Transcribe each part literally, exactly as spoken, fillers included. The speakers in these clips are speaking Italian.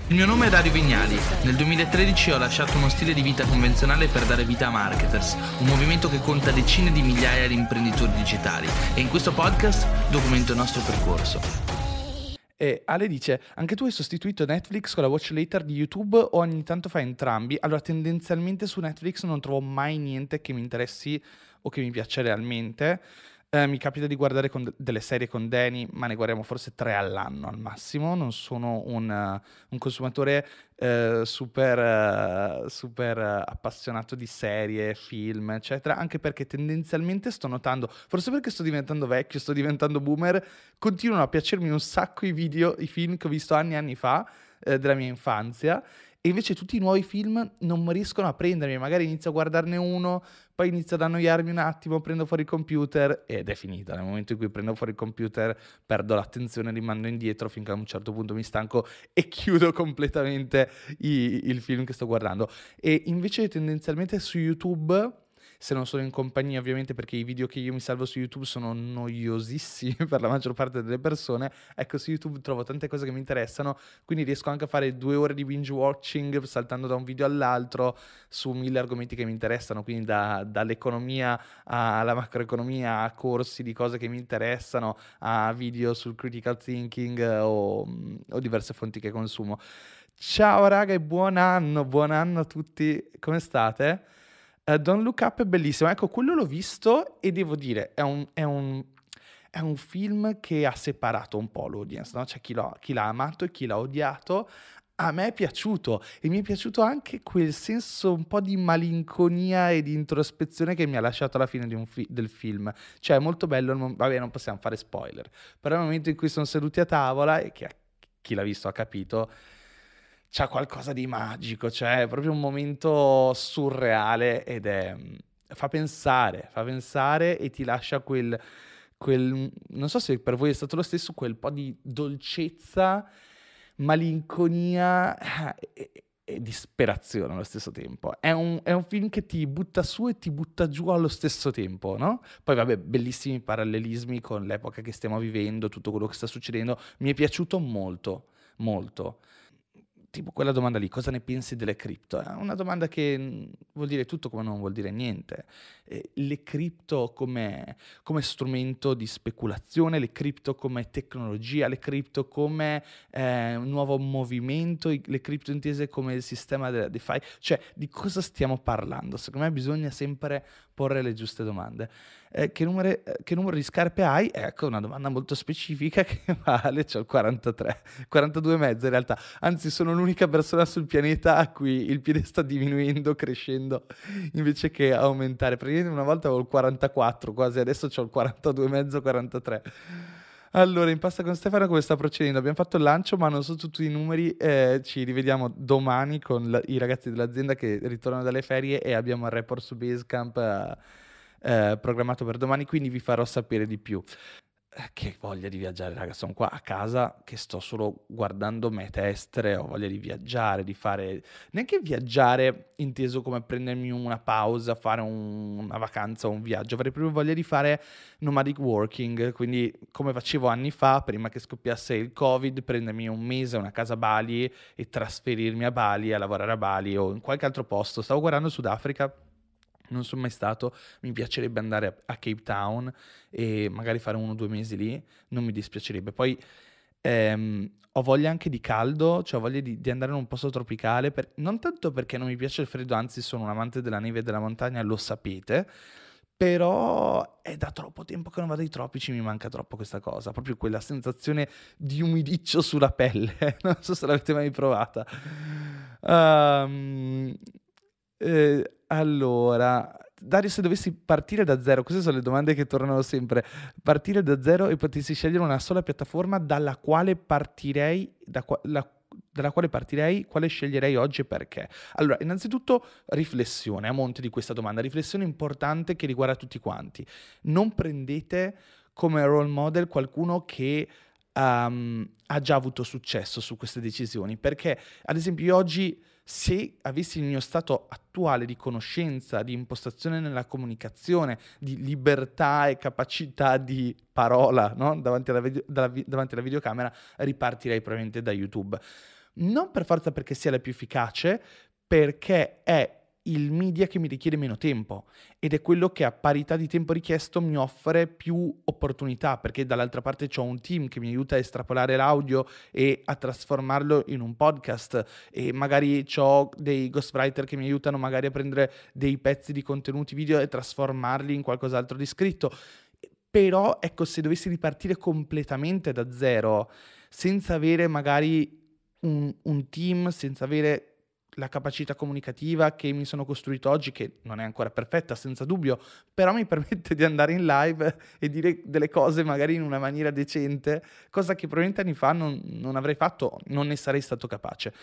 Il mio nome è Dario Vignali. Nel duemilatredici ho lasciato uno stile di vita convenzionale per dare vita a Marketers, un movimento che conta decine di migliaia di imprenditori digitali, e in questo podcast documento il nostro percorso. E Ale dice: anche tu hai sostituito Netflix con la watch later di YouTube o ogni tanto fai entrambi? Allora, tendenzialmente su Netflix non trovo mai niente che mi interessi o che mi piaccia realmente. Eh, mi capita di guardare con de- delle serie con Danny, ma ne guardiamo forse tre all'anno al massimo. Non sono un, uh, un consumatore uh, super, uh, super uh, appassionato di serie, film, eccetera, anche perché tendenzialmente sto notando, forse perché sto diventando vecchio, sto diventando boomer, continuano a piacermi un sacco i video, i film che ho visto anni e anni fa, uh, della mia infanzia. E invece tutti i nuovi film non riescono a prendermi, magari inizio a guardarne uno, poi inizio ad annoiarmi un attimo, prendo fuori il computer ed è finita. Nel momento in cui prendo fuori il computer perdo l'attenzione, rimando indietro finché a un certo punto mi stanco e chiudo completamente i, il film che sto guardando. E invece tendenzialmente su YouTube, se non sono in compagnia ovviamente, perché i video che io mi salvo su YouTube sono noiosissimi per la maggior parte delle persone, ecco, su YouTube trovo tante cose che mi interessano, quindi riesco anche a fare due ore di binge watching saltando da un video all'altro su mille argomenti che mi interessano, quindi da, dall'economia alla macroeconomia, a corsi di cose che mi interessano, a video sul critical thinking o, o diverse fonti che consumo. Ciao raga e buon anno, buon anno a tutti, come state? Uh, Don't Look Up è bellissimo, ecco, quello l'ho visto e devo dire, è un, è un, è un film che ha separato un po' l'audience, no? C'è chi, l'ha- chi l'ha amato e chi l'ha odiato. A me è piaciuto e mi è piaciuto anche quel senso un po' di malinconia e di introspezione che mi ha lasciato alla fine di un fi- del film. Cioè è molto bello, il mom- vabbè, non possiamo fare spoiler, però nel momento in cui sono seduti a tavola e che chi l'ha visto ha capito, c'ha qualcosa di magico, cioè è proprio un momento surreale ed è, fa pensare, fa pensare e ti lascia quel, quel, non so se per voi è stato lo stesso, quel po' di dolcezza, malinconia eh, e, e disperazione allo stesso tempo. È un, è un film che ti butta su e ti butta giù allo stesso tempo, no? Poi vabbè, bellissimi parallelismi con l'epoca che stiamo vivendo, tutto quello che sta succedendo. Mi è piaciuto molto, molto. Tipo quella domanda lì, cosa ne pensi delle cripto? È una domanda che mh, vuol dire tutto come non vuol dire niente. Eh, le cripto come, come strumento di speculazione, le cripto come tecnologia, le cripto come eh, un nuovo movimento, i- le cripto intese come il sistema della DeFi, cioè di cosa stiamo parlando? Secondo me bisogna sempre porre le giuste domande. Eh, che, numero, eh, che numero di scarpe hai? Ecco, una domanda molto specifica che vale, c'ho il quarantatré, quarantadue e mezzo in realtà. Anzi, sono l'unica persona sul pianeta a cui il piede sta diminuendo, crescendo, invece che aumentare. Praticamente una volta avevo il quarantaquattro quasi, adesso ho il quarantadue e mezzo, quarantatré. Allora, in Pasta con Stefano come sta procedendo? Abbiamo fatto il lancio, ma non so tutti i numeri. Eh, ci rivediamo domani con la- i ragazzi dell'azienda che ritornano dalle ferie e abbiamo il report su Basecamp eh, eh, programmato per domani, quindi vi farò sapere di più. Eh, Che voglia di viaggiare, raga. Sono qua a casa che sto solo guardando mete estere. Ho voglia di viaggiare, di fare. Neanche viaggiare inteso come prendermi una pausa, fare un- una vacanza o un viaggio. Avrei proprio voglia di fare nomadic working. Quindi, come facevo anni fa, prima che scoppiasse il Covid, prendermi un mese a una casa a Bali e trasferirmi a Bali, a lavorare a Bali o in qualche altro posto. Stavo guardando Sudafrica. Non sono mai stato, mi piacerebbe andare a, a Cape Town e magari fare uno o due mesi lì, non mi dispiacerebbe. Poi ehm, ho voglia anche di caldo, cioè ho voglia di, di andare in un posto tropicale, per- non tanto perché non mi piace il freddo, anzi sono un amante della neve e della montagna, lo sapete, però è da troppo tempo che non vado ai tropici, mi manca troppo questa cosa, proprio quella sensazione di umidiccio sulla pelle, non so se l'avete mai provata. Ehm, eh, allora, Dario, se dovessi partire da zero, queste sono le domande che tornano sempre. Partire da zero e potessi scegliere una sola piattaforma dalla quale partirei, da qua- la- dalla quale partirei, quale sceglierei oggi e perché? Allora, innanzitutto riflessione a monte di questa domanda, riflessione importante che riguarda tutti quanti. Non prendete come role model qualcuno che ehm, ha già avuto successo su queste decisioni, perché ad esempio io oggi se avessi il mio stato attuale di conoscenza, di impostazione nella comunicazione, di libertà e capacità di parola, no? davanti, alla video- dalla vi- davanti alla videocamera, ripartirei probabilmente da YouTube. Non per forza perché sia la più efficace, perché è il media che mi richiede meno tempo ed è quello che a parità di tempo richiesto mi offre più opportunità, perché dall'altra parte c'ho un team che mi aiuta a estrapolare l'audio e a trasformarlo in un podcast, e magari c'ho dei ghostwriter che mi aiutano magari a prendere dei pezzi di contenuti video e trasformarli in qualcos'altro di scritto. Però ecco, se dovessi ripartire completamente da zero, senza avere magari un, un team, senza avere la capacità comunicativa che mi sono costruito oggi, che non è ancora perfetta, senza dubbio, però mi permette di andare in live e dire delle cose magari in una maniera decente, cosa che probabilmente anni fa non, non avrei fatto, non ne sarei stato capace.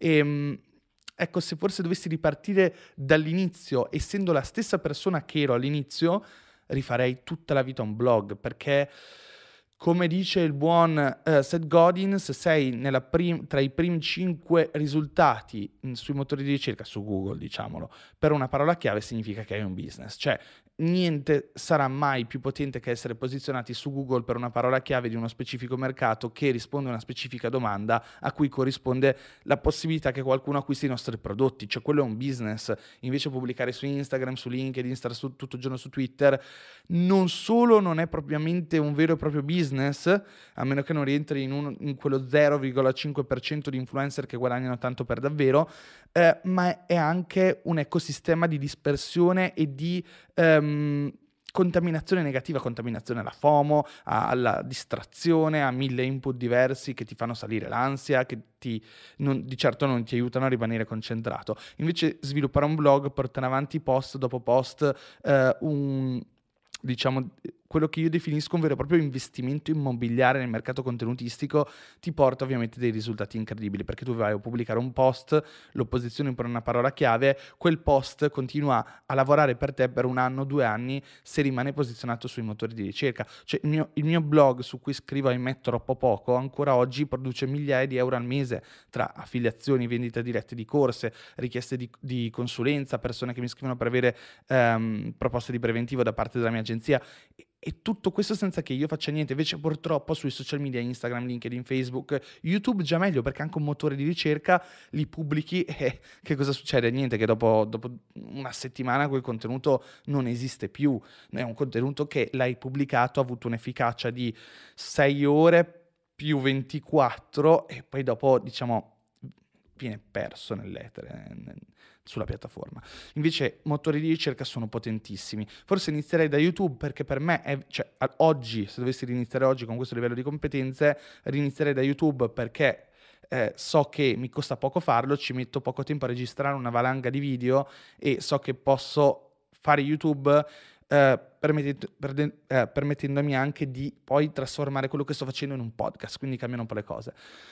E, ecco, se forse dovessi ripartire dall'inizio, essendo la stessa persona che ero all'inizio, rifarei tutta la vita un blog, perché come dice il buon uh, Seth Godin, se sei nella prim- tra i primi cinque risultati mh, sui motori di ricerca, su Google diciamolo, per una parola chiave, significa che hai un business. Cioè niente sarà mai più potente che essere posizionati su Google per una parola chiave di uno specifico mercato che risponde a una specifica domanda a cui corrisponde la possibilità che qualcuno acquisti i nostri prodotti. Cioè quello è un business. Invece pubblicare su Instagram, su LinkedIn, stare su, tutto il giorno su Twitter, non solo non è propriamente un vero e proprio business, a meno che non rientri in, un, in quello zero virgola cinque per cento di influencer che guadagnano tanto per davvero, eh, ma è anche un ecosistema di dispersione e di ehm, contaminazione negativa, contaminazione alla FOMO, alla distrazione, a mille input diversi che ti fanno salire l'ansia, che ti, non, di certo non ti aiutano a rimanere concentrato. Invece sviluppare un blog, portare avanti post dopo post, eh, un... diciamo, quello che io definisco un vero e proprio investimento immobiliare nel mercato contenutistico, ti porta ovviamente dei risultati incredibili, perché tu vai a pubblicare un post, lo posizioni per una parola chiave, quel post continua a lavorare per te per un anno, due anni, se rimane posizionato sui motori di ricerca. Cioè il mio, il mio blog, su cui scrivo ahimè troppo poco, ancora oggi produce migliaia di euro al mese tra affiliazioni, vendite dirette di corse, richieste di, di consulenza, persone che mi scrivono per avere um, proposte di preventivo da parte della mia agenzia. E tutto questo senza che io faccia niente. Invece purtroppo sui social media, Instagram, LinkedIn, Facebook, YouTube già meglio, perché anche un motore di ricerca li pubblichi e che cosa succede? Niente, che dopo, dopo una settimana quel contenuto non esiste più. È un contenuto che l'hai pubblicato, ha avuto un'efficacia di sei ore più ventiquattro e poi dopo, diciamo, viene perso nell'etere, sulla piattaforma. Invece motori di ricerca sono potentissimi. Forse inizierei da YouTube, perché per me è, cioè, oggi, se dovessi iniziare oggi con questo livello di competenze, inizierei da YouTube, perché eh, so che mi costa poco farlo, ci metto poco tempo a registrare una valanga di video e so che posso fare YouTube eh, permettendo, perde, eh, permettendomi anche di poi trasformare quello che sto facendo in un podcast, quindi cambiano un po' le cose.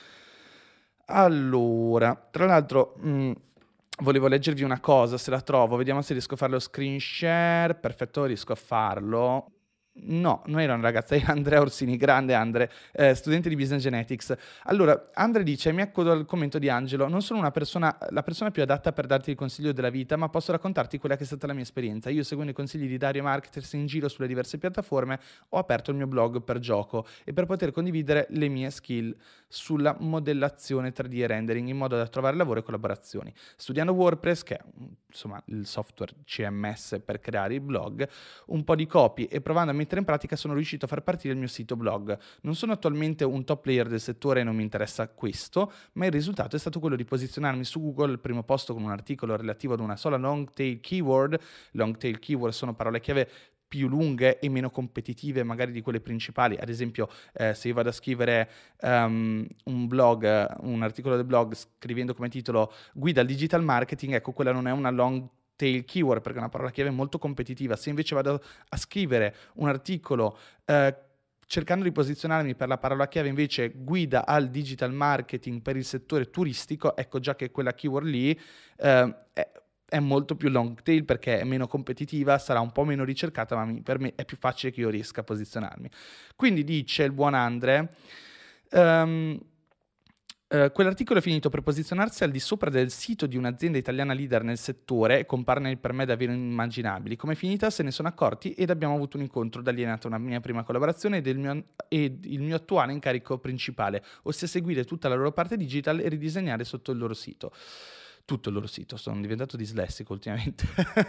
Allora, tra l'altro mh, volevo leggervi una cosa, se la trovo, vediamo se riesco a fare lo screen share. Perfetto, riesco a farlo. No, non era una ragazza, era Andrea Orsini, grande Andre, eh, studente di Business Genetics. Allora, Andre dice, mi accodo al commento di Angelo, non sono una persona, la persona più adatta per darti il consiglio della vita, ma posso raccontarti quella che è stata la mia esperienza. Io, seguendo i consigli di Dario Marketers in giro sulle diverse piattaforme, ho aperto il mio blog per gioco e per poter condividere le mie skill sulla modellazione tre D e rendering, in modo da trovare lavoro e collaborazioni. Studiando WordPress, che è insomma il software C M S per creare i blog, un po' di copy e provando a mettere in pratica sono riuscito a far partire il mio sito blog. Non sono attualmente un top player del settore e non mi interessa questo, ma il risultato è stato quello di posizionarmi su Google al primo posto con un articolo relativo ad una sola long tail keyword. Long tail keyword sono parole chiave più lunghe e meno competitive magari di quelle principali. Ad esempio, eh, se io vado a scrivere um, un blog, un articolo del blog scrivendo come titolo guida al digital marketing, ecco, quella non è una long tail keyword perché è una parola chiave molto competitiva. Se invece vado a scrivere un articolo eh, cercando di posizionarmi per la parola chiave invece guida al digital marketing per il settore turistico, ecco già che quella keyword lì eh, è è molto più long tail perché è meno competitiva, sarà un po' meno ricercata, ma mi, per me è più facile che io riesca a posizionarmi. Quindi dice il buon Andre, um, Uh, quell'articolo è finito per posizionarsi al di sopra del sito di un'azienda italiana leader nel settore, con partner per me davvero inimmaginabili. Come è finita se ne sono accorti ed abbiamo avuto un incontro, da lì è nata una mia prima collaborazione ed il mio, ed il mio attuale incarico principale, ossia seguire tutta la loro parte digital e ridisegnare sotto il loro sito. Tutto il loro sito, sono diventato dislessico ultimamente.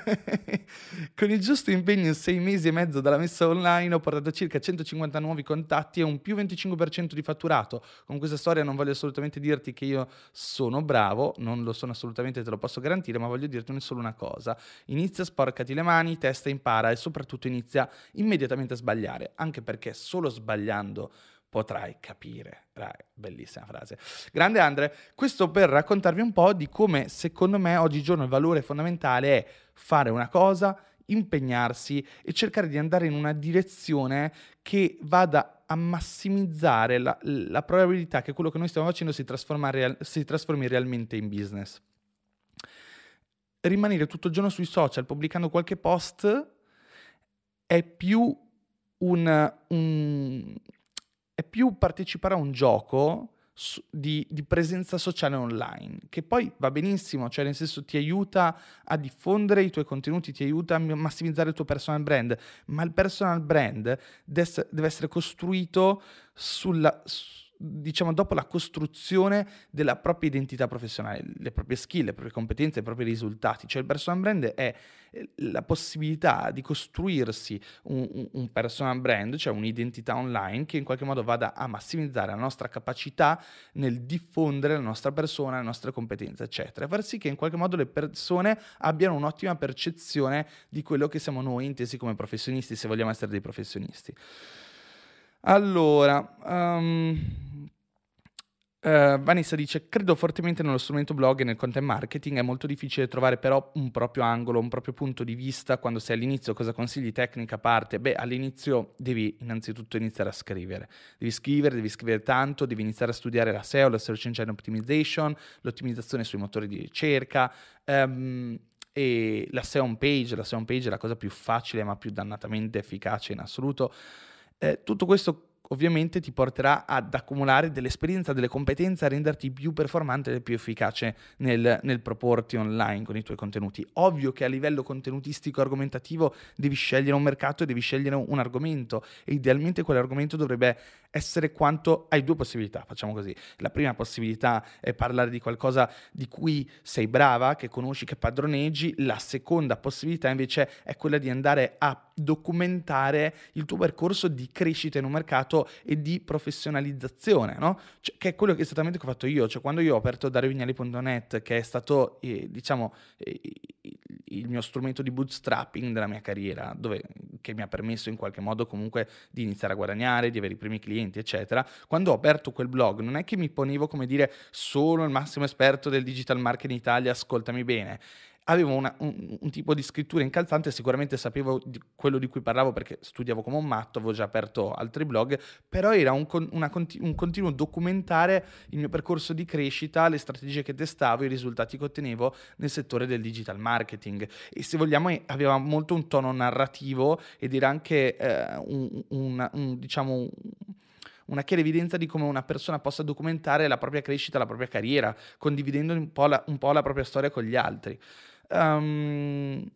Con il giusto impegno in sei mesi e mezzo dalla messa online ho portato circa centocinquanta nuovi contatti e un più venticinque per cento di fatturato. Con questa storia non voglio assolutamente dirti che io sono bravo, non lo sono assolutamente, te lo posso garantire, ma voglio dirti solo una cosa: inizia, sporcati le mani, testa, impara e soprattutto inizia immediatamente a sbagliare, anche perché solo sbagliando potrai capire. Dai, bellissima frase. Grande Andre, questo per raccontarvi un po' di come secondo me oggigiorno il valore fondamentale è fare una cosa, impegnarsi e cercare di andare in una direzione che vada a massimizzare la, la probabilità che quello che noi stiamo facendo si, trasforma real, si trasformi realmente in business. Rimanere tutto il giorno sui social pubblicando qualche post è più un... un è più partecipare a un gioco su, di, di presenza sociale online, che poi va benissimo, cioè nel senso ti aiuta a diffondere i tuoi contenuti, ti aiuta a massimizzare il tuo personal brand, ma il personal brand deve essere costruito sulla... diciamo dopo la costruzione della propria identità professionale, le proprie skill, le proprie competenze, i propri risultati. Cioè il personal brand è la possibilità di costruirsi un, un personal brand, cioè un'identità online che in qualche modo vada a massimizzare la nostra capacità nel diffondere la nostra persona, le nostre competenze, eccetera, e far sì che in qualche modo le persone abbiano un'ottima percezione di quello che siamo noi intesi come professionisti, se vogliamo essere dei professionisti. Allora, um, uh, Vanessa dice: credo fortemente nello strumento blog e nel content marketing. È molto difficile trovare però un proprio angolo, un proprio punto di vista quando sei all'inizio. Cosa consigli, tecnica a parte? Beh, all'inizio devi innanzitutto iniziare a scrivere. Devi scrivere, devi scrivere tanto, devi iniziare a studiare la S E O, la Search Engine Optimization, l'ottimizzazione sui motori di ricerca, um, e la S E O on page. La S E O on page è la cosa più facile ma più dannatamente efficace in assoluto. Eh, tutto questo ovviamente ti porterà ad accumulare dell'esperienza, delle competenze, a renderti più performante e più efficace nel, nel proporti online con i tuoi contenuti. Ovvio che a livello contenutistico argomentativo devi scegliere un mercato e devi scegliere un argomento, e idealmente quell'argomento dovrebbe essere quanto... Hai due possibilità, facciamo così. La prima possibilità è parlare di qualcosa di cui sei brava, che conosci, che padroneggi. La seconda possibilità invece è quella di andare a documentare il tuo percorso di crescita in un mercato e di professionalizzazione, no? Cioè, che è quello che esattamente che ho fatto io. Cioè, quando io ho aperto dario vignali punto net, che è stato eh, diciamo eh, il mio strumento di bootstrapping della mia carriera, dove, che mi ha permesso in qualche modo comunque di iniziare a guadagnare, di avere i primi clienti, eccetera. Quando ho aperto quel blog non è che mi ponevo come dire sono il massimo esperto del digital marketing in Italia, ascoltami bene. Avevo una, un, un tipo di scrittura incalzante, sicuramente sapevo di quello di cui parlavo perché studiavo come un matto, avevo già aperto altri blog, però era un, una, un continuo documentare il mio percorso di crescita, le strategie che testavo, i risultati che ottenevo nel settore del digital marketing. E se vogliamo aveva molto un tono narrativo ed era anche eh, un, un, un, diciamo un, una chiara evidenza di come una persona possa documentare la propria crescita, la propria carriera, condividendo un po' la, un po' la propria storia con gli altri. Um,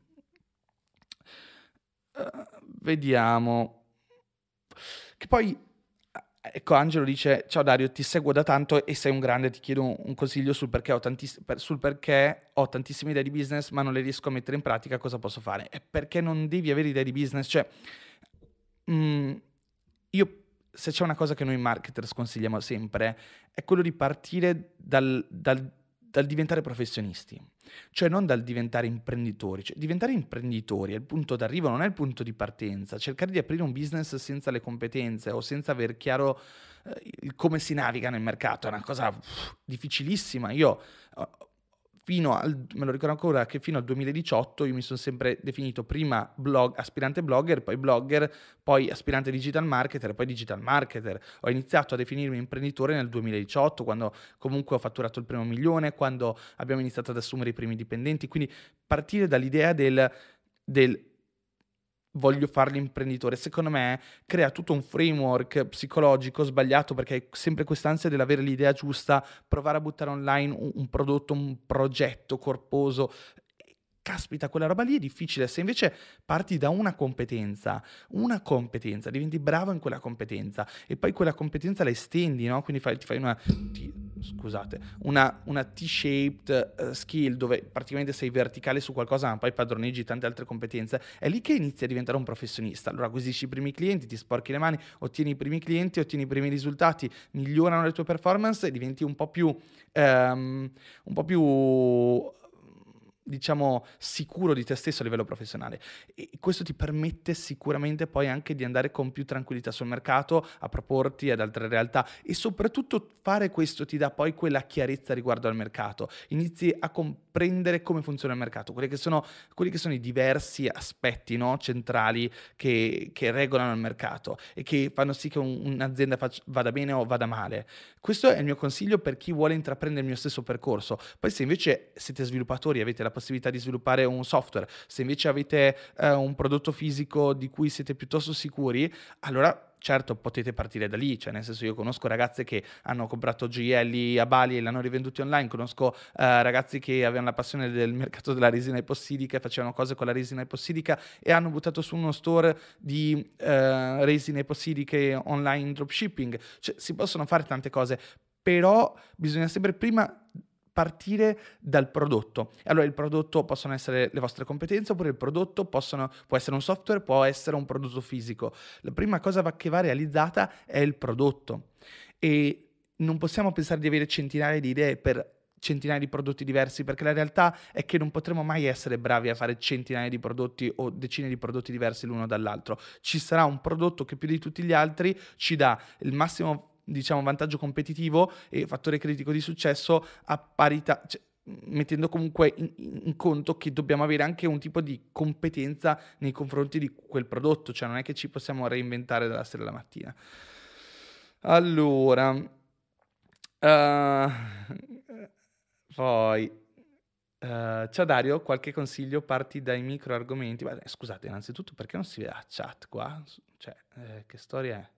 uh, vediamo che poi ecco, Angelo dice: ciao Dario, ti seguo da tanto e sei un grande, ti chiedo un, un consiglio sul perché, ho tantiss- per, sul perché ho tantissime idee di business ma non le riesco a mettere in pratica, cosa posso fare? È perché non devi avere idee di business, cioè mm, io se c'è una cosa che noi marketer sconsigliamo sempre è quello di partire dal, dal, dal diventare professionisti, cioè non dal diventare imprenditori. Cioè, diventare imprenditori è il punto d'arrivo, non è il punto di partenza. Cercare di aprire un business senza le competenze o senza aver chiaro eh, il come si naviga nel mercato è una cosa uff, difficilissima. Io uh, fino al, me lo ricordo ancora che fino al duemiladiciotto io mi sono sempre definito prima blog, aspirante blogger, poi blogger, poi aspirante digital marketer, poi digital marketer. Ho iniziato a definirmi imprenditore nel duemiladiciotto, quando comunque ho fatturato il primo milione, quando abbiamo iniziato ad assumere i primi dipendenti. Quindi partire dall'idea del, del voglio fare l'imprenditore. Secondo me crea tutto un framework psicologico sbagliato, perché hai sempre quest'ansia dell'avere l'idea giusta, provare a buttare online un, un prodotto, un progetto corposo. Caspita, quella roba lì è difficile. Se invece parti da una competenza, una competenza, diventi bravo in quella competenza e poi quella competenza la estendi, no? Quindi fai, ti fai una, ti, scusate, una, una T-shaped uh, skill dove praticamente sei verticale su qualcosa, ma poi padroneggi tante altre competenze. È lì che inizi a diventare un professionista. Allora acquisisci i primi clienti, ti sporchi le mani, ottieni i primi clienti, ottieni i primi risultati, migliorano le tue performance e diventi un po' più, um, un po' più diciamo sicuro di te stesso a livello professionale, e questo ti permette sicuramente poi anche di andare con più tranquillità sul mercato, a proporti ad altre realtà, e soprattutto fare questo ti dà poi quella chiarezza riguardo al mercato, inizi a comprendere come funziona il mercato, quelli che sono, quelli che sono i diversi aspetti, no, centrali che, che regolano il mercato e che fanno sì che un, un'azienda faccia, vada bene o vada male. Questo è il mio consiglio per chi vuole intraprendere il mio stesso percorso. Poi se invece siete sviluppatori e avete la possibilità di sviluppare un software, se invece avete eh, un prodotto fisico di cui siete piuttosto sicuri, allora certo potete partire da lì, cioè nel senso, io conosco ragazze che hanno comprato gioielli a Bali e l'hanno rivenduti online, conosco eh, ragazzi che avevano la passione del mercato della resina epossidica e facevano cose con la resina epossidica e hanno buttato su uno store di eh, resine epossidiche online in dropshipping. Cioè si possono fare tante cose, però bisogna sempre prima partire dal prodotto. Allora il prodotto possono essere le vostre competenze, oppure il prodotto possono, può essere un software, può essere un prodotto fisico. La prima cosa che va realizzata è il prodotto, e non possiamo pensare di avere centinaia di idee per centinaia di prodotti diversi, perché la realtà è che non potremo mai essere bravi a fare centinaia di prodotti o decine di prodotti diversi l'uno dall'altro. Ci sarà un prodotto che più di tutti gli altri ci dà il massimo, diciamo, vantaggio competitivo e fattore critico di successo a parità, cioè, mettendo comunque in, in conto che dobbiamo avere anche un tipo di competenza nei confronti di quel prodotto, cioè non è che ci possiamo reinventare dalla sera alla mattina. Allora, uh, poi uh, ciao Dario, qualche consiglio? Parti dai micro argomenti. Beh, scusate, innanzitutto perché non si vede la chat qua? Cioè, eh, che storia è?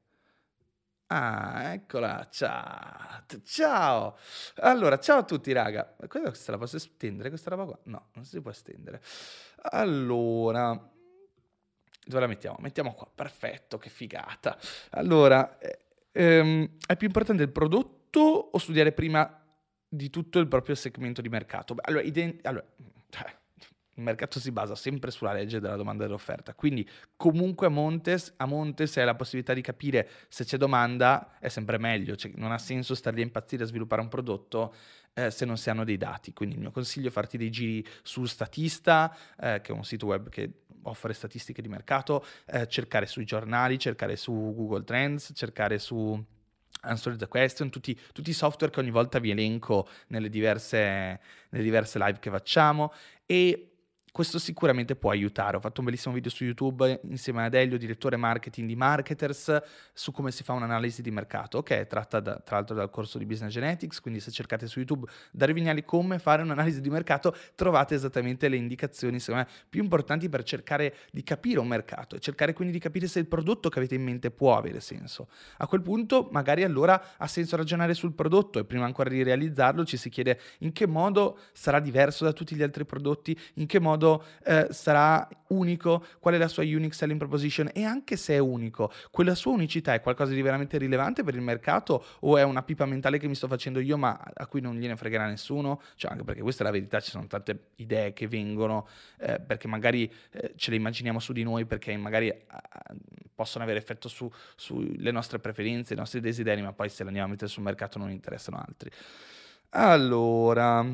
Ah, eccola, chat. Ciao. Allora, ciao a tutti, raga. Questa la posso estendere, questa roba qua? No, non si può estendere. Allora, dove la mettiamo? Mettiamo qua, perfetto, che figata. Allora, ehm, è più importante il prodotto o studiare prima di tutto il proprio segmento di mercato? Beh, allora, ident- allora il mercato si basa sempre sulla legge della domanda e dell'offerta, quindi comunque a monte, a monte se hai la possibilità di capire se c'è domanda è sempre meglio, cioè, non ha senso stare lì a impazzire a sviluppare un prodotto eh, se non si hanno dei dati. Quindi il mio consiglio è farti dei giri su Statista, eh, che è un sito web che offre statistiche di mercato, eh, cercare sui giornali, cercare su Google Trends, cercare su Answer the Question, tutti, tutti i software che ogni volta vi elenco nelle diverse, nelle diverse live che facciamo, e questo sicuramente può aiutare. Ho fatto un bellissimo video su YouTube insieme ad Elio, direttore marketing di Marketers, su come si fa un'analisi di mercato, che è tratta da, tra l'altro dal corso di Business Genetics, quindi se cercate su YouTube Dario Vignali come fare un'analisi di mercato trovate esattamente le indicazioni, secondo me, più importanti per cercare di capire un mercato e cercare quindi di capire se il prodotto che avete in mente può avere senso. A quel punto magari allora ha senso ragionare sul prodotto, e prima ancora di realizzarlo ci si chiede in che modo sarà diverso da tutti gli altri prodotti, in che modo Eh, sarà unico, qual è la sua unique selling proposition, e anche se è unico, quella sua unicità è qualcosa di veramente rilevante per il mercato o è una pipa mentale che mi sto facendo io ma a cui non gliene fregherà nessuno? Cioè, anche perché questa è la verità, ci sono tante idee che vengono eh, perché magari eh, ce le immaginiamo su di noi, perché magari eh, possono avere effetto su, sulle nostre preferenze, i nostri desideri, ma poi se le andiamo a mettere sul mercato non interessano altri. Allora,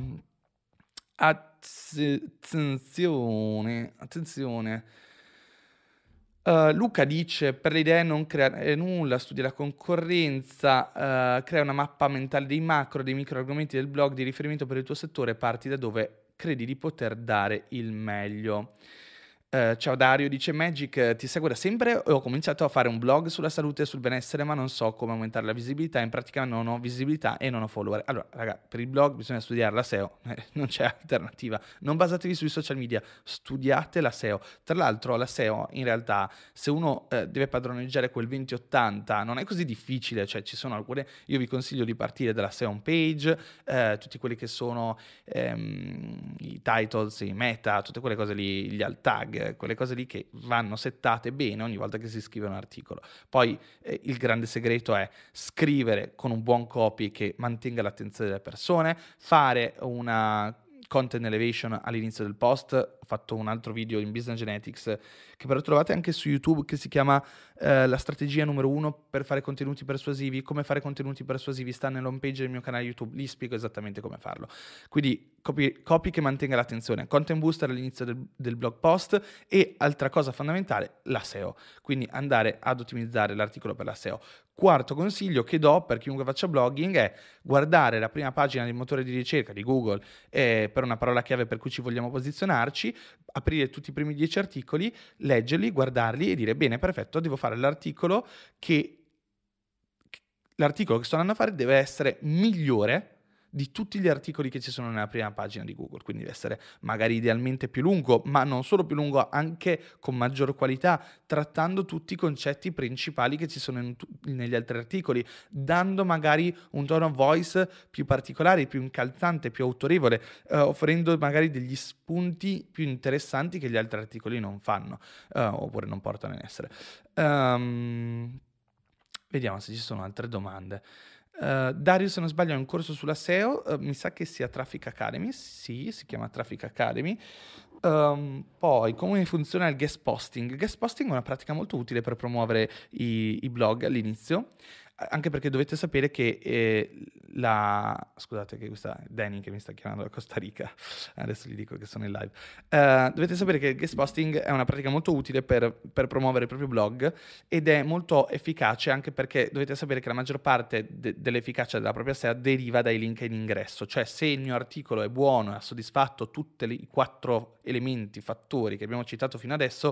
attenzione, attenzione. Uh, Luca dice: per le idee non creare nulla, studia la concorrenza, uh, crea una mappa mentale dei macro, dei micro argomenti del blog di riferimento per il tuo settore, parti da dove credi di poter dare il meglio. Eh, ciao Dario, dice Magic, eh, ti seguo da sempre e ho cominciato a fare un blog sulla salute e sul benessere, ma non so come aumentare la visibilità. In pratica non ho visibilità e non ho follower. Allora, raga, per il blog bisogna studiare la S E O, eh, non c'è alternativa. Non basatevi sui social media, studiate la S E O. Tra l'altro, la S E O, in realtà, se uno eh, deve padroneggiare quel venti ottanta, non è così difficile. Cioè, ci sono alcune. Io vi consiglio di partire dalla S E O home page, eh, tutti quelli che sono ehm, i titles, i meta, tutte quelle cose lì, gli alt tag, quelle cose lì che vanno settate bene ogni volta che si scrive un articolo. Poi eh, il grande segreto è scrivere con un buon copy che mantenga l'attenzione delle persone, fare una content elevation all'inizio del post. Ho fatto un altro video in Business Genetics che però trovate anche su YouTube, che si chiama eh, la strategia numero uno per fare contenuti persuasivi. Come fare contenuti persuasivi sta nell'home page del mio canale YouTube, lì spiego esattamente come farlo. Quindi copy, copy che mantenga l'attenzione, content booster all'inizio del, del blog post e altra cosa fondamentale, la S E O, quindi andare ad ottimizzare l'articolo per la S E O. Quarto consiglio che do per chiunque faccia blogging è guardare la prima pagina del motore di ricerca di Google eh, per una parola chiave per cui ci vogliamo posizionarci, aprire tutti i primi dieci articoli, leggerli, guardarli e dire bene, perfetto, devo fare l'articolo che l'articolo che sto andando a fare deve essere migliore di tutti gli articoli che ci sono nella prima pagina di Google, quindi deve essere magari idealmente più lungo, ma non solo più lungo, anche con maggior qualità, trattando tutti i concetti principali che ci sono in tu- negli altri articoli, dando magari un tone of voice più particolare, più incalzante, più autorevole, eh, offrendo magari degli spunti più interessanti che gli altri articoli non fanno, eh, oppure non portano in essere. Um, vediamo se ci sono altre domande. Uh, Dario, se non sbaglio, ha un corso sulla S E O, uh, mi sa che sia Traffic Academy, sì, si chiama Traffic Academy. Um, poi, come funziona il guest posting? Il guest posting è una pratica molto utile per promuovere i, i blog all'inizio, anche perché dovete sapere che eh, la... Scusate che questa è Danny che mi sta chiamando da Costa Rica, adesso gli dico che sono in live. Uh, dovete sapere che il guest posting è una pratica molto utile per, per promuovere il proprio blog ed è molto efficace anche perché dovete sapere che la maggior parte de- dell'efficacia della propria S E O deriva dai link in ingresso, cioè se il mio articolo è buono e ha soddisfatto tutti i quattro elementi, fattori che abbiamo citato fino adesso,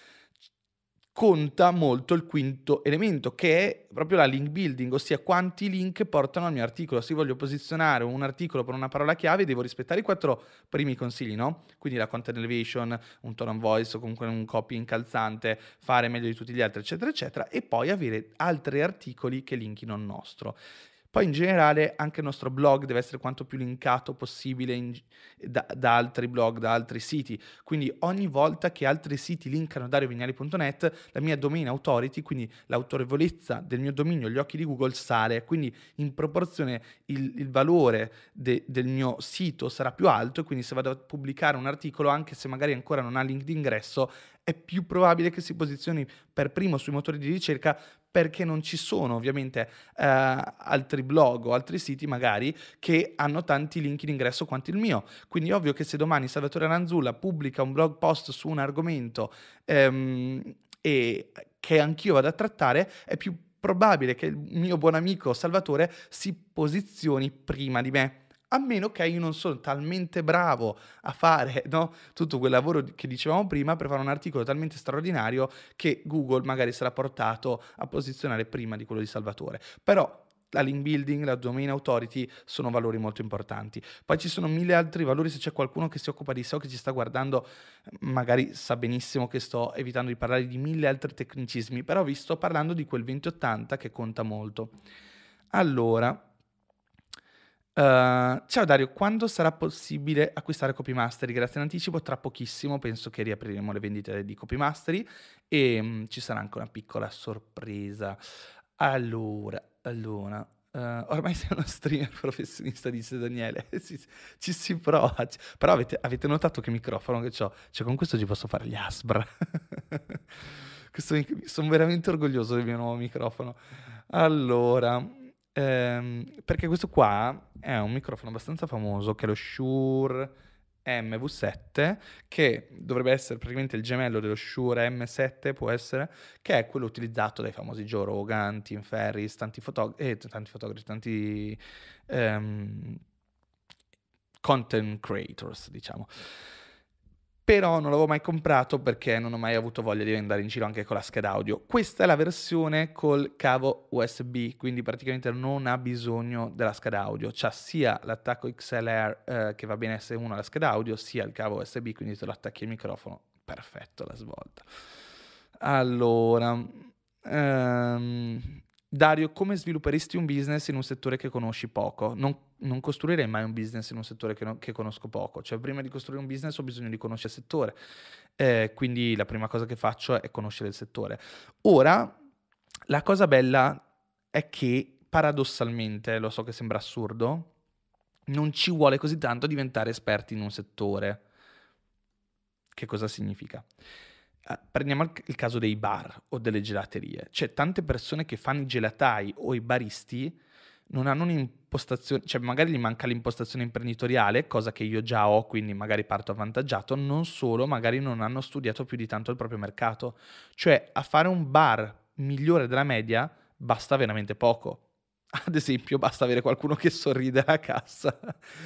conta molto il quinto elemento, che è proprio la link building, ossia quanti link portano al mio articolo. Se voglio posizionare un articolo per una parola chiave, devo rispettare i quattro primi consigli, no? Quindi la content elevation, un tone of voice o comunque un copy incalzante, fare meglio di tutti gli altri, eccetera, eccetera, e poi avere altri articoli che linkino il nostro. Poi in generale anche il nostro blog deve essere quanto più linkato possibile in, da, da altri blog, da altri siti. Quindi ogni volta che altri siti linkano dario vignali punto net, la mia domain authority, quindi l'autorevolezza del mio dominio agli occhi di Google sale, quindi in proporzione il, il valore de, del mio sito sarà più alto e quindi se vado a pubblicare un articolo, anche se magari ancora non ha link d'ingresso, è più probabile che si posizioni per primo sui motori di ricerca, perché non ci sono ovviamente eh, altri blog o altri siti magari che hanno tanti link in ingresso quanto il mio. Quindi è ovvio che se domani Salvatore Aranzulla pubblica un blog post su un argomento ehm, e che anch'io vado a trattare, è più probabile che il mio buon amico Salvatore si posizioni prima di me. A meno che io non sono talmente bravo a fare, no, tutto quel lavoro che dicevamo prima per fare un articolo talmente straordinario che Google magari sarà portato a posizionare prima di quello di Salvatore. Però la link building, la domain authority sono valori molto importanti. Poi ci sono mille altri valori. Se c'è qualcuno che si occupa di S E O che ci sta guardando, magari sa benissimo che sto evitando di parlare di mille altri tecnicismi, però vi sto parlando di quel venti ottanta che conta molto. Allora... Uh, ciao Dario, quando sarà possibile acquistare Copy Mastery? Grazie in anticipo, tra pochissimo penso che riapriremo le vendite di Copy Mastery e um, ci sarà anche una piccola sorpresa. Allora, allora uh, ormai sei uno streamer professionista, dice Daniele, ci, ci si prova, ci, però avete, avete notato che microfono che ho? Cioè con questo ci posso fare gli Asbra. Questo, sono veramente orgoglioso del mio nuovo microfono. Allora... Ehm, perché questo qua è un microfono abbastanza famoso che è lo Shure M V sette, che dovrebbe essere praticamente il gemello dello Shure M sette, può essere, che è quello utilizzato dai famosi Joe Rogan, Tim Ferriss, tanti, fotog- eh, tanti fotografi, tanti ehm, content creators, diciamo. però non l'avevo mai comprato perché non ho mai avuto voglia di andare in giro anche con la scheda audio. Questa è la versione col cavo U S B, quindi praticamente non ha bisogno della scheda audio. C'ha sia l'attacco X L R eh, che va bene se uno ha la scheda audio, sia il cavo U S B, quindi te lo attacchi al microfono. Perfetto, la svolta. Allora, ehm, Dario, come svilupperesti un business in un settore che conosci poco? Non, non costruirei mai un business in un settore che, non- che conosco poco. Cioè, prima di costruire un business ho bisogno di conoscere il settore. Eh, quindi la prima cosa che faccio è conoscere il settore. Ora, la cosa bella è che, paradossalmente, lo so che sembra assurdo, non ci vuole così tanto diventare esperti in un settore. Che cosa significa? Eh, prendiamo il, il caso dei bar o delle gelaterie. C'è tante persone che fanno i gelatai o i baristi, non hanno un'impostazione, cioè magari gli manca l'impostazione imprenditoriale, cosa che io già ho, quindi magari parto avvantaggiato, non solo, magari non hanno studiato più di tanto il proprio mercato. Cioè, a fare un bar migliore della media basta veramente poco. Ad esempio, basta avere qualcuno che sorride alla cassa,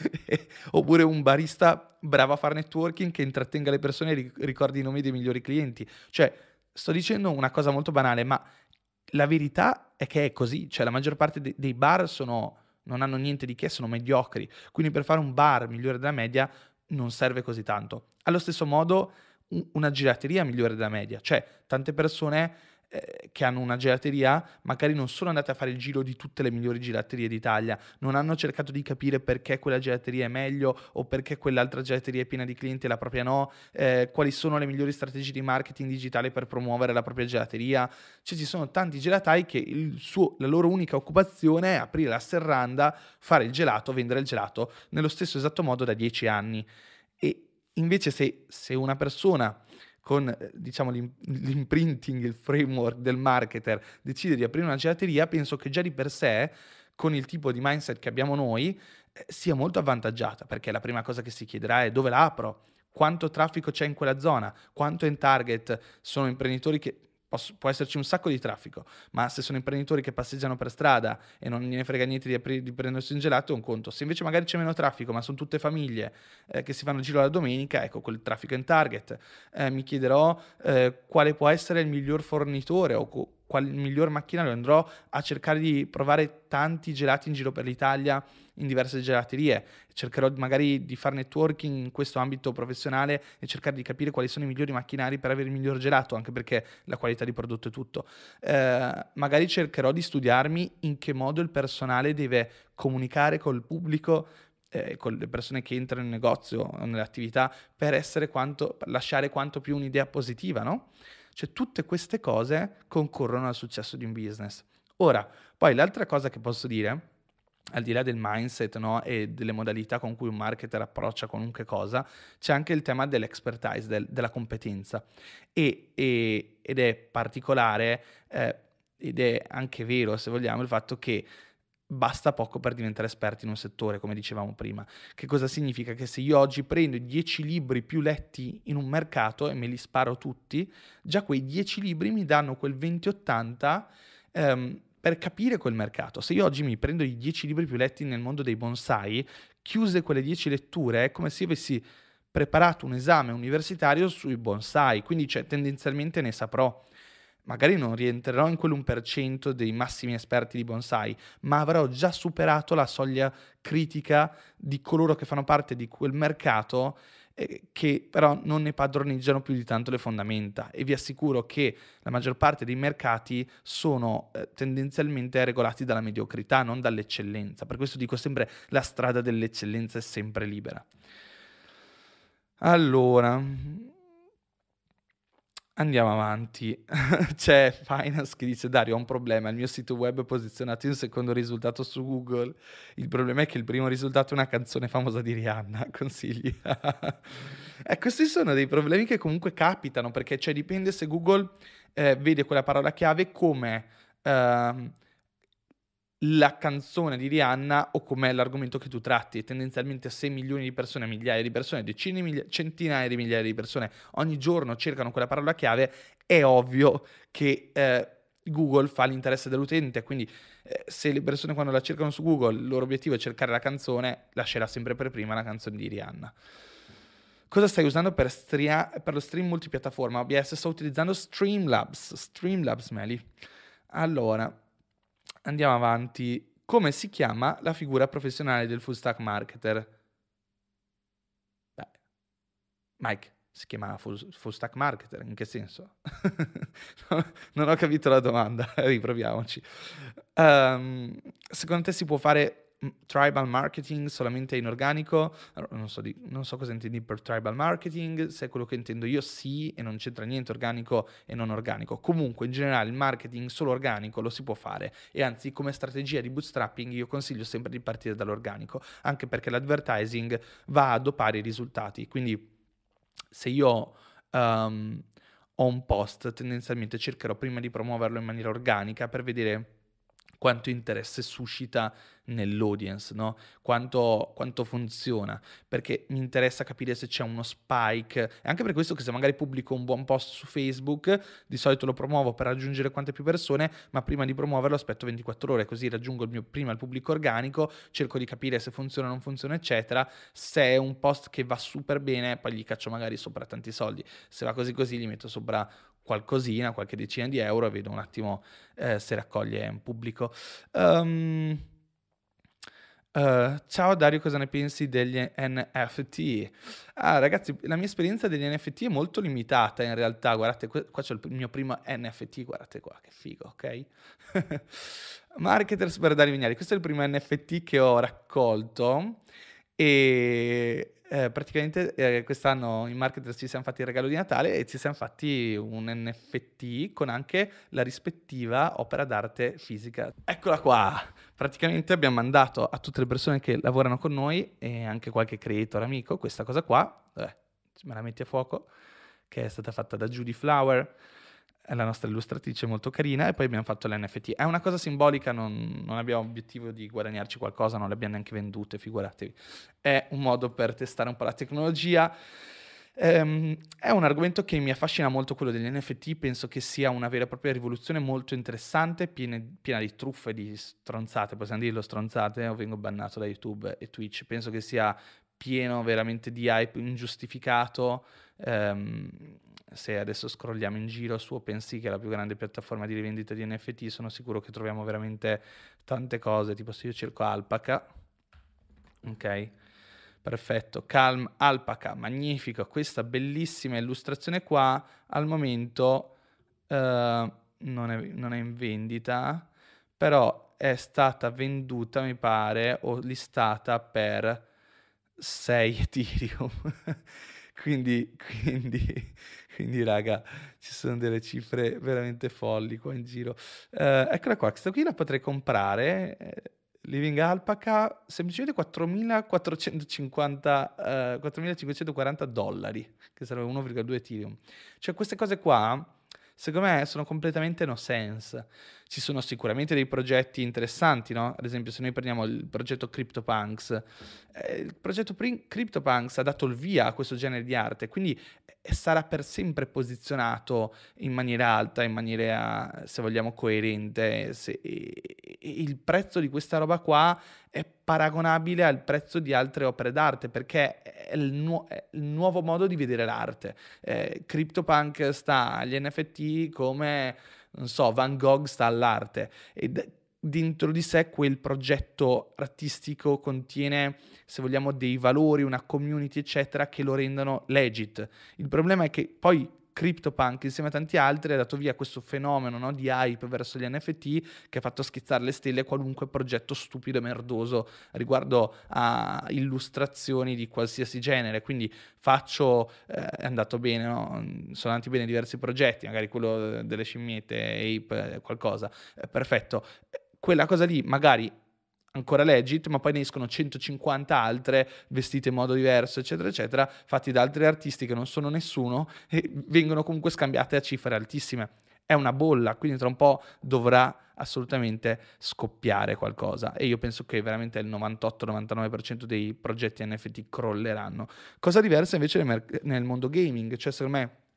oppure un barista bravo a fare networking che intrattenga le persone e ri- ricordi i nomi dei migliori clienti. Cioè, sto dicendo una cosa molto banale, ma la verità è che è così. Cioè, la maggior parte de- dei bar sono, non hanno niente di che, sono mediocri. Quindi per fare un bar migliore della media non serve così tanto. Allo stesso modo, un- una gelateria migliore della media. Cioè, tante persone eh, che hanno una gelateria magari non sono andate a fare il giro di tutte le migliori gelaterie d'Italia, non hanno cercato di capire perché quella gelateria è meglio o perché quell'altra gelateria è piena di clienti e la propria no, eh, quali sono le migliori strategie di marketing digitale per promuovere la propria gelateria. Cioè, ci sono tanti gelatai che il suo, la loro unica occupazione è aprire la serranda, fare il gelato, vendere il gelato nello stesso esatto modo da dieci anni. E invece se, se una persona con eh, diciamo l'im- l'imprinting, il framework del marketer decide di aprire una gelateria, penso che già di per sé, con il tipo di mindset che abbiamo noi, eh, sia molto avvantaggiata, perché la prima cosa che si chiederà è: dove la apro? Quanto traffico c'è in quella zona? Quanto in target sono imprenditori che... posso- può esserci un sacco di traffico, ma se sono imprenditori che passeggiano per strada e non gliene frega niente di, apri- di prendersi un gelato, è un conto. Se invece magari c'è meno traffico, ma sono tutte famiglie eh, che si fanno il giro la domenica, ecco, quel traffico in target. Eh, mi chiederò eh, quale può essere il miglior fornitore o co- qual il miglior macchinario. Andrò a cercare di provare tanti gelati in giro per l'Italia in diverse gelaterie. Cercherò magari di fare networking in questo ambito professionale e cercare di capire quali sono i migliori macchinari per avere il miglior gelato, anche perché la qualità di prodotto è tutto. Eh, magari cercherò di studiarmi in che modo il personale deve comunicare col pubblico, eh, con le persone che entrano in negozio o nell'attività, per essere quanto, per lasciare quanto più un'idea positiva, no? Cioè, tutte queste cose concorrono al successo di un business. Ora, poi l'altra cosa che posso dire, al di là del mindset, no, e delle modalità con cui un marketer approccia qualunque cosa, c'è anche il tema dell'expertise, del- della competenza. E, e- ed è particolare, eh, ed è anche vero, se vogliamo, il fatto che basta poco per diventare esperti in un settore, come dicevamo prima. Che cosa significa? Che se io oggi prendo i dieci libri più letti in un mercato e me li sparo tutti, già quei dieci libri mi danno quel venti ottanta ehm, per capire quel mercato. Se io oggi mi prendo i dieci libri più letti nel mondo dei bonsai, chiuse quelle dieci letture, è come se io avessi preparato un esame universitario sui bonsai, quindi cioè, tendenzialmente ne saprò. Magari non rientrerò in quell'uno per cento dei massimi esperti di bonsai, ma avrò già superato la soglia critica di coloro che fanno parte di quel mercato, eh, che però non ne padroneggiano più di tanto le fondamenta. E vi assicuro che la maggior parte dei mercati sono eh, tendenzialmente regolati dalla mediocrità, non dall'eccellenza. Per questo dico sempre: la strada dell'eccellenza è sempre libera. Allora, andiamo avanti. C'è Finance che dice: Dario, ho un problema, il mio sito web è posizionato in secondo risultato su Google. Il problema è che il primo risultato è una canzone famosa di Rihanna. Consigli? Eh, questi sono dei problemi che comunque capitano, perché cioè, dipende se Google eh, vede quella parola chiave come ehm, la canzone di Rihanna o com'è l'argomento che tu tratti. E tendenzialmente se milioni di persone, migliaia di persone, decine di miglia- centinaia di migliaia di persone ogni giorno cercano quella parola chiave, è ovvio che eh, Google fa l'interesse dell'utente. Quindi eh, se le persone quando la cercano su Google il loro obiettivo è cercare la canzone, lascerà sempre per prima la canzone di Rihanna. Cosa stai usando per, stria- per lo stream multipiattaforma? O B S sto utilizzando Streamlabs. Streamlabs, Meli. Allora, andiamo avanti. Come si chiama la figura professionale del full stack marketer? Beh, Mike, si chiama full, full stack marketer, in che senso? Non ho capito la domanda, riproviamoci. Um, secondo te si può fare tribal marketing solamente in organico? Allora, non so, di, non so cosa intendi per tribal marketing, se è quello che intendo io sì, e non c'entra niente organico e non organico. Comunque in generale il marketing solo organico lo si può fare, e anzi come strategia di bootstrapping io consiglio sempre di partire dall'organico, anche perché l'advertising va a dopare i risultati. Quindi se io um, ho un post, tendenzialmente cercherò prima di promuoverlo in maniera organica per vedere quanto interesse suscita nell'audience, no? Quanto, quanto funziona, perché mi interessa capire se c'è uno spike. È anche per questo che se magari pubblico un buon post su Facebook, di solito lo promuovo per raggiungere quante più persone, ma prima di promuoverlo aspetto ventiquattro ore, così raggiungo il mio, prima il pubblico organico, cerco di capire se funziona o non funziona, eccetera. Se è un post che va super bene, poi gli caccio magari sopra tanti soldi. Se va così così, gli metto sopra qualcosina, qualche decina di euro, e vedo un attimo eh, se raccoglie un pubblico. Um, uh, ciao Dario, cosa ne pensi degli N F T? Ah, ragazzi, la mia esperienza degli N F T è molto limitata in realtà. Guardate, qua c'è il mio primo N F T, guardate qua, che figo, ok? Marketers per Dario Vignali, questo è il primo N F T che ho raccolto, e eh, praticamente eh, quest'anno in Marketers ci siamo fatti il regalo di Natale e ci siamo fatti un N F T con anche la rispettiva opera d'arte fisica. Eccola qua! Praticamente abbiamo mandato a tutte le persone che lavorano con noi e anche qualche creator amico questa cosa qua, eh, me la metti a fuoco, che è stata fatta da Judy Flower, è la nostra illustratrice molto carina, e poi abbiamo fatto l'N F T. È una cosa simbolica, non, non abbiamo obiettivo di guadagnarci qualcosa, non le abbiamo neanche vendute, figuratevi. È un modo per testare un po' la tecnologia. Ehm, è un argomento che mi affascina molto, quello degli N F T. Penso che sia una vera e propria rivoluzione molto interessante, piena, piena di truffe e di stronzate, possiamo dirlo stronzate, o vengo bannato da YouTube e Twitch. Penso che sia pieno veramente di hype ingiustificato. Um, se adesso scrolliamo in giro su OpenSea, che è la più grande piattaforma di rivendita di N F T, sono sicuro che troviamo veramente tante cose, tipo se io cerco Alpaca, ok, perfetto, Calm Alpaca, magnifico, questa bellissima illustrazione qua al momento uh, non, è, non è in vendita, però è stata venduta, mi pare, o listata per sei Ethereum. quindi, quindi, quindi, raga, ci sono delle cifre veramente folli qua in giro. Uh, eccola qua, questa qui la potrei comprare. Eh, Living Alpaca, semplicemente quattromilaquattrocentocinquanta, uh, quattromilacinquecentoquaranta dollari, che sarebbe uno virgola due Ethereum. Cioè queste cose qua, secondo me, sono completamente no sense. Ci sono sicuramente dei progetti interessanti, no? Ad esempio, se noi prendiamo il progetto CryptoPunks, eh, il progetto CryptoPunks ha dato il via a questo genere di arte, quindi eh, sarà per sempre posizionato in maniera alta, in maniera, se vogliamo, coerente. Se, e, e il prezzo di questa roba qua è paragonabile al prezzo di altre opere d'arte, perché è il, nu- è il nuovo modo di vedere l'arte. Eh, CryptoPunk sta agli N F T come, non so, Van Gogh sta all'arte, e d- dentro di sé quel progetto artistico contiene, se vogliamo, dei valori, una community, eccetera, che lo rendono legit. Il problema è che poi CryptoPunk, insieme a tanti altri, ha dato via questo fenomeno, no, di hype verso gli N F T, che ha fatto schizzare le stelle qualunque progetto stupido e merdoso riguardo a illustrazioni di qualsiasi genere. Quindi faccio, eh, è andato bene, no? Sono andati bene diversi progetti, magari quello delle scimmiette, Ape, qualcosa, eh, perfetto. Quella cosa lì magari ancora legit, ma poi ne escono centocinquanta altre vestite in modo diverso, eccetera eccetera, fatti da altri artisti che non sono nessuno, e vengono comunque scambiate a cifre altissime. È una bolla, quindi tra un po' dovrà assolutamente scoppiare qualcosa, e io penso che veramente il novantotto novantanove per cento dei progetti N F T crolleranno. Cosa diversa invece nel, mer- nel mondo gaming, cioè secondo me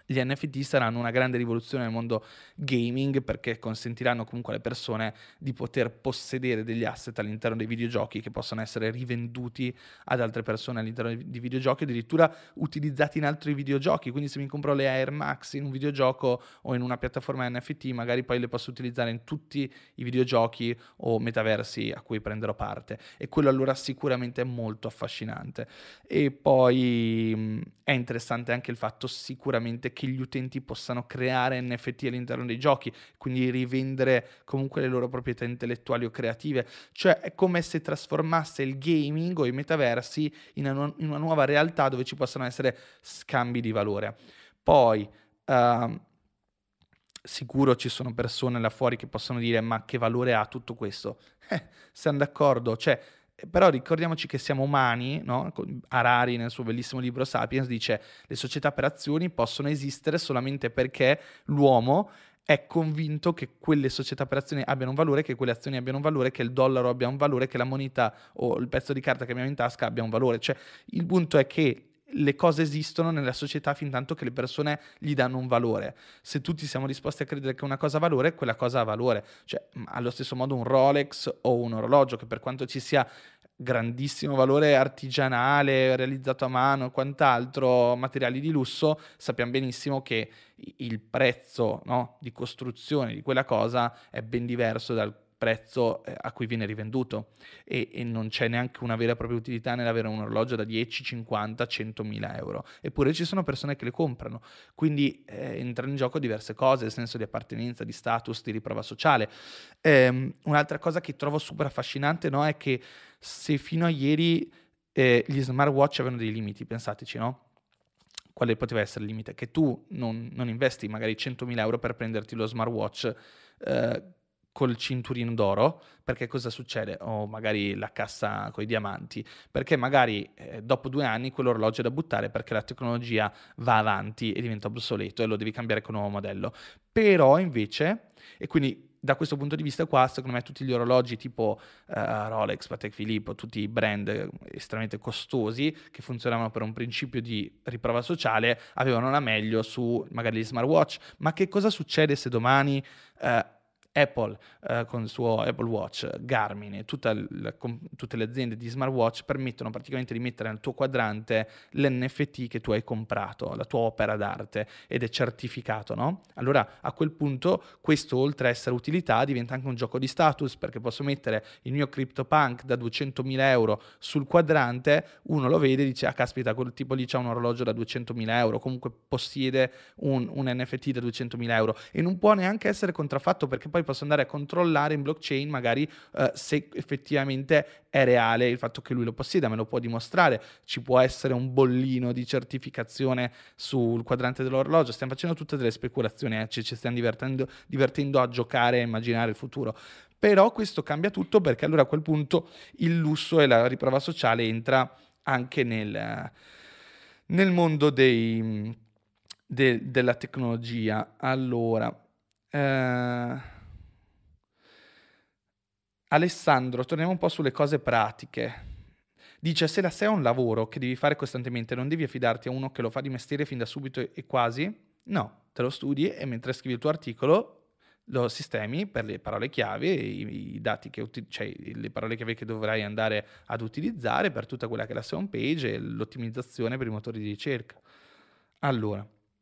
Gli N F T saranno una grande rivoluzione nel mondo gaming, perché consentiranno comunque alle persone di poter possedere degli asset all'interno dei videogiochi che possono essere rivenduti ad altre persone all'interno di videogiochi, addirittura utilizzati in altri videogiochi. Quindi se mi compro le Air Max in un videogioco o in una piattaforma N F T, magari poi le posso utilizzare in tutti i videogiochi o metaversi a cui prenderò parte, e quello allora sicuramente è molto affascinante. E poi mh, è interessante anche il fatto sicuramente che gli utenti possano creare N F T all'interno dei giochi, quindi rivendere comunque le loro proprietà intellettuali o creative. Cioè è come se trasformasse il gaming o i metaversi in una, in una nuova realtà dove ci possono essere scambi di valore. Poi uh, sicuro ci sono persone là fuori che possono dire: ma che valore ha tutto questo? Eh, siamo d'accordo, cioè, però ricordiamoci che siamo umani, no? Harari nel suo bellissimo libro Sapiens dice: le società per azioni possono esistere solamente perché l'uomo è convinto che quelle società per azioni abbiano un valore, che quelle azioni abbiano un valore, che il dollaro abbia un valore, che la moneta o il pezzo di carta che abbiamo in tasca abbia un valore. Cioè il punto è che le cose esistono nella società fin tanto che le persone gli danno un valore. Se tutti siamo disposti a credere che una cosa ha valore, quella cosa ha valore. Cioè, allo stesso modo un Rolex o un orologio, che per quanto ci sia grandissimo valore artigianale, realizzato a mano, quant'altro, materiali di lusso, sappiamo benissimo che il prezzo, no, di costruzione di quella cosa è ben diverso dal prezzo a cui viene rivenduto, e, e non c'è neanche una vera e propria utilità nell'avere un orologio da dieci, cinquanta, centomila euro, eppure ci sono persone che le comprano. Quindi eh, entrano in gioco diverse cose, il senso di appartenenza, di status, di riprova sociale. Ehm, un'altra cosa che trovo super affascinante, no, è che se fino a ieri eh, gli smartwatch avevano dei limiti, pensateci, no? Quale poteva essere il limite? Che tu non, non investi magari centomila euro per prenderti lo smartwatch eh, col cinturino d'oro, perché cosa succede? O magari la cassa con i diamanti, perché magari eh, dopo due anni quell'orologio è da buttare perché la tecnologia va avanti e diventa obsoleto e lo devi cambiare con un nuovo modello. Però invece, e quindi da questo punto di vista qua, secondo me tutti gli orologi tipo uh, Rolex, Patek Philippe, tutti i brand estremamente costosi che funzionavano per un principio di riprova sociale, avevano la meglio su magari gli smartwatch. Ma che cosa succede se domani uh, Apple eh, con il suo Apple Watch, Garmin e tutta la, com, tutte le aziende di smartwatch permettono praticamente di mettere nel tuo quadrante l'N F T che tu hai comprato, la tua opera d'arte, ed è certificato, no? Allora a quel punto questo, oltre a essere utilità, diventa anche un gioco di status, perché posso mettere il mio CryptoPunk da duecentomila euro sul quadrante, uno lo vede e dice: ah caspita, quel tipo lì c'ha un orologio da duecentomila euro, comunque possiede un, un N F T da duecentomila euro, e non può neanche essere contraffatto, perché poi posso andare a controllare in blockchain magari uh, se effettivamente è reale il fatto che lui lo possieda, me lo può dimostrare, ci può essere un bollino di certificazione sul quadrante dell'orologio. Stiamo facendo tutte delle speculazioni, eh? ci, ci stiamo divertendo, divertendo a giocare e immaginare il futuro. Però questo cambia tutto, perché allora a quel punto il lusso e la riprova sociale entra anche nel, nel mondo dei, de, della tecnologia. Allora eh... Alessandro, torniamo un po' sulle cose pratiche. Dice: se la S E O è un lavoro che devi fare costantemente, non devi affidarti a uno che lo fa di mestiere fin da subito e quasi? No, te lo studi e mentre scrivi il tuo articolo lo sistemi per le parole chiave, i, i dati che uti- cioè le parole chiave che dovrai andare ad utilizzare per tutta quella che è la S E O home page e l'ottimizzazione per i motori di ricerca. Allora,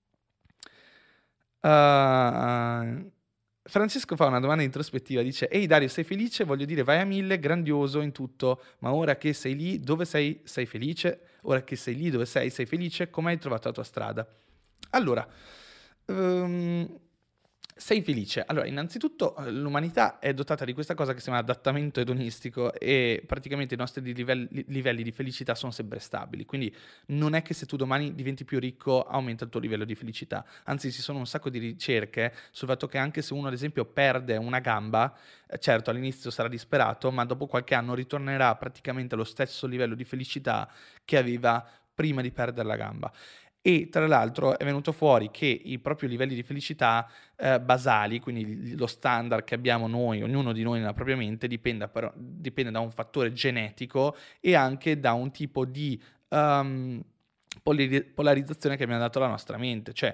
uh, Francesco fa una domanda introspettiva, dice: ehi Dario, sei felice? Voglio dire, vai a mille, grandioso in tutto, ma ora che sei lì, dove sei? Sei felice? Ora che sei lì, dove sei? Sei felice? Come hai trovato la tua strada? Allora, um, sei felice? Allora, innanzitutto l'umanità è dotata di questa cosa che si chiama adattamento edonistico, e praticamente i nostri livelli, livelli di felicità sono sempre stabili, quindi non è che se tu domani diventi più ricco aumenta il tuo livello di felicità, anzi ci sono un sacco di ricerche sul fatto che anche se uno ad esempio perde una gamba, eh, certo all'inizio sarà disperato, ma dopo qualche anno ritornerà praticamente allo stesso livello di felicità che aveva prima di perdere la gamba. E tra l'altro è venuto fuori che i propri livelli di felicità eh, basali, quindi lo standard che abbiamo noi, ognuno di noi nella propria mente, dipende, però, dipende da un fattore genetico e anche da un tipo di um, polarizzazione che abbiamo dato alla nostra mente. Cioè,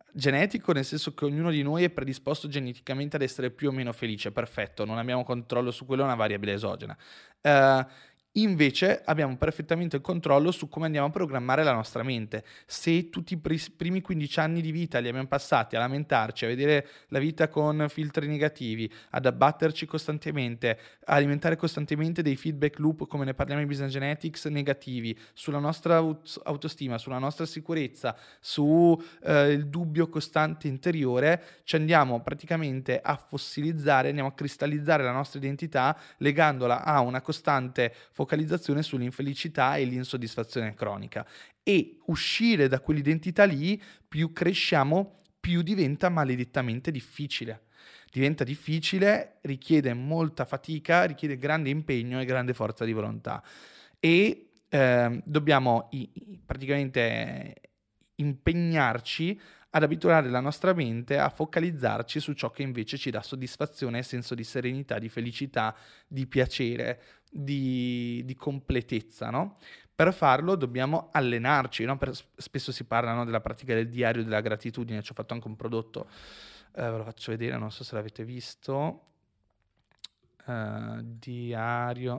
genetico, nel senso che ognuno di noi è predisposto geneticamente ad essere più o meno felice, perfetto, non abbiamo controllo su quello, è una variabile esogena. Uh, Invece abbiamo perfettamente il controllo su come andiamo a programmare la nostra mente. Se tutti i pr- primi quindici anni di vita li abbiamo passati a lamentarci, a vedere la vita con filtri negativi, ad abbatterci costantemente, a alimentare costantemente dei feedback loop, come ne parliamo in Business Genetics, negativi, sulla nostra aut- autostima, sulla nostra sicurezza, sul eh, dubbio costante interiore, ci andiamo praticamente a fossilizzare, andiamo a cristallizzare la nostra identità legandola a una costante focalizzazione sull'infelicità e l'insoddisfazione cronica, e uscire da quell'identità lì, più cresciamo, più diventa maledettamente difficile. Diventa difficile, richiede molta fatica, richiede grande impegno e grande forza di volontà, e eh, dobbiamo i, i, praticamente impegnarci ad abituare la nostra mente a focalizzarci su ciò che invece ci dà soddisfazione, senso di serenità, di felicità, di piacere, di, di completezza, no? Per farlo dobbiamo allenarci, no? Per, spesso si parla, no, della pratica del diario della gratitudine. Ci ho fatto anche un prodotto, eh, ve lo faccio vedere, non so se l'avete visto. Uh, diario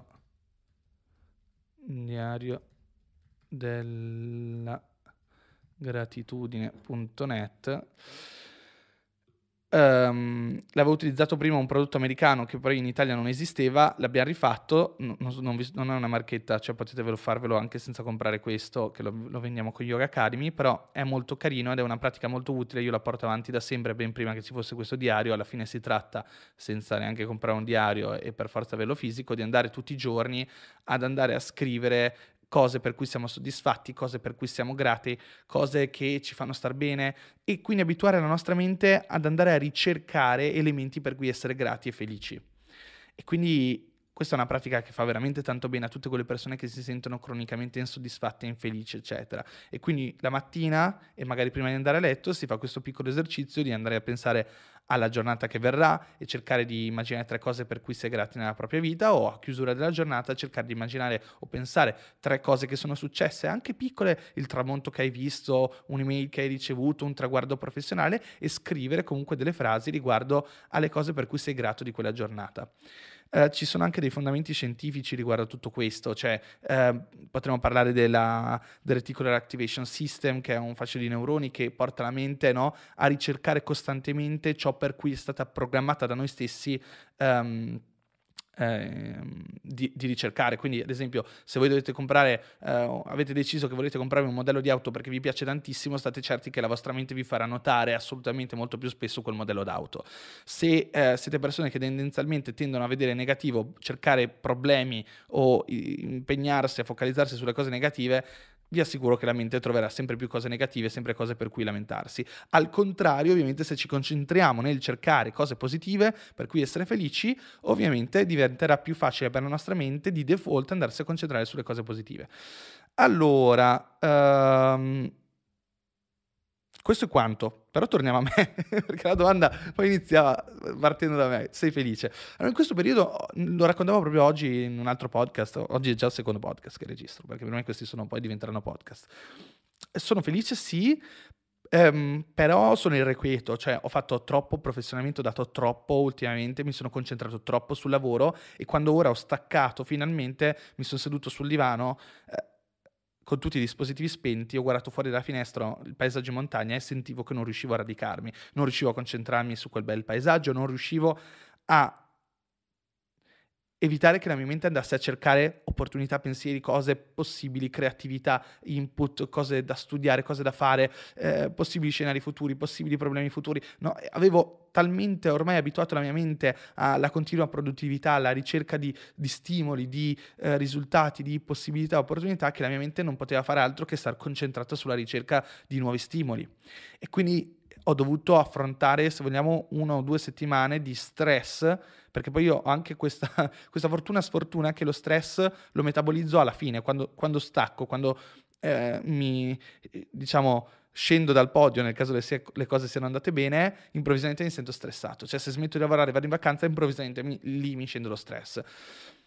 diario della gratitudine punto net. Um, l'avevo utilizzato prima un prodotto americano che poi in Italia non esisteva, l'abbiamo rifatto, non, non, vi, non è una marchetta, cioè potete farvelo anche senza comprare questo, che lo, lo vendiamo con Yoga Academy, però è molto carino ed è una pratica molto utile. Io la porto avanti da sempre, ben prima che ci fosse questo diario. Alla fine si tratta, senza neanche comprare un diario e per forza averlo fisico, di andare tutti i giorni ad andare a scrivere cose per cui siamo soddisfatti, cose per cui siamo grati, cose che ci fanno star bene, e quindi abituare la nostra mente ad andare a ricercare elementi per cui essere grati e felici. E quindi questa è una pratica che fa veramente tanto bene a tutte quelle persone che si sentono cronicamente insoddisfatte, infelici, eccetera. E quindi la mattina, e magari prima di andare a letto, si fa questo piccolo esercizio di andare a pensare alla giornata che verrà e cercare di immaginare tre cose per cui sei grati nella propria vita, o a chiusura della giornata cercare di immaginare o pensare tre cose che sono successe, anche piccole, il tramonto che hai visto, un'email che hai ricevuto, un traguardo professionale, e scrivere comunque delle frasi riguardo alle cose per cui sei grato di quella giornata. Uh, ci sono anche dei fondamenti scientifici riguardo a tutto questo, cioè uh, potremmo parlare della, del Reticular Activation System, che è un fascio di neuroni che porta la mente, no, a ricercare costantemente ciò per cui è stata programmata da noi stessi um, Eh, di, di ricercare. Quindi, ad esempio, se voi dovete comprare, eh, avete deciso che volete comprare un modello di auto perché vi piace tantissimo, state certi che la vostra mente vi farà notare assolutamente molto più spesso quel modello d'auto. Se eh, siete persone che tendenzialmente tendono a vedere negativo, cercare problemi o impegnarsi a focalizzarsi sulle cose negative, vi assicuro che la mente troverà sempre più cose negative, sempre cose per cui lamentarsi. Al contrario, ovviamente, se ci concentriamo nel cercare cose positive per cui essere felici, ovviamente diventerà più facile per la nostra mente di default andarsi a concentrare sulle cose positive. Allora, um, questo è quanto, però torniamo a me, perché la domanda poi inizia partendo da me. Sei felice? Allora, in questo periodo, lo raccontavo proprio oggi in un altro podcast, oggi è già il secondo podcast che registro, perché per me questi sono poi diventeranno podcast. Sono felice, sì, ehm, però sono irrequieto, cioè ho fatto troppo professionalmente, ho dato troppo ultimamente, mi sono concentrato troppo sul lavoro, e quando ora ho staccato finalmente, mi sono seduto sul divano, eh, con tutti i dispositivi spenti, ho guardato fuori dalla finestra il paesaggio in montagna e sentivo che non riuscivo a radicarmi, non riuscivo a concentrarmi su quel bel paesaggio, non riuscivo a evitare che la mia mente andasse a cercare opportunità, pensieri, cose possibili, creatività, input, cose da studiare, cose da fare, eh, possibili scenari futuri, possibili problemi futuri. No, avevo talmente ormai abituato la mia mente alla continua produttività, alla ricerca di, di stimoli, di eh, risultati, di possibilità, opportunità, che la mia mente non poteva fare altro che star concentrata sulla ricerca di nuovi stimoli. E quindi ho dovuto affrontare, se vogliamo, una o due settimane di stress, perché poi io ho anche questa, questa fortuna sfortuna che lo stress lo metabolizzo alla fine, quando, quando stacco, quando eh, mi, diciamo, scendo dal podio, nel caso le, sia, le cose siano andate bene, improvvisamente mi sento stressato. Cioè, se smetto di lavorare e vado in vacanza, improvvisamente mi, lì mi scende lo stress.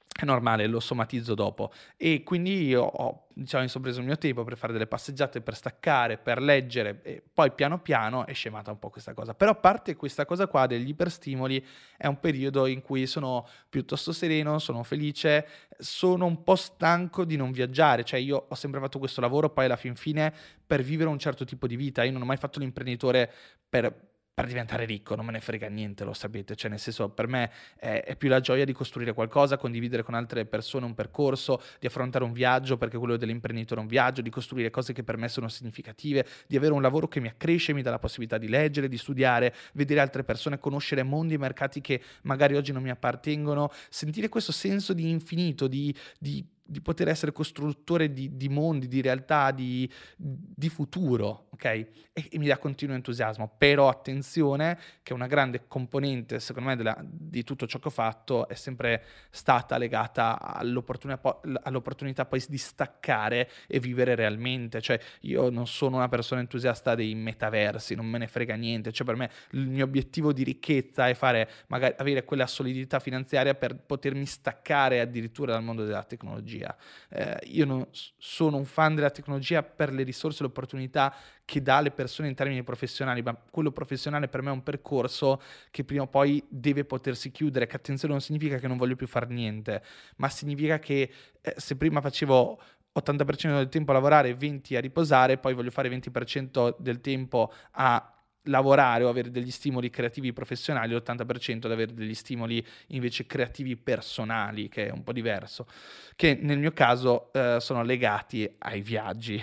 È normale, lo somatizzo dopo. E quindi io ho, diciamo, mi sono preso il mio tempo per fare delle passeggiate, per staccare, per leggere, e poi piano piano è scemata un po' questa cosa. Però a parte questa cosa qua degli iperstimoli, è un periodo in cui sono piuttosto sereno, sono felice, sono un po' stanco di non viaggiare. Cioè io ho sempre fatto questo lavoro poi alla fin fine per vivere un certo tipo di vita. Io non ho mai fatto l'imprenditore per... per diventare ricco, non me ne frega niente, lo sapete, cioè nel senso per me è, è più la gioia di costruire qualcosa, condividere con altre persone un percorso, di affrontare un viaggio, perché quello dell'imprenditore è un viaggio, di costruire cose che per me sono significative, di avere un lavoro che mi accresce, mi dà la possibilità di leggere, di studiare, vedere altre persone, conoscere mondi e mercati che magari oggi non mi appartengono, sentire questo senso di infinito, di, di di poter essere costruttore di, di mondi, di realtà, di, di futuro, ok? E, e mi dà continuo entusiasmo. Però attenzione che una grande componente, secondo me, della, di tutto ciò che ho fatto è sempre stata legata all'opportunità, all'opportunità poi di staccare e vivere realmente. Cioè io non sono una persona entusiasta dei metaversi, non me ne frega niente. Cioè per me il mio obiettivo di ricchezza è fare, magari avere quella solidità finanziaria per potermi staccare addirittura dal mondo della tecnologia. Eh, io non sono un fan della tecnologia per le risorse e le opportunità che dà alle persone in termini professionali, ma quello professionale per me è un percorso che prima o poi deve potersi chiudere, che attenzione non significa che non voglio più fare niente, ma significa che eh, se prima facevo ottanta per cento del tempo a lavorare e venti a riposare, poi voglio fare venti per cento del tempo a lavorare o avere degli stimoli creativi professionali, l'ottanta per cento ad avere degli stimoli invece creativi personali, che è un po' diverso, che nel mio caso eh, sono legati ai viaggi.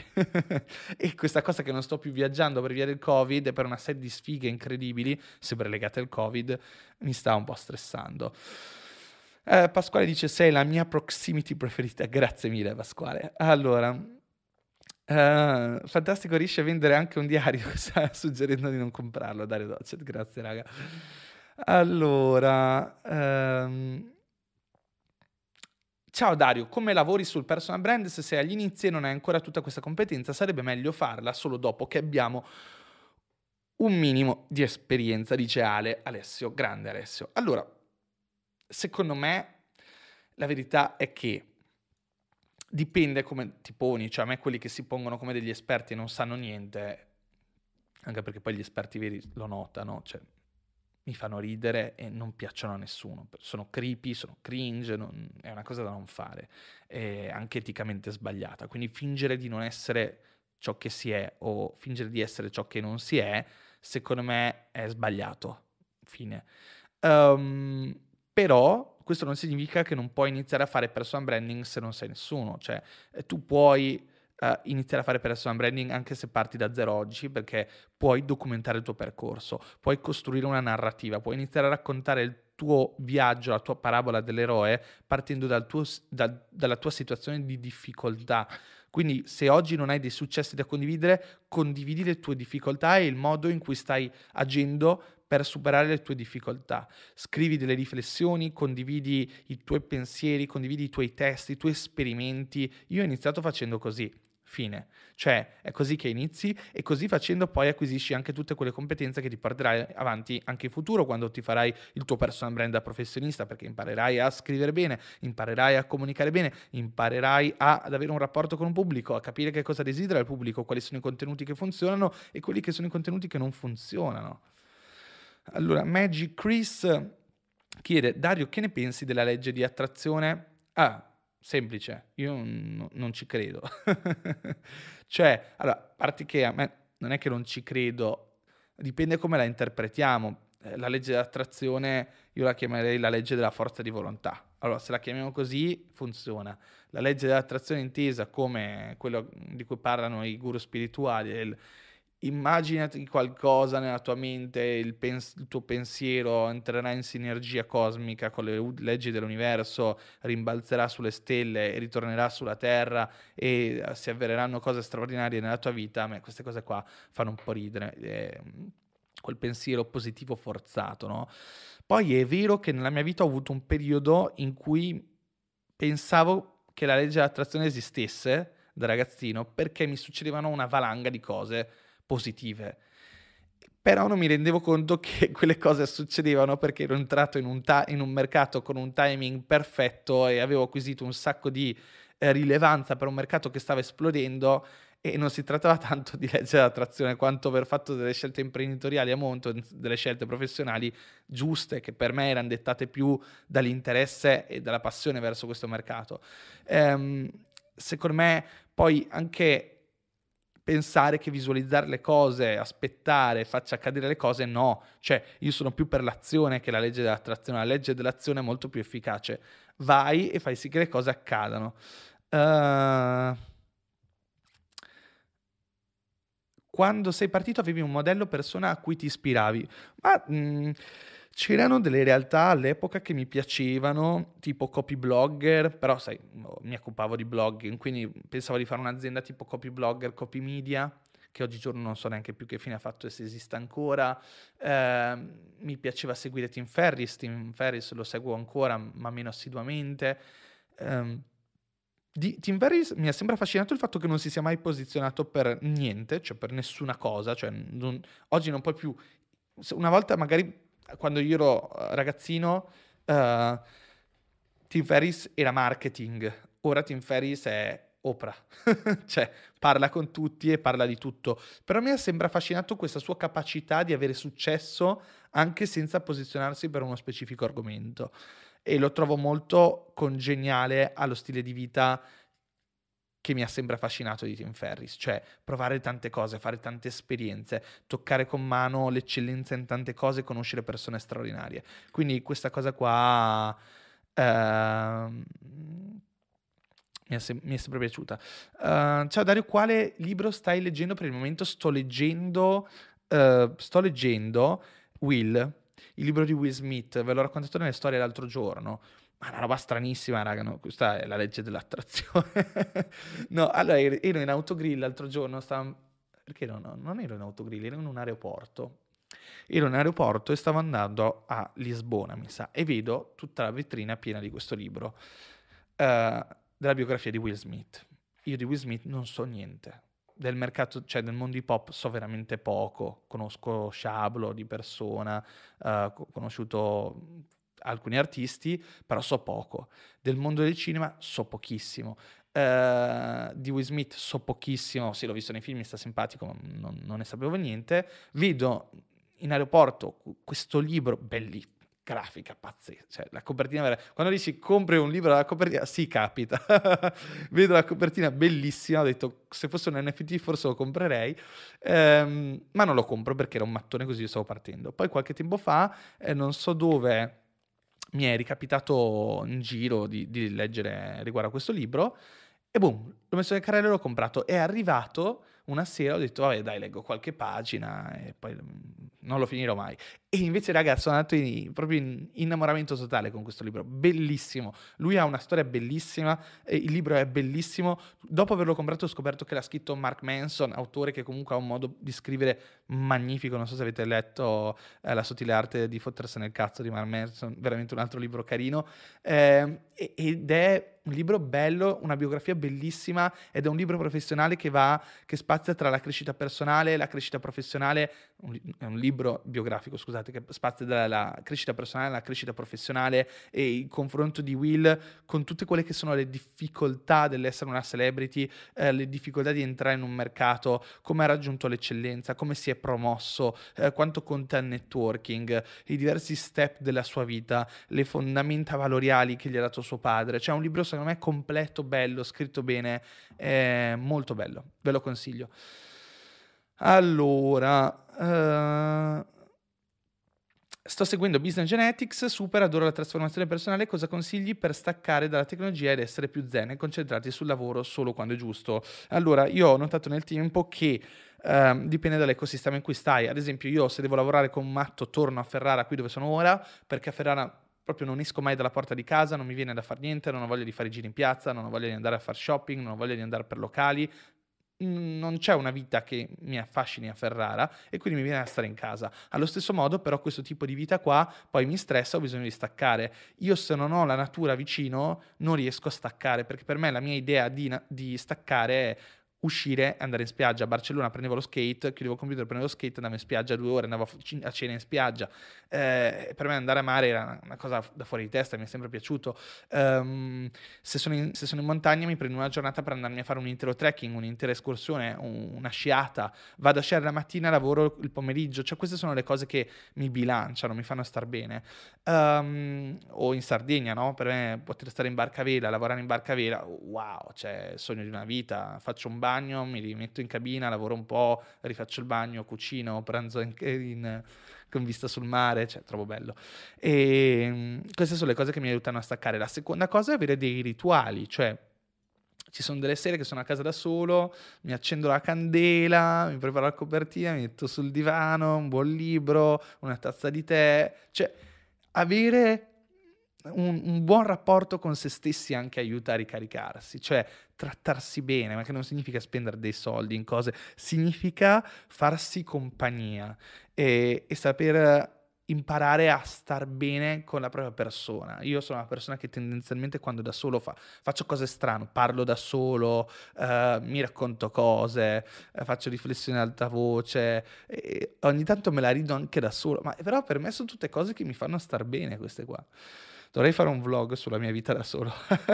E questa cosa che non sto più viaggiando per via del Covid e per una serie di sfighe incredibili, sempre legate al Covid, mi sta un po' stressando. Eh, Pasquale dice: sei la mia proximity preferita. Grazie mille, Pasquale. Allora... Uh, fantastico, riesce a vendere anche un diario, suggerendo di non comprarlo. Dario Docet, grazie raga. Allora, um... ciao Dario, come lavori sul personal brand? Se sei agli inizi e non hai ancora tutta questa competenza, sarebbe meglio farla solo dopo che abbiamo un minimo di esperienza, dice Ale. Alessio, grande Alessio. Allora, secondo me la verità è che dipende come ti poni, cioè a me quelli che si pongono come degli esperti e non sanno niente, anche perché poi gli esperti veri lo notano, cioè mi fanno ridere e non piacciono a nessuno, sono creepy, sono cringe, non, è una cosa da non fare, è anche eticamente sbagliata, quindi fingere di non essere ciò che si è o fingere di essere ciò che non si è, secondo me è sbagliato, fine. Um, però questo non significa che non puoi iniziare a fare personal branding se non sei nessuno, cioè tu puoi uh, iniziare a fare personal branding anche se parti da zero oggi, perché puoi documentare il tuo percorso, puoi costruire una narrativa, puoi iniziare a raccontare il tuo viaggio, la tua parabola dell'eroe partendo dal tuo, dal, dalla tua situazione di difficoltà. Quindi se oggi non hai dei successi da condividere, condividi le tue difficoltà e il modo in cui stai agendo per superare le tue difficoltà. Scrivi delle riflessioni, condividi i tuoi pensieri, condividi i tuoi testi, i tuoi esperimenti. Io ho iniziato facendo così, fine. Cioè è così che inizi e così facendo poi acquisisci anche tutte quelle competenze che ti porterai avanti anche in futuro quando ti farai il tuo personal brand da professionista, perché imparerai a scrivere bene, imparerai a comunicare bene, imparerai a, ad avere un rapporto con un pubblico, a capire che cosa desidera il pubblico, quali sono i contenuti che funzionano e quelli che sono i contenuti che non funzionano. Allora, Magic Chris chiede: Dario, che ne pensi della legge di attrazione? Ah, semplice, io n- non ci credo. Cioè, allora, a parte che a me non è che non ci credo, dipende come la interpretiamo. Eh, la legge di attrazione io la chiamerei la legge della forza di volontà. Allora, se la chiamiamo così, funziona. La legge dell'attrazione intesa come quello di cui parlano i guru spirituali, il immaginati qualcosa nella tua mente, il, pens- il tuo pensiero entrerà in sinergia cosmica con le u- leggi dell'universo, rimbalzerà sulle stelle e ritornerà sulla terra e eh, si avvereranno cose straordinarie nella tua vita. A me queste cose qua fanno un po' ridere, eh, quel pensiero positivo forzato, no? Poi è vero che nella mia vita ho avuto un periodo in cui pensavo che la legge dell'attrazione esistesse da ragazzino perché mi succedevano una valanga di cose positive Però non mi rendevo conto che quelle cose succedevano perché ero entrato in un, ta- in un mercato con un timing perfetto e avevo acquisito un sacco di eh, rilevanza per un mercato che stava esplodendo, e non si trattava tanto di legge dell'attrazione quanto aver fatto delle scelte imprenditoriali a monte, delle scelte professionali giuste che per me erano dettate più dall'interesse e dalla passione verso questo mercato. Ehm, secondo me poi anche pensare che visualizzare le cose, aspettare, faccia accadere le cose, no. Cioè, io sono più per l'azione che la legge dell'attrazione. La legge dell'azione è molto più efficace. Vai e fai sì che le cose accadano. Uh, quando sei partito avevi un modello persona a cui ti ispiravi? Ma mh, c'erano delle realtà all'epoca che mi piacevano, tipo copyblogger, però sai, no, mi occupavo di blogging, quindi pensavo di fare un'azienda tipo copyblogger, copy media, che oggigiorno non so neanche più che fine ha fatto e se esiste ancora. Eh, mi piaceva seguire Tim Ferriss, Tim Ferriss lo seguo ancora, ma meno assiduamente. Eh, di Tim Ferriss mi ha sempre affascinato il fatto che non si sia mai posizionato per niente, cioè per nessuna cosa, cioè non, oggi non puoi più. Una volta magari quando io ero eh, ragazzino, uh, Tim Ferriss era marketing, ora Tim Ferriss è Oprah, cioè parla con tutti e parla di tutto, però mi ha sempre affascinato questa sua capacità di avere successo anche senza posizionarsi per uno specifico argomento, e lo trovo molto congeniale allo stile di vita che mi ha sempre affascinato di Tim Ferriss, cioè provare tante cose, fare tante esperienze, toccare con mano l'eccellenza in tante cose, conoscere persone straordinarie. Quindi questa cosa qua ehm, mi, è sem- mi è sempre piaciuta. Uh, ciao Dario, quale libro stai leggendo per il momento? Sto leggendo, uh, sto leggendo Will, il libro di Will Smith, ve l'ho raccontato nelle storie l'altro giorno. Ma una roba stranissima, raga, no? Questa è la legge dell'attrazione. No, allora ero ero in autogrill l'altro giorno, stavo... perché no, no, non ero in autogrill, ero in un aeroporto. Ero in aeroporto e stavo andando a Lisbona, mi sa, e vedo tutta la vetrina piena di questo libro, eh, della biografia di Will Smith. Io di Will Smith non so niente. Del mercato, cioè del mondo hip hop so veramente poco. Conosco Sciablo di persona, eh, ho conosciuto alcuni artisti, però so poco. Del mondo del cinema so pochissimo. Uh, di Will Smith so pochissimo, sì, l'ho visto nei film, mi sta simpatico, ma non, non ne sapevo niente. Vedo in aeroporto questo libro bellissimo, grafica pazzesca, cioè la copertina vera. Quando dici compri un libro, la copertina, sì, capita. Vedo la copertina bellissima, ho detto se fosse un N F T forse lo comprerei, ehm, ma non lo compro perché era un mattone, così io stavo partendo. Poi qualche tempo fa, eh, non so dove, mi è ricapitato in giro di, di leggere riguardo a questo libro e boom, l'ho messo nel carrello e l'ho comprato. È arrivato una sera, ho detto vabbè dai, leggo qualche pagina e poi mm, non lo finirò mai. E invece ragazzi sono andato in, proprio in innamoramento totale con questo libro, bellissimo. Lui ha una storia bellissima, e il libro è bellissimo. Dopo averlo comprato ho scoperto che l'ha scritto Mark Manson, autore che comunque ha un modo di scrivere magnifico. Non so se avete letto eh, La sottile arte di fottersi nel cazzo di Mark Manson, veramente un altro libro carino. Eh, ed è un libro bello, una biografia bellissima, ed è un libro professionale che va, che spazia tra la crescita personale e la crescita professionale. Un, è un libro biografico, scusate, che spazia dalla crescita personale alla crescita professionale, e il confronto di Will con tutte quelle che sono le difficoltà dell'essere una celebrity, eh, le difficoltà di entrare in un mercato, come ha raggiunto l'eccellenza, come si è promosso, eh, quanto conta il networking, i diversi step della sua vita, le fondamenta valoriali che gli ha dato suo padre. Cioè un libro secondo me completo, bello, scritto bene, è molto bello, ve lo consiglio. Allora, uh, sto seguendo Business Genetics, super, adoro la trasformazione personale. Cosa consigli per staccare dalla tecnologia ed essere più zen e concentrarti sul lavoro solo quando è giusto? Allora, io ho notato nel tempo che uh, dipende dall'ecosistema in cui stai. Ad esempio, io se devo lavorare con un matto torno a Ferrara, qui dove sono ora, perché a Ferrara proprio non esco mai dalla porta di casa, non mi viene da fare niente, non ho voglia di fare i giri in piazza, non ho voglia di andare a fare shopping, non ho voglia di andare per locali. Non c'è una vita che mi affascini a Ferrara e quindi mi viene da stare in casa. Allo stesso modo però questo tipo di vita qua poi mi stressa, ho bisogno di staccare. Io se non ho la natura vicino non riesco a staccare, perché per me la mia idea di, di staccare è uscire e andare in spiaggia. A Barcellona prendevo lo skate, chiudevo il computer, prendevo lo skate, andavo in spiaggia due ore, andavo a cena in spiaggia. Eh, per me andare a mare era una cosa da fuori di testa, mi è sempre piaciuto. Um, se, sono in, se sono in montagna mi prendo una giornata per andarmi a fare un intero trekking, un'intera escursione, un, una sciata. Vado a sciare la mattina, lavoro il pomeriggio. Cioè queste sono le cose che mi bilanciano, mi fanno star bene. Um, o in Sardegna, no? Per me poter stare in barca a vela, lavorare in barca a vela, wow, cioè sogno di una vita. Faccio un bagno, mi rimetto in cabina, lavoro un po', rifaccio il bagno, cucino, pranzo in, in, con vista sul mare, cioè trovo bello. E um, queste sono le cose che mi aiutano a staccare. La seconda cosa è avere dei rituali, cioè ci sono delle sere che sono a casa da solo, mi accendo la candela, mi preparo la copertina, mi metto sul divano, un buon libro, una tazza di tè, cioè avere un, un buon rapporto con se stessi anche aiuta a ricaricarsi, cioè trattarsi bene, ma che non significa spendere dei soldi in cose, significa farsi compagnia e, e saper imparare a star bene con la propria persona. Io sono una persona che tendenzialmente quando da solo fa, faccio cose strane, parlo da solo, uh, mi racconto cose, uh, faccio riflessioni ad alta voce, e ogni tanto me la rido anche da solo, ma però per me sono tutte cose che mi fanno star bene queste qua. Dovrei fare un vlog sulla mia vita da solo.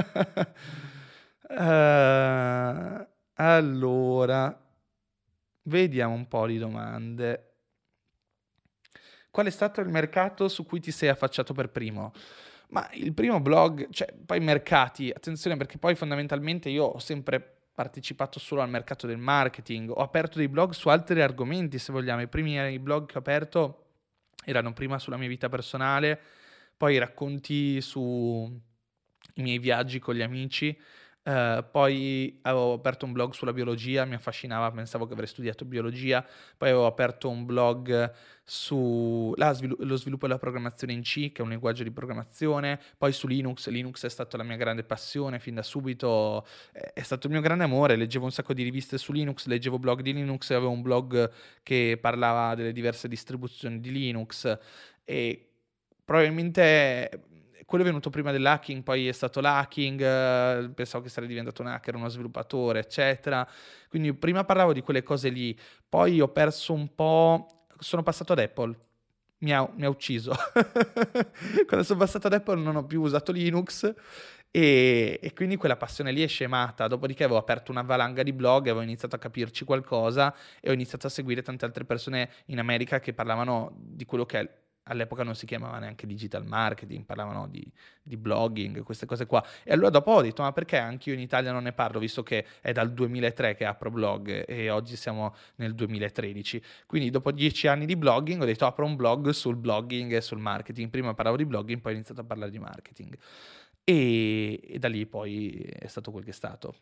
uh, allora, vediamo un po' di domande. Qual è stato il mercato su cui ti sei affacciato per primo? Ma il primo blog, cioè poi mercati, attenzione perché poi fondamentalmente io ho sempre partecipato solo al mercato del marketing, ho aperto dei blog su altri argomenti se vogliamo, i primi blog che ho aperto erano prima sulla mia vita personale, poi racconti sui miei viaggi con gli amici, Uh, poi avevo aperto un blog sulla biologia, mi affascinava, pensavo che avrei studiato biologia, poi avevo aperto un blog su la svilu- lo sviluppo della programmazione in C, che è un linguaggio di programmazione, poi su Linux. Linux è stata la mia grande passione fin da subito, è stato il mio grande amore, leggevo un sacco di riviste su Linux, leggevo blog di Linux, avevo un blog che parlava delle diverse distribuzioni di Linux e probabilmente quello è venuto prima dell'hacking, poi è stato l'hacking, eh, pensavo che sarei diventato un hacker, uno sviluppatore, eccetera. Quindi prima parlavo di quelle cose lì, poi ho perso un po', sono passato ad Apple, mi ha, mi ha ucciso. Quando sono passato ad Apple non ho più usato Linux e, e quindi quella passione lì è scemata. Dopodiché avevo aperto una valanga di blog, avevo iniziato a capirci qualcosa e ho iniziato a seguire tante altre persone in America che parlavano di quello che è all'epoca non si chiamava neanche digital marketing, parlavano di, di blogging, queste cose qua. E allora dopo ho detto, ma perché anche io in Italia non ne parlo, visto che è dal duemilatré che apro blog e oggi siamo nel duemilatredici. Quindi dopo dieci anni di blogging ho detto, apro un blog sul blogging e sul marketing. Prima parlavo di blogging, poi ho iniziato a parlare di marketing. E, e da lì poi è stato quel che è stato.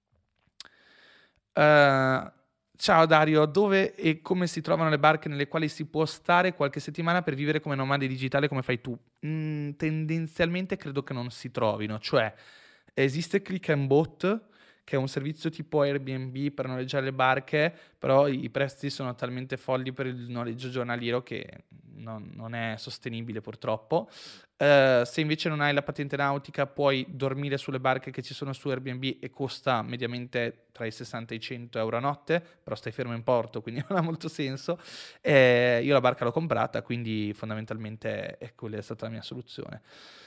Uh, Ciao Dario, dove e come si trovano le barche nelle quali si può stare qualche settimana per vivere come nomade digitale come fai tu? Mm, tendenzialmente credo che non si trovino, cioè esiste Click and Boat, che è un servizio tipo Airbnb per noleggiare le barche, però i prezzi sono talmente folli per il noleggio giornaliero che non, non è sostenibile purtroppo. Uh, se invece non hai la patente nautica puoi dormire sulle barche che ci sono su Airbnb e costa mediamente tra i sessanta e i cento euro a notte, però stai fermo in porto quindi non ha molto senso. Eh, io la barca l'ho comprata, quindi fondamentalmente è quella è stata la mia soluzione.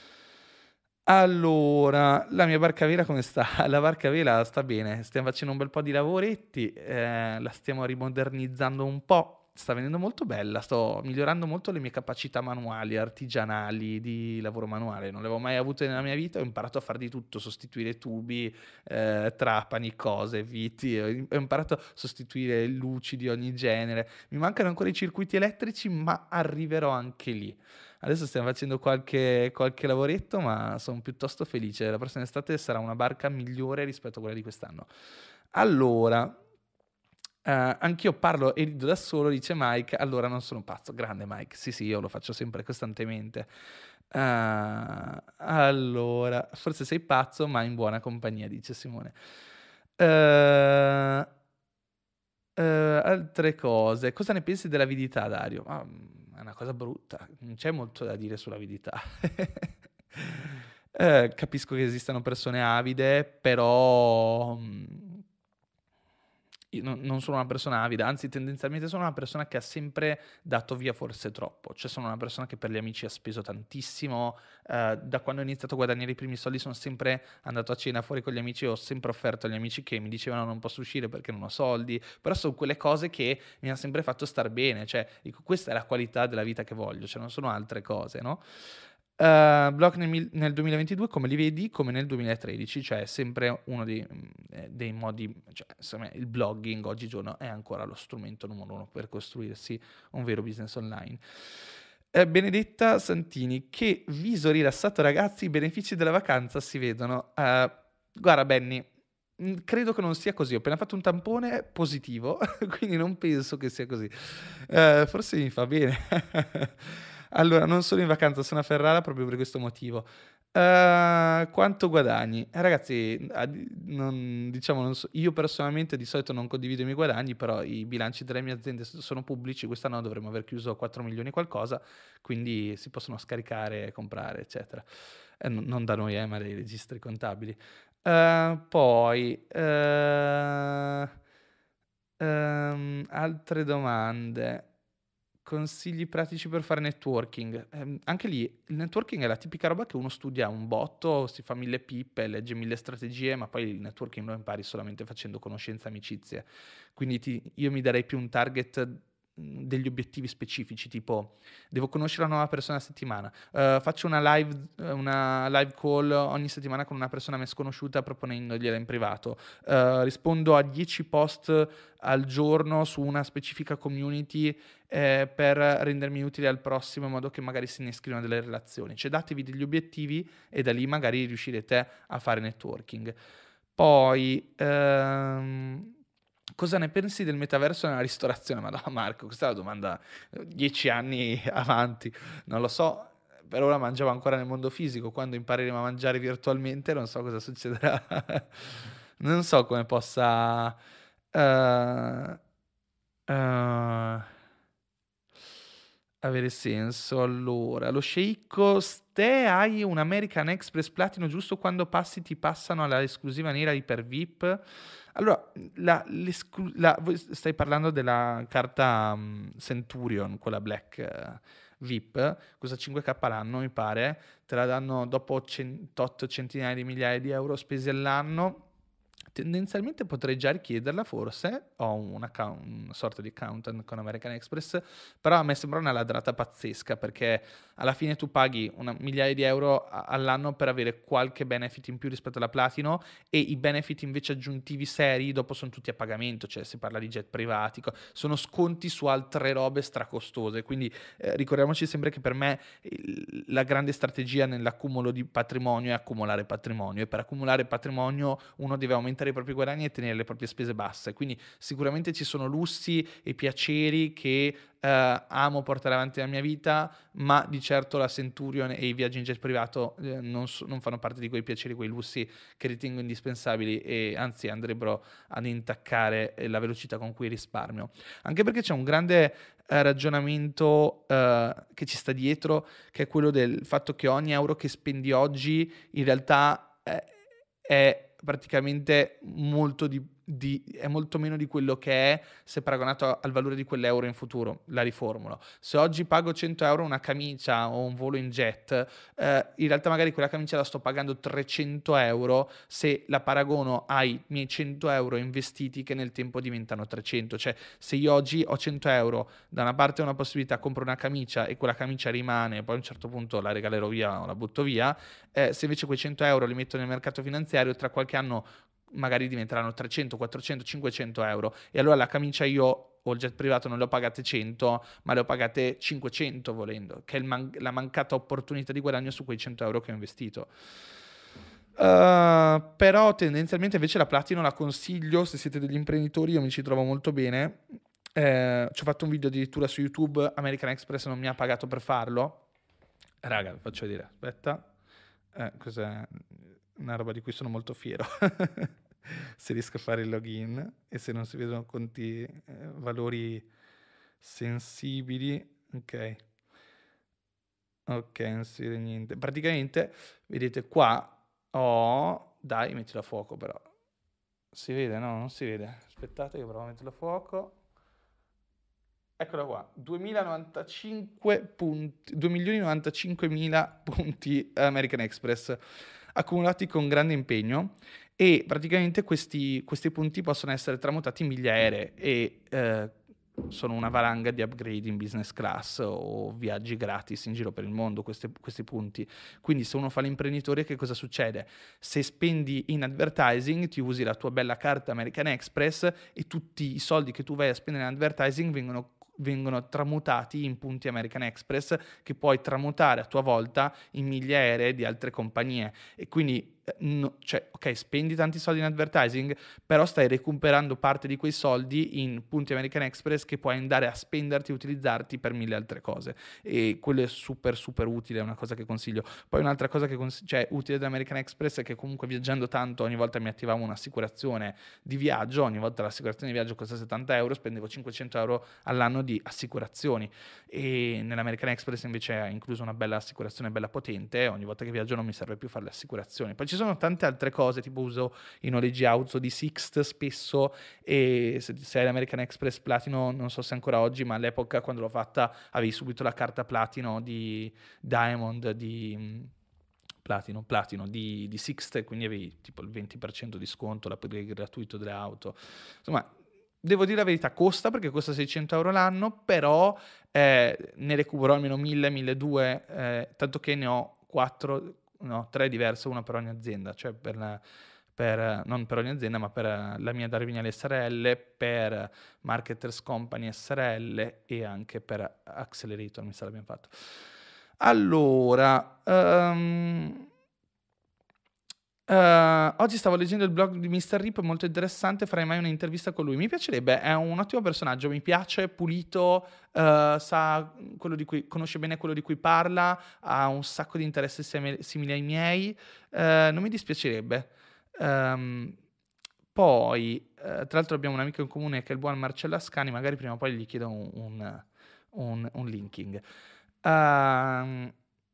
Allora, la mia barca a vela come sta? La barca a vela sta bene, stiamo facendo un bel po' di lavoretti, eh, la stiamo rimodernizzando un po'. Sta venendo molto bella, sto migliorando molto le mie capacità manuali, artigianali, di lavoro manuale. Non le avevo mai avute nella mia vita, ho imparato a fare di tutto, sostituire tubi, eh, trapani, cose, viti, ho imparato a sostituire luci di ogni genere. Mi mancano ancora i circuiti elettrici, ma arriverò anche lì. Adesso stiamo facendo qualche, qualche lavoretto, ma sono piuttosto felice. La prossima estate sarà una barca migliore rispetto a quella di quest'anno. Allora... Uh, anch'io parlo e rido da solo, dice Mike, allora non sono pazzo. Grande Mike, sì sì, io lo faccio sempre costantemente. Uh, allora, forse sei pazzo, ma in buona compagnia, dice Simone. Uh, uh, altre cose, cosa ne pensi dell'avidità, Dario? Ah, è una cosa brutta, non c'è molto da dire sull'avidità. uh, capisco che esistano persone avide, però... io non, non sono una persona avida, anzi tendenzialmente sono una persona che ha sempre dato via forse troppo, cioè sono una persona che per gli amici ha speso tantissimo, eh, da quando ho iniziato a guadagnare i primi soldi sono sempre andato a cena fuori con gli amici, ho sempre offerto agli amici che mi dicevano non posso uscire perché non ho soldi, però sono quelle cose che mi hanno sempre fatto star bene, cioè dico questa è la qualità della vita che voglio, cioè non sono altre cose, no? Uh, blog nel, mil- nel duemilaventidue come li vedi? Come nel duemilatredici, cioè è sempre uno dei, eh, dei modi, cioè insomma, il blogging oggigiorno è ancora lo strumento numero uno per costruirsi un vero business online. Eh, Benedetta Santini, che viso rilassato ragazzi, i benefici della vacanza si vedono. Uh, guarda Benny, mh, credo che non sia così, ho appena fatto un tampone positivo, quindi non penso che sia così. Uh, forse mi fa bene. Allora, non sono in vacanza, sono a Ferrara proprio per questo motivo. Eh, quanto guadagni? Eh, ragazzi, a- non- diciamo, non so- io personalmente di solito non condivido i miei guadagni, però i bilanci delle mie aziende s- sono pubblici, quest'anno dovremmo aver chiuso quattro milioni e qualcosa, quindi si possono scaricare, comprare, eccetera. Eh, non non da noi, eh, ma dai registri contabili. Eh, poi, eh, ehm, altre domande. Consigli pratici per fare networking. Ehm, anche lì il networking è la tipica roba che uno studia un botto, si fa mille pippe, legge mille strategie, ma poi il networking lo impari solamente facendo conoscenze e amicizie. Quindi ti- io mi darei più un target mh, degli obiettivi specifici, tipo devo conoscere una nuova persona a settimana, eh, faccio una live, eh, una live call ogni settimana con una persona a me sconosciuta proponendogliela in privato, eh, rispondo a dieci post al giorno su una specifica community eh, per rendermi utile al prossimo in modo che magari si innescrivano delle relazioni. Cioè datevi degli obiettivi e da lì magari riuscirete a fare networking. Poi, ehm, cosa ne pensi del metaverso nella ristorazione? Madonna Marco, questa è la domanda eh, dieci anni avanti. Non lo so, per ora mangiamo ancora nel mondo fisico, quando impareremo a mangiare virtualmente non so cosa succederà. Non so come possa... eh, eh, avere senso. Allora, lo sceicco, ste hai un American Express Platino giusto quando passi ti passano alla esclusiva nera iper V I P. Allora, la, l'esclu- la- voi stai parlando della carta mm, Centurion, quella Black eh, V I P, questa cinque K l'anno mi pare, te la danno dopo centotto centinaia di migliaia di euro spesi all'anno. Tendenzialmente potrei già richiederla, forse. Ho un account, una sorta di accountant con American Express, però a me sembra una ladrata pazzesca perché alla fine tu paghi una migliaia di euro a- all'anno per avere qualche benefit in più rispetto alla Platino e i benefit invece aggiuntivi seri dopo sono tutti a pagamento, cioè si parla di jet privati, co- sono sconti su altre robe stracostose, quindi eh, ricordiamoci sempre che per me il- la grande strategia nell'accumulo di patrimonio è accumulare patrimonio e per accumulare patrimonio uno deve aumentare i propri guadagni e tenere le proprie spese basse, quindi sicuramente ci sono lussi e piaceri che eh, amo portare avanti nella mia vita, ma di certo la Centurion e i viaggi in jet privato eh, non, so- non fanno parte di quei piaceri, quei lussi che ritengo indispensabili e anzi andrebbero ad intaccare eh, la velocità con cui risparmio. Anche perché c'è un grande eh, ragionamento eh, che ci sta dietro, che è quello del fatto che ogni euro che spendi oggi in realtà eh, è praticamente molto di, di- è molto meno di quello che è se paragonato al valore di quell'euro in futuro. La riformulo. Se oggi pago cento euro una camicia o un volo in jet, eh, in realtà magari quella camicia la sto pagando trecento euro se la paragono ai miei cento euro investiti che nel tempo diventano trecento. Cioè, se io oggi ho cento euro, da una parte ho una possibilità, compro una camicia e quella camicia rimane, poi a un certo punto la regalerò via o la butto via, eh, se invece quei cento euro li metto nel mercato finanziario, tra qualche anno magari diventeranno trecento, quattrocento, cinquecento euro. E allora la camicia io o il jet privato non le ho pagate cento, ma le ho pagate cinquecento volendo, che è il man- la mancata opportunità di guadagno su quei cento euro che ho investito. Uh, però tendenzialmente invece la Platino la consiglio se siete degli imprenditori, io mi ci trovo molto bene. Eh, ci ho fatto un video addirittura su YouTube, American Express non mi ha pagato per farlo. Raga, vi faccio vedere, aspetta. Eh, cos'è? Una roba di cui sono molto fiero. Se riesco a fare il login e se non si vedono conti, eh, valori sensibili. Ok. Ok, non si vede niente. Praticamente, vedete qua ho... Dai, mettila a fuoco però. Si vede? No, non si vede. Aspettate che provo a metterlo a fuoco. Eccola qua, duemilanovantacinque punti, due milioni novantacinquemila punti American Express, accumulati con grande impegno, e praticamente questi, questi punti possono essere tramutati in miglia aeree e eh, sono una valanga di upgrade in business class o viaggi gratis in giro per il mondo, queste, questi punti. Quindi se uno fa l'imprenditore, che cosa succede? Se spendi in advertising, ti usi la tua bella carta American Express e tutti i soldi che tu vai a spendere in advertising vengono vengono tramutati in punti American Express, che puoi tramutare a tua volta in miglia aeree di altre compagnie. E quindi no, cioè, ok, spendi tanti soldi in advertising, però stai recuperando parte di quei soldi in punti American Express che puoi andare a spenderti e utilizzarti per mille altre cose, e quello è super super utile, è una cosa che consiglio. Poi un'altra cosa che cons- cioè, utile da American Express è che comunque viaggiando tanto ogni volta mi attivavo un'assicurazione di viaggio, ogni volta l'assicurazione di viaggio costa settanta euro, spendevo cinquecento euro all'anno di assicurazioni, e nell'American Express invece è incluso una bella assicurazione bella potente, ogni volta che viaggio non mi serve più fare le assicurazioni. Poi ci sono tante altre cose, tipo uso i noleggi auto di Sixt spesso, e se sei l'American Express Platino, non so se ancora oggi, ma all'epoca quando l'ho fatta avevi subito la carta Platino di Diamond, di Platino, Platino di, di Sixt, e quindi avevi tipo il venti per cento di sconto, l'upgrade gratuito delle auto. Insomma, devo dire la verità, costa, perché costa seicento euro l'anno, però eh, ne recupero almeno mille, milleduecento, eh, tanto che ne ho quattro, no, tre diverse, una per ogni azienda, cioè per, la, per non per ogni azienda, ma per la mia Darwiniale S R L, per Marketers Company S R L e anche per Accelerator, mi sa l'abbiamo fatto. Allora, um, Uh, oggi stavo leggendo il blog di mister Rip, molto interessante, farei mai un'intervista con lui? Mi piacerebbe, è un ottimo personaggio, mi piace, pulito, uh, sa quello di cui, conosce bene quello di cui parla, ha un sacco di interessi simili, simili ai miei, uh, non mi dispiacerebbe. Um, poi, uh, tra l'altro abbiamo un amico in comune che è il buon Marcello Ascani, magari prima o poi gli chiedo un, un, un, un linking. Uh,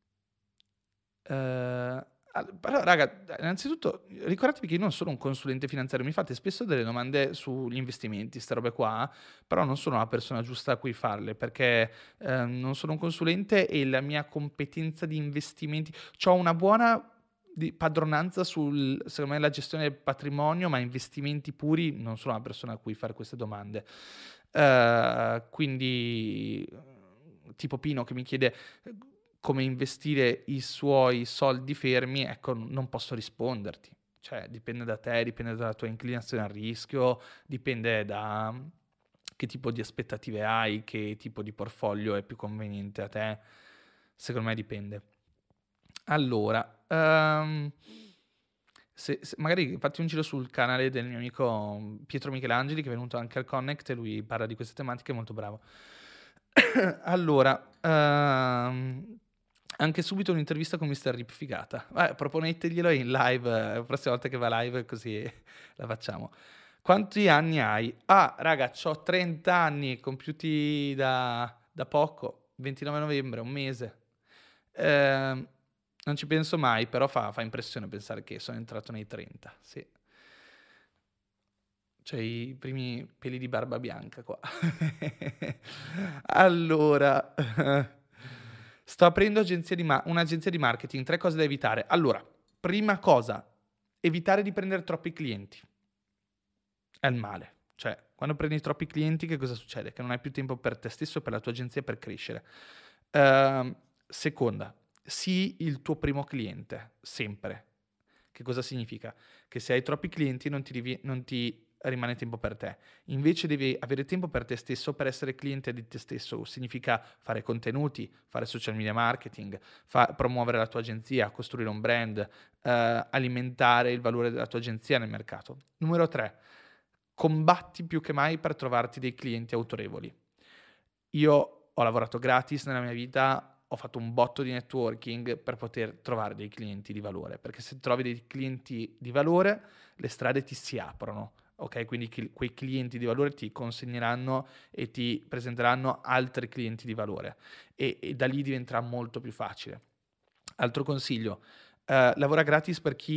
uh, Però, raga, innanzitutto ricordatevi che io non sono un consulente finanziario, mi fate spesso delle domande sugli investimenti, queste robe qua, però non sono la persona giusta a cui farle, perché eh, non sono un consulente e la mia competenza di investimenti, ho una buona di padronanza sul, secondo me, la gestione del patrimonio, ma investimenti puri non sono la persona a cui fare queste domande. Uh, quindi, tipo Pino che mi chiede come investire i suoi soldi fermi, ecco, non posso risponderti. Cioè, dipende da te, dipende dalla tua inclinazione al rischio, dipende da che tipo di aspettative hai, che tipo di portfolio è più conveniente a te. Secondo me dipende. Allora, um, se, se magari fatti un giro sul canale del mio amico Pietro Michelangeli, che è venuto anche al Connect, e lui parla di queste tematiche, è molto bravo. Allora, um, anche subito un'intervista con mister Rip, figata. Eh, proponeteglielo in live, eh, la prossima volta che va live, così la facciamo. Quanti anni hai? Ah, raga, ho trenta anni, compiuti da, da poco, ventinove novembre, un mese. Eh, non ci penso mai, però fa, fa impressione pensare che sono entrato nei trenta, sì. C'è i primi peli di barba bianca qua. Allora... Sto aprendo agenzia di ma- un'agenzia di marketing, tre cose da evitare. Allora, prima cosa, evitare di prendere troppi clienti. È il male. Cioè, quando prendi troppi clienti, che cosa succede? Che non hai più tempo per te stesso e per la tua agenzia per crescere. Uh, seconda, sii il tuo primo cliente, sempre. Che cosa significa? Che se hai troppi clienti non ti, rivi- non ti rimane tempo per te. Invece devi avere tempo per te stesso, per essere cliente di te stesso. Significa fare contenuti, fare social media marketing, fa- promuovere la tua agenzia, costruire un brand, eh, alimentare il valore della tua agenzia nel mercato. Numero tre, combatti più che mai per trovarti dei clienti autorevoli. Io ho lavorato gratis nella mia vita, ho fatto un botto di networking per poter trovare dei clienti di valore, perché se trovi dei clienti di valore, le strade ti si aprono. Ok, quindi chi, quei clienti di valore ti consegneranno e ti presenteranno altri clienti di valore, e, e da lì diventerà molto più facile. Altro consiglio, eh, lavora gratis per chi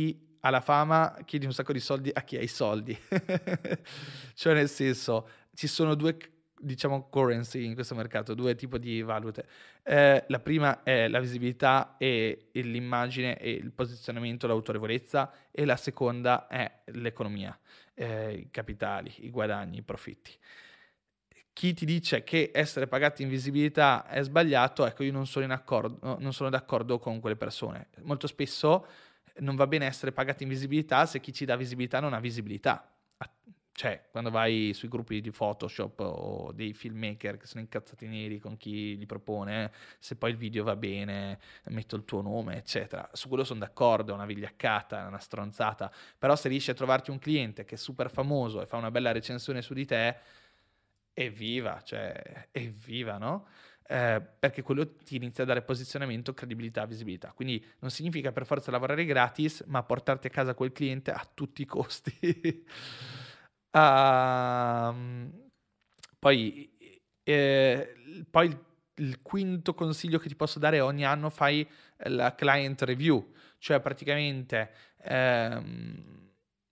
alla fama chiedi un sacco di soldi a chi ha i soldi. Cioè nel senso, ci sono due, diciamo, currency in questo mercato, due tipi di valute. Eh, la prima è la visibilità e e l'immagine e il posizionamento, l'autorevolezza, e la seconda è l'economia, eh, i capitali, i guadagni, i profitti. Chi ti dice che essere pagati in visibilità è sbagliato, ecco, io non sono in accordo, non sono d'accordo con quelle persone. Molto spesso non va bene essere pagati in visibilità se chi ci dà visibilità non ha visibilità. Cioè, quando vai sui gruppi di Photoshop o dei filmmaker che sono incazzati neri con chi li propone, se poi il video va bene, metto il tuo nome, eccetera. Su quello sono d'accordo, è una vigliaccata, è una stronzata. Però se riesci a trovarti un cliente che è super famoso e fa una bella recensione su di te, evviva, cioè, evviva, no? Eh, perché quello ti inizia a dare posizionamento, credibilità, visibilità. Quindi non significa per forza lavorare gratis, ma portarti a casa quel cliente a tutti i costi. Um, poi, eh, poi il, il quinto consiglio che ti posso dare è: ogni anno fai la client review, cioè praticamente ehm,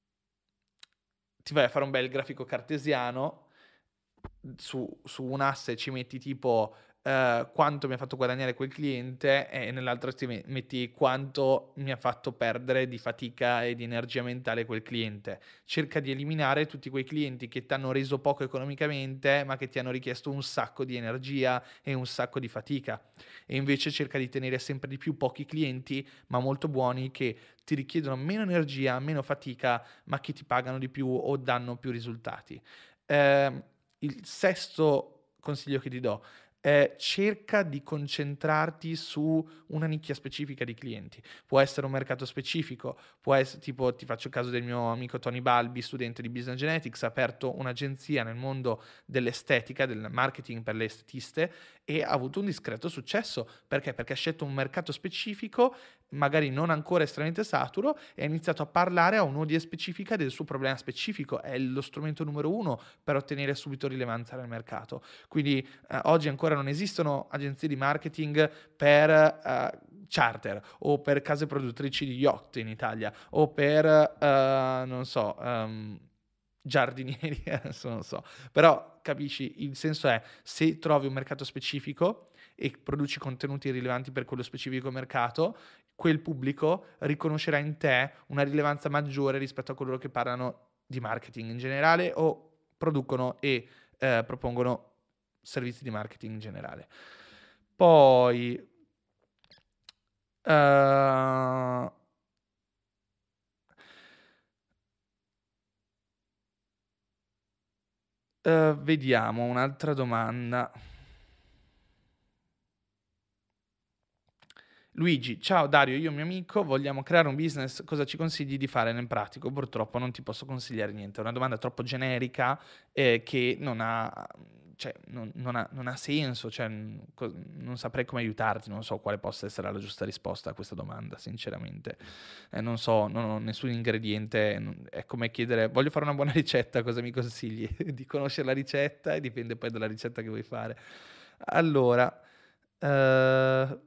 ti vai a fare un bel grafico cartesiano, su, su un asse ci metti tipo eh, quanto mi ha fatto guadagnare quel cliente, e nell'altro ti metti quanto mi ha fatto perdere di fatica e di energia mentale quel cliente. Cerca di eliminare tutti quei clienti che ti hanno reso poco economicamente ma che ti hanno richiesto un sacco di energia e un sacco di fatica, e invece cerca di tenere sempre di più pochi clienti ma molto buoni, che ti richiedono meno energia, meno fatica, ma che ti pagano di più o danno più risultati. Eh, il sesto consiglio che ti do è: cerca di concentrarti su una nicchia specifica di clienti. Può essere un mercato specifico, può essere tipo, ti faccio il caso del mio amico Tony Balbi, studente di Business Genetics, ha aperto un'agenzia nel mondo dell'estetica, del marketing per le estetiste, e ha avuto un discreto successo. Perché? Perché ha scelto un mercato specifico, magari non ancora estremamente saturo, e ha iniziato a parlare a un'audience specifica del suo problema specifico. È lo strumento numero uno per ottenere subito rilevanza nel mercato. Quindi eh, oggi ancora non esistono agenzie di marketing per eh, charter o per case produttrici di yacht in Italia o per, eh, non so, um, giardinieri, adesso non so. Però capisci, il senso è: se trovi un mercato specifico e produci contenuti rilevanti per quello specifico mercato, quel pubblico riconoscerà in te una rilevanza maggiore rispetto a coloro che parlano di marketing in generale o producono e eh, propongono servizi di marketing in generale. Poi uh, uh, vediamo un'altra domanda. Luigi: ciao Dario, io e mio amico vogliamo creare un business, cosa ci consigli di fare nel pratico? Purtroppo non ti posso consigliare niente, è una domanda troppo generica eh, che non ha, cioè, non, non ha, non ha senso, cioè, non saprei come aiutarti, non so quale possa essere la giusta risposta a questa domanda, sinceramente. Eh, non so, non ho nessun ingrediente, è come chiedere: voglio fare una buona ricetta, cosa mi consigli? Di conoscere la ricetta, e dipende poi dalla ricetta che vuoi fare. Allora... Uh,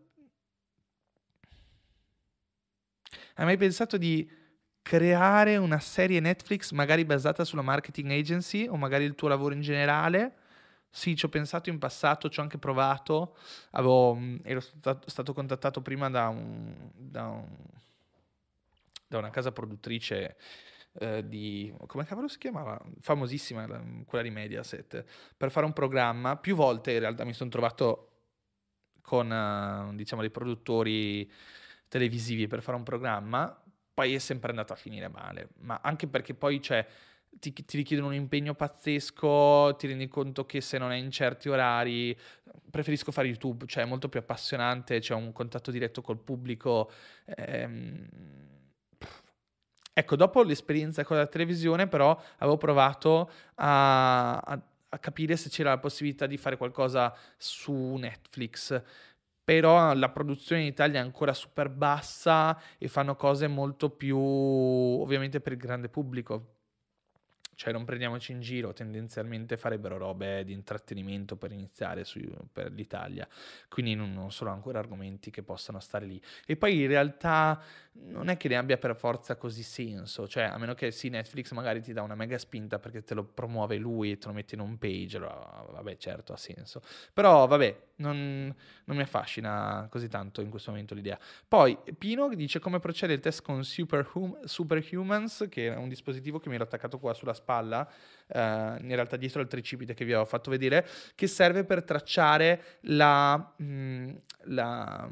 hai mai pensato di creare una serie Netflix magari basata sulla marketing agency o magari il tuo lavoro in generale? Sì, ci ho pensato in passato, ci ho anche provato. Avevo, ero stato, stato contattato prima da, un, da, un, da una casa produttrice eh, di... come cavolo si chiamava? Famosissima, quella di Mediaset, per fare un programma. Più volte in realtà mi sono trovato con, uh, diciamo, dei produttori televisivi per fare un programma, poi è sempre andato a finire male, ma anche perché poi cioè, ti, ti richiedono un impegno pazzesco, ti rendi conto che se non è in certi orari, preferisco fare YouTube, cioè è molto più appassionante, c'è un contatto diretto col pubblico. Ehm... Ecco, dopo l'esperienza con la televisione però avevo provato a, a, a capire se c'era la possibilità di fare qualcosa su Netflix, però la produzione in Italia è ancora super bassa e fanno cose molto più ovviamente per il grande pubblico. cioè non prendiamoci in giro, tendenzialmente farebbero robe di intrattenimento per iniziare su, per l'Italia, quindi non, non sono ancora argomenti che possano stare lì. E poi in realtà non è che ne abbia per forza così senso, cioè a meno che sì, Netflix magari ti dà una mega spinta perché te lo promuove lui e te lo mette in home page, allora vabbè, certo, ha senso. Però vabbè, non, non mi affascina così tanto in questo momento l'idea. Poi Pino dice come procede il test con Superhum- Superhumans, che è un dispositivo che mi ero attaccato qua sulla spalla, eh, in realtà dietro al tricipite che vi ho fatto vedere, che serve per tracciare la... mh, la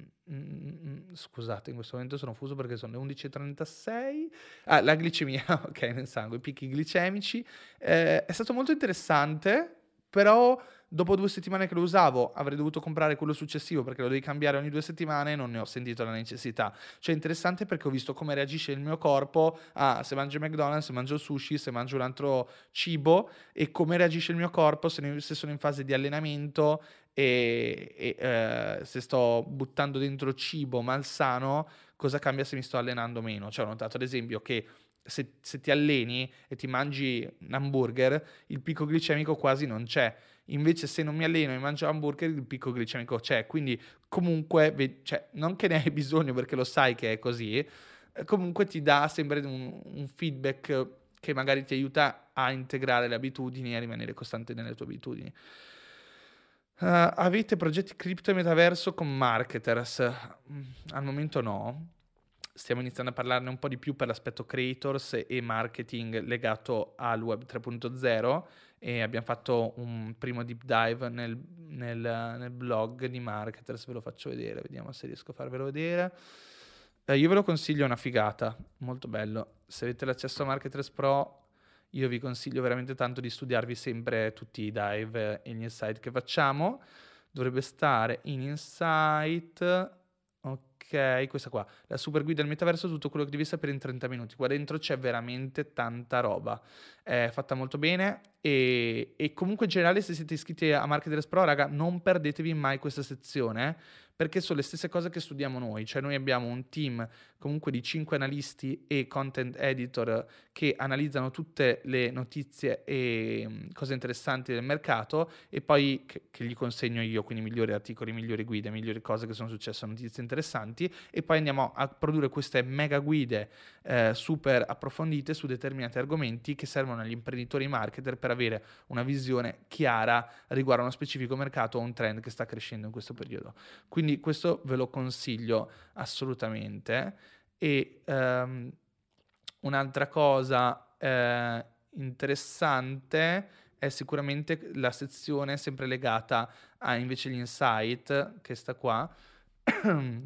mh, scusate, in questo momento sono fuso perché sono le undici e trentasei. Ah, la glicemia, ok, nel sangue, i picchi glicemici. Eh, è stato molto interessante, però dopo due settimane che lo usavo avrei dovuto comprare quello successivo perché lo devi cambiare ogni due settimane e non ne ho sentito la necessità. Cioè è interessante perché ho visto come reagisce il mio corpo a se mangio McDonald's, se mangio sushi, se mangio un altro cibo e come reagisce il mio corpo se, ne, se sono in fase di allenamento e, e eh, se sto buttando dentro cibo malsano, cosa cambia se mi sto allenando meno. Cioè ho notato ad esempio che se, se ti alleni e ti mangi un hamburger, il picco glicemico quasi non c'è. Invece se non mi alleno e mangio hamburger il picco glicemico c'è, quindi comunque, cioè, non che ne hai bisogno perché lo sai che è così, eh, comunque ti dà sempre un, un feedback che magari ti aiuta a integrare le abitudini e a rimanere costante nelle tue abitudini. Uh, avete progetti cripto e metaverso con marketers? Mm, al momento no. Stiamo iniziando a parlarne un po' di più per l'aspetto creators e marketing legato al web tre punto zero e abbiamo fatto un primo deep dive nel, nel, nel blog di marketers, ve lo faccio vedere, vediamo se riesco a farvelo vedere. Eh, io ve lo consiglio, è una figata, molto bello. Se avete l'accesso a Marketers Pro, io vi consiglio veramente tanto di studiarvi sempre tutti i dive e gli insight che facciamo. Dovrebbe stare in insight... Ok, questa qua, la super guida del metaverso, tutto quello che devi sapere in trenta minuti. Qua dentro c'è veramente tanta roba, è fatta molto bene e, e comunque in generale se siete iscritti a Marketers Pro, raga, non perdetevi mai questa sezione perché sono le stesse cose che studiamo noi, cioè noi abbiamo un team comunque di cinque analisti e content editor che analizzano tutte le notizie e um, cose interessanti del mercato e poi che, che gli consegno io, quindi migliori articoli, migliori guide, migliori cose che sono successe, notizie interessanti e poi andiamo a produrre queste mega guide eh, super approfondite su determinati argomenti che servono agli imprenditori marketer per avere una visione chiara riguardo a uno specifico mercato o un trend che sta crescendo in questo periodo. Quindi questo ve lo consiglio assolutamente. E um, un'altra cosa eh, interessante è sicuramente la sezione sempre legata a invece gli insight che sta qua. uh,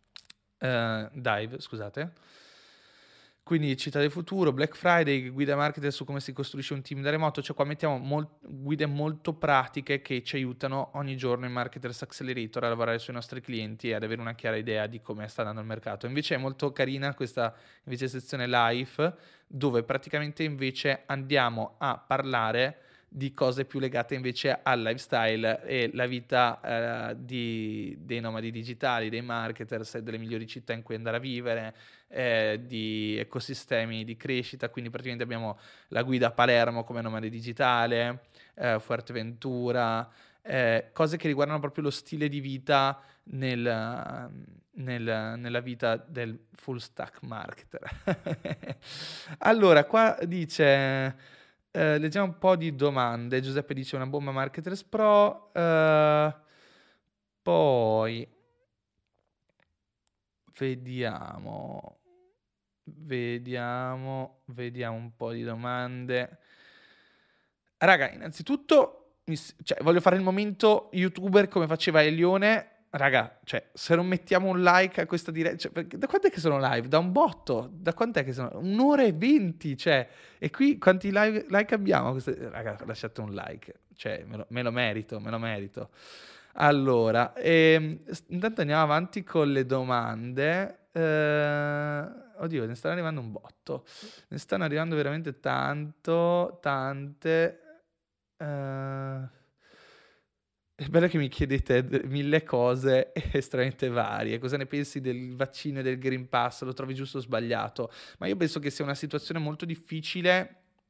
dive, scusate. Quindi città del futuro, Black Friday, guida marketer su come si costruisce un team da remoto, cioè qua mettiamo molt- guide molto pratiche che ci aiutano ogni giorno in Marketers Accelerator a lavorare sui nostri clienti e ad avere una chiara idea di come sta andando il mercato. Invece è molto carina questa invece sezione live dove praticamente invece andiamo a parlare di cose più legate invece al lifestyle e la vita eh, di, dei nomadi digitali, dei marketers e delle migliori città in cui andare a vivere, eh, di ecosistemi di crescita, quindi praticamente abbiamo la guida a Palermo come nomade digitale, eh, Fuerteventura, eh, cose che riguardano proprio lo stile di vita nel, nel, nella vita del full stack marketer. Allora, qua dice... Uh, leggiamo un po' di domande. Giuseppe dice una bomba Marketers Pro. Uh, poi vediamo, vediamo, vediamo un po' di domande. Raga, innanzitutto, mi, cioè, voglio fare il momento YouTuber come faceva Elione. Raga, cioè, se non mettiamo un like a questa diretta... Cioè, da quant'è che sono live? Da un botto? Da quant'è che sono? Un'ora e venti, cioè... E qui quanti live, like abbiamo? Queste, raga, lasciate un like. Cioè, me lo, me lo merito, me lo merito. Allora, ehm, intanto andiamo avanti con le domande. Eh, oddio, ne stanno arrivando un botto. Ne stanno arrivando veramente tanto, tante... Eh... È bello che mi chiedete mille cose estremamente varie. Cosa ne pensi del vaccino e del Green Pass? Lo trovi giusto o sbagliato? Ma io penso che sia una situazione molto difficile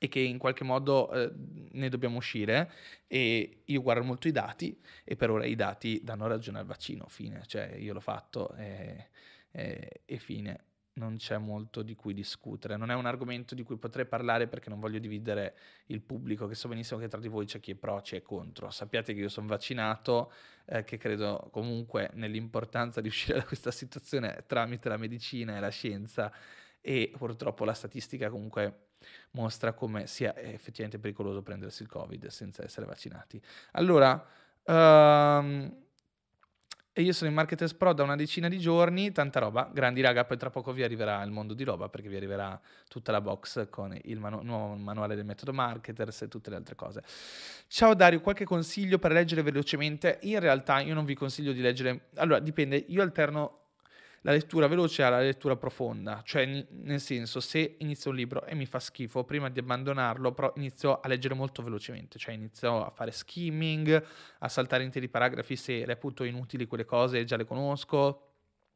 e che in qualche modo eh, ne dobbiamo uscire, e io guardo molto i dati e per ora i dati danno ragione al vaccino, fine, cioè io l'ho fatto e, e, e fine, non c'è molto di cui discutere, non è un argomento di cui potrei parlare perché non voglio dividere il pubblico, che so benissimo che tra di voi c'è chi è pro, chi è contro, sappiate che io sono vaccinato, eh, che credo comunque nell'importanza di uscire da questa situazione tramite la medicina e la scienza, e purtroppo la statistica comunque mostra come sia effettivamente pericoloso prendersi il Covid senza essere vaccinati. Allora, um, io sono in Marketers Pro da una decina di giorni, tanta roba, grandi raga, poi tra poco vi arriverà il mondo di roba perché vi arriverà tutta la box con il manu- nuovo manuale del metodo Marketers e tutte le altre cose. Ciao Dario, qualche consiglio per leggere velocemente? In realtà io non vi consiglio di leggere, allora dipende, io alterno la lettura veloce alla lettura profonda, cioè n- nel senso, se inizio un libro e mi fa schifo, prima di abbandonarlo, però inizio a leggere molto velocemente, cioè inizio a fare skimming, a saltare interi paragrafi se reputo inutili quelle cose e già le conosco.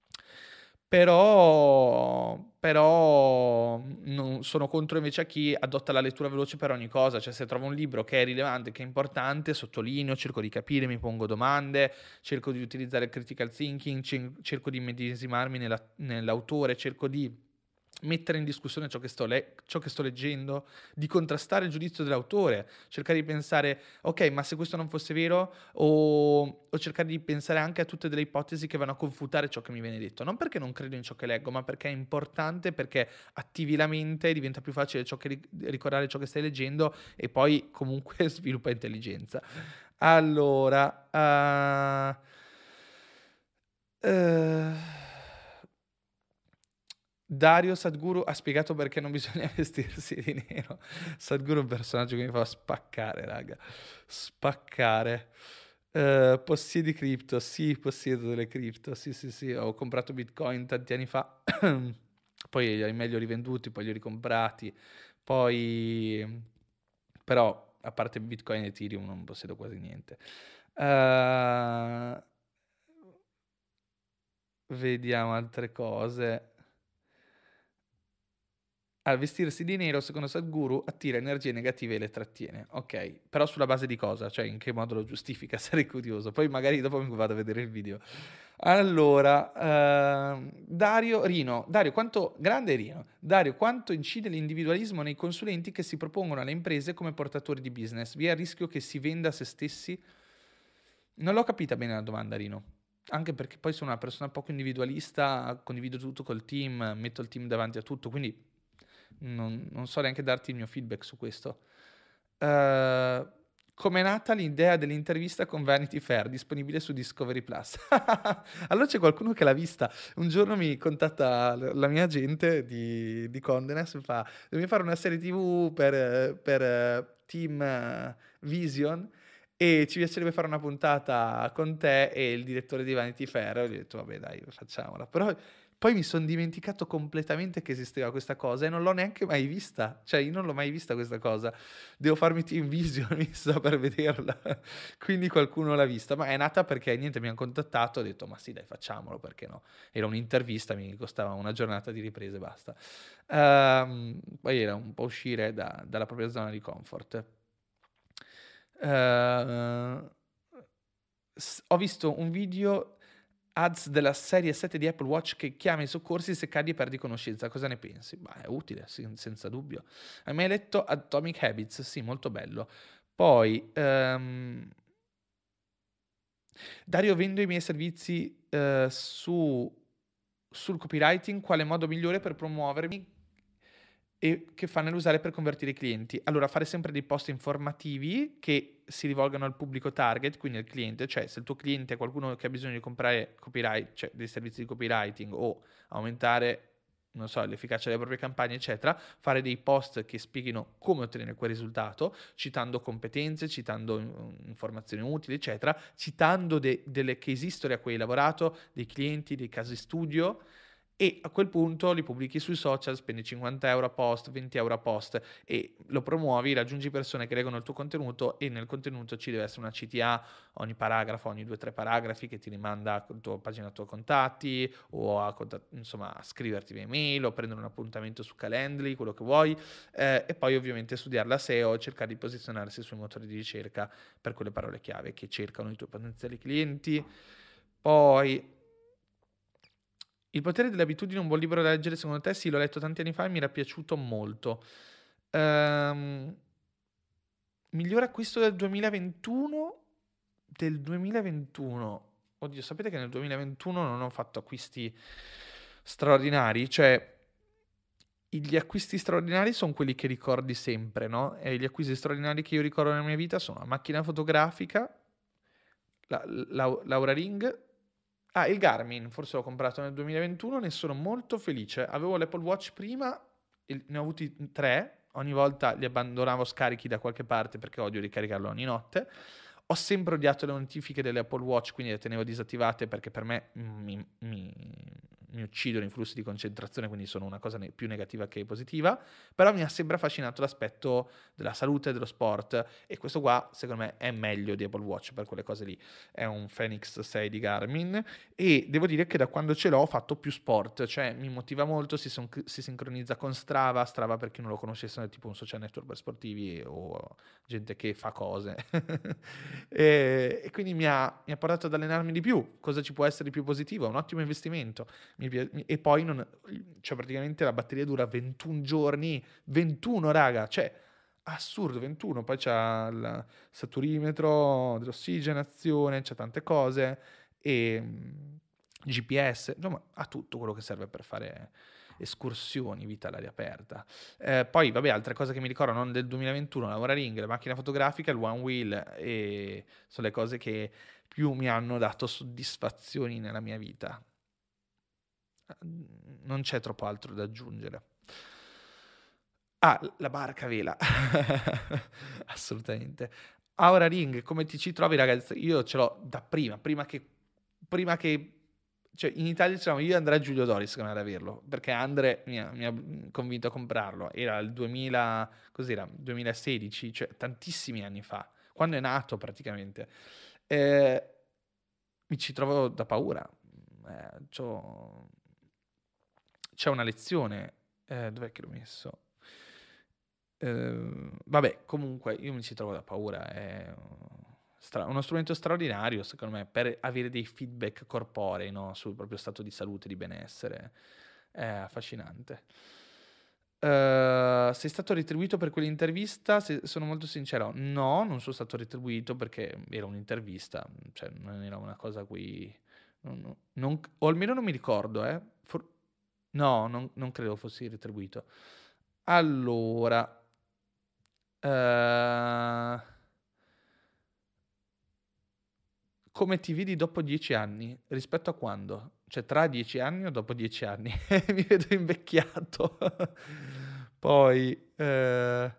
Però, però non sono contro invece a chi adotta la lettura veloce per ogni cosa, cioè se trovo un libro che è rilevante, che è importante, sottolineo, cerco di capire, mi pongo domande, cerco di utilizzare il critical thinking, cerco di medesimarmi nella, nell'autore, cerco di mettere in discussione ciò che, sto le- ciò che sto leggendo, di contrastare il giudizio dell'autore, cercare di pensare, ok, ma se questo non fosse vero, o, o cercare di pensare anche a tutte delle ipotesi che vanno a confutare ciò che mi viene detto, non perché non credo in ciò che leggo, ma perché è importante, perché attivi la mente, diventa più facile ciò che, ricordare ciò che stai leggendo e poi comunque sviluppa intelligenza. Allora, uh, uh, Dario Sadhguru ha spiegato perché non bisogna vestirsi di nero. Sadhguru è un personaggio che mi fa spaccare, raga. Spaccare. Uh, possiedi cripto? Sì, possiedo delle cripto. Sì, sì, sì. Ho comprato Bitcoin tanti anni fa. Poi li ho meglio rivenduti, poi li ho ricomprati. Poi... Però, a parte Bitcoin e Ethereum, non possiedo quasi niente. Uh... Vediamo altre cose. Al vestirsi di nero, secondo Sadhguru, attira energie negative e le trattiene. Ok, però sulla base di cosa? Cioè, in che modo lo giustifica? Sarei curioso. Poi magari dopo mi vado a vedere il video. Allora, ehm, Dario Rino. Dario, quanto... Grande Rino. Dario, quanto incide l'individualismo nei consulenti che si propongono alle imprese come portatori di business? Vi è il rischio che si venda se stessi? Non l'ho capita bene la domanda, Rino. Anche perché poi sono una persona poco individualista, condivido tutto col team, metto il team davanti a tutto, quindi... Non, non so neanche darti il mio feedback su questo. Uh, Com'è nata l'idea dell'intervista con Vanity Fair, disponibile su Discovery Plus? Allora c'è qualcuno che l'ha vista. Un giorno mi contatta la mia agente di, di Condé Nast e fa: devi fare una serie tivù per, per Team Vision e ci piacerebbe fare una puntata con te e il direttore di Vanity Fair. E ho detto vabbè dai, facciamola. Però poi mi sono dimenticato completamente che esisteva questa cosa e non l'ho neanche mai vista. Cioè, io non l'ho mai vista questa cosa. Devo farmi Team Vision, mi sta per vederla. Quindi qualcuno l'ha vista. Ma è nata perché, niente, mi hanno contattato, ho detto, ma sì, dai, facciamolo, perché no? Era un'intervista, mi costava una giornata di riprese, basta. Um, poi era un po' uscire da, dalla propria zona di comfort. Uh, ho visto un video... ads della serie sette di Apple Watch che chiama i soccorsi se cadi e perdi conoscenza. Cosa ne pensi? Beh, è utile, sì, senza dubbio. Hai mai letto Atomic Habits? Sì, molto bello. Poi, um... Dario, vendo i miei servizi uh, su, sul copywriting, quale modo migliore per promuovermi e che funnel usare per convertire i clienti? Allora, fare sempre dei post informativi che si rivolgano al pubblico target, quindi al cliente, cioè se il tuo cliente è qualcuno che ha bisogno di comprare copyright, cioè dei servizi di copywriting o aumentare, non so, l'efficacia delle proprie campagne, eccetera, fare dei post che spieghino come ottenere quel risultato, citando competenze, citando informazioni utili, eccetera, citando de- delle case history a cui hai lavorato, dei clienti, dei casi studio, e a quel punto li pubblichi sui social, spendi cinquanta euro a post, venti euro a post e lo promuovi, raggiungi persone che leggono il tuo contenuto e nel contenuto ci deve essere una C T A ogni paragrafo, ogni due o tre paragrafi che ti rimanda a tua pagina tuoi contatti o a, insomma, a scriverti via email o prendere un appuntamento su Calendly, quello che vuoi, eh, e poi ovviamente studiare la S E O e cercare di posizionarsi sui motori di ricerca per quelle parole chiave che cercano i tuoi potenziali clienti. Poi Il potere delle abitudini, un buon libro da leggere secondo te? Sì, l'ho letto tanti anni fa e mi era piaciuto molto. Ehm, miglior acquisto del duemilaventuno? Del duemilaventuno. Oddio, sapete che nel duemilaventuno non ho fatto acquisti straordinari? Cioè, gli acquisti straordinari sono quelli che ricordi sempre, no? E gli acquisti straordinari che io ricordo nella mia vita sono la macchina fotografica, la, la, Laura Ring. Ah, il Garmin, forse l'ho comprato nel duemilaventuno, ne sono molto felice. Avevo l'Apple Watch prima, ne ho avuti tre, ogni volta li abbandonavo scarichi da qualche parte perché odio ricaricarlo ogni notte. Ho sempre odiato le notifiche dell'Apple Watch, quindi le tenevo disattivate perché per me mi, mi, mi uccidono i flussi di concentrazione, quindi sono una cosa ne- più negativa che positiva, però mi ha sempre affascinato l'aspetto della salute e dello sport e questo qua secondo me è meglio di Apple Watch per quelle cose lì. È un Fenix sei di Garmin e devo dire che da quando ce l'ho ho fatto più sport, cioè mi motiva molto, si, son- si sincronizza con Strava, Strava per chi non lo conoscesse è tipo un social network per sportivi o gente che fa cose e, e quindi mi ha, mi ha portato ad allenarmi di più. Cosa ci può essere di più positivo? È un ottimo investimento. Mi pi- mi- e poi non, cioè praticamente la batteria dura ventuno giorni, ventuno raga, cioè assurdo, ventuno. Poi c'ha il saturimetro dell'ossigenazione, c'ha tante cose e mm, G P S, insomma ha tutto quello che serve per fare escursioni, vita all'aria aperta. Eh, poi, vabbè, altre cose che mi ricordo, non del duemilaventuno, la Laura Ring, la macchina fotografica, il One Wheel, e sono le cose che più mi hanno dato soddisfazioni nella mia vita. Non c'è troppo altro da aggiungere. Ah, la barca a vela. Assolutamente. Aura Ring, come ti ci trovi, ragazzi? Io ce l'ho da prima, prima che... Prima che cioè, in Italia c'eravamo io e Andrea Giulio Doris che non ad averlo, perché Andre mi ha, mi ha convinto a comprarlo. Era il duemila, cos'era? duemilasedici, cioè tantissimi anni fa, quando è nato praticamente. Eh, mi ci trovo da paura. Eh, c'ho- C'è una lezione. Eh, dov'è che l'ho messo? Eh, vabbè, comunque io mi ci trovo da paura. È stra- uno strumento straordinario, secondo me, per avere dei feedback corporei, no? Sul proprio stato di salute, di benessere. È affascinante. Eh, sei stato retribuito per quell'intervista? Se- sono molto sincero, no, non sono stato retribuito perché era un'intervista, cioè non era una cosa a cui... non- non- non- o almeno non mi ricordo, eh. For- no, non, non credo fossi retribuito. Allora, eh, come ti vedi dopo dieci anni? Rispetto a quando? Cioè tra dieci anni o dopo dieci anni? Mi vedo invecchiato. Poi, eh,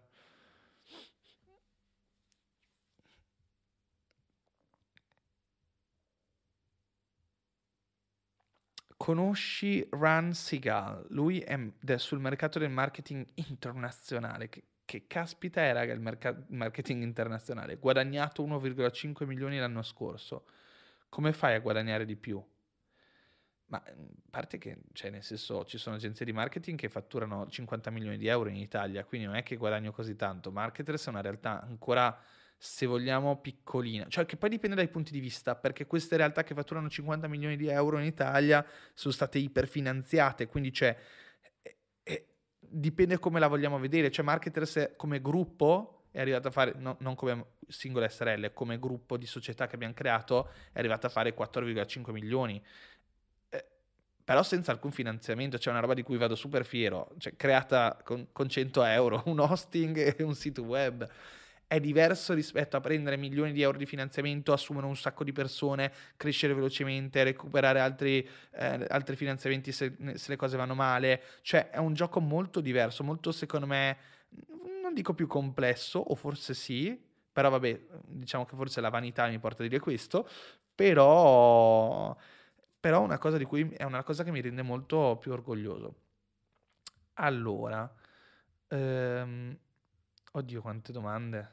conosci Ran Seagal? Lui è m- de- sul mercato del marketing internazionale. Che, che caspita è, raga, il merca- marketing internazionale? Guadagnato uno virgola cinque milioni l'anno scorso. Come fai a guadagnare di più? Ma mm, a parte che, cioè, nel senso, ci sono agenzie di marketing che fatturano cinquanta milioni di euro in Italia, quindi non è che guadagno così tanto. Marketers è una realtà ancora, se vogliamo, piccolina. Cioè, che poi dipende dai punti di vista, perché queste realtà che fatturano cinquanta milioni di euro in Italia sono state iperfinanziate, quindi c'è... eh, eh, dipende come la vogliamo vedere. Cioè, Marketers come gruppo è arrivato a fare, no- non come singole S R L, come gruppo di società che abbiamo creato, è arrivato a fare quattro virgola cinque milioni. Eh, Però senza alcun finanziamento, c'è una roba di cui vado super fiero, cioè creata con, con cento euro, un hosting e un sito web. È diverso rispetto a prendere milioni di euro di finanziamento, assumere un sacco di persone, crescere velocemente, recuperare altri, eh, altri finanziamenti se, se le cose vanno male. Cioè è un gioco molto diverso, molto secondo me, non dico più complesso, o forse sì, però vabbè, diciamo che forse la vanità mi porta a dire questo, però però una cosa di cui è una cosa che mi rende molto più orgoglioso. Allora, ehm, oddio quante domande.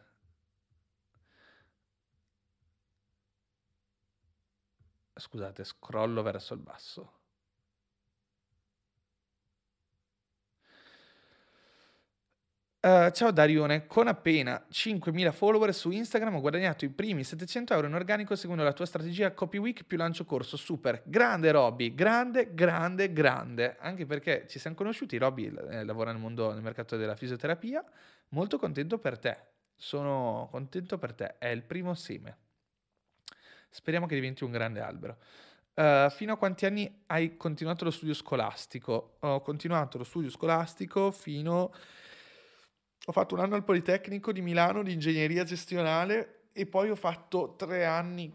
Scusate, scrollo verso il basso. Uh, ciao Darione, con appena cinquemila follower su Instagram ho guadagnato i primi settecento euro in organico seguendo la tua strategia Copy Week più lancio corso. Super, grande Robby, grande, grande, grande. Anche perché ci siamo conosciuti, Robby eh, lavora nel mondo, nel mercato della fisioterapia. Molto contento per te, sono contento per te, è il primo seme. Speriamo che diventi un grande albero. Uh, fino a quanti anni hai continuato lo studio scolastico? Ho continuato lo studio scolastico fino... Ho fatto un anno al Politecnico di Milano di ingegneria gestionale e poi ho fatto tre anni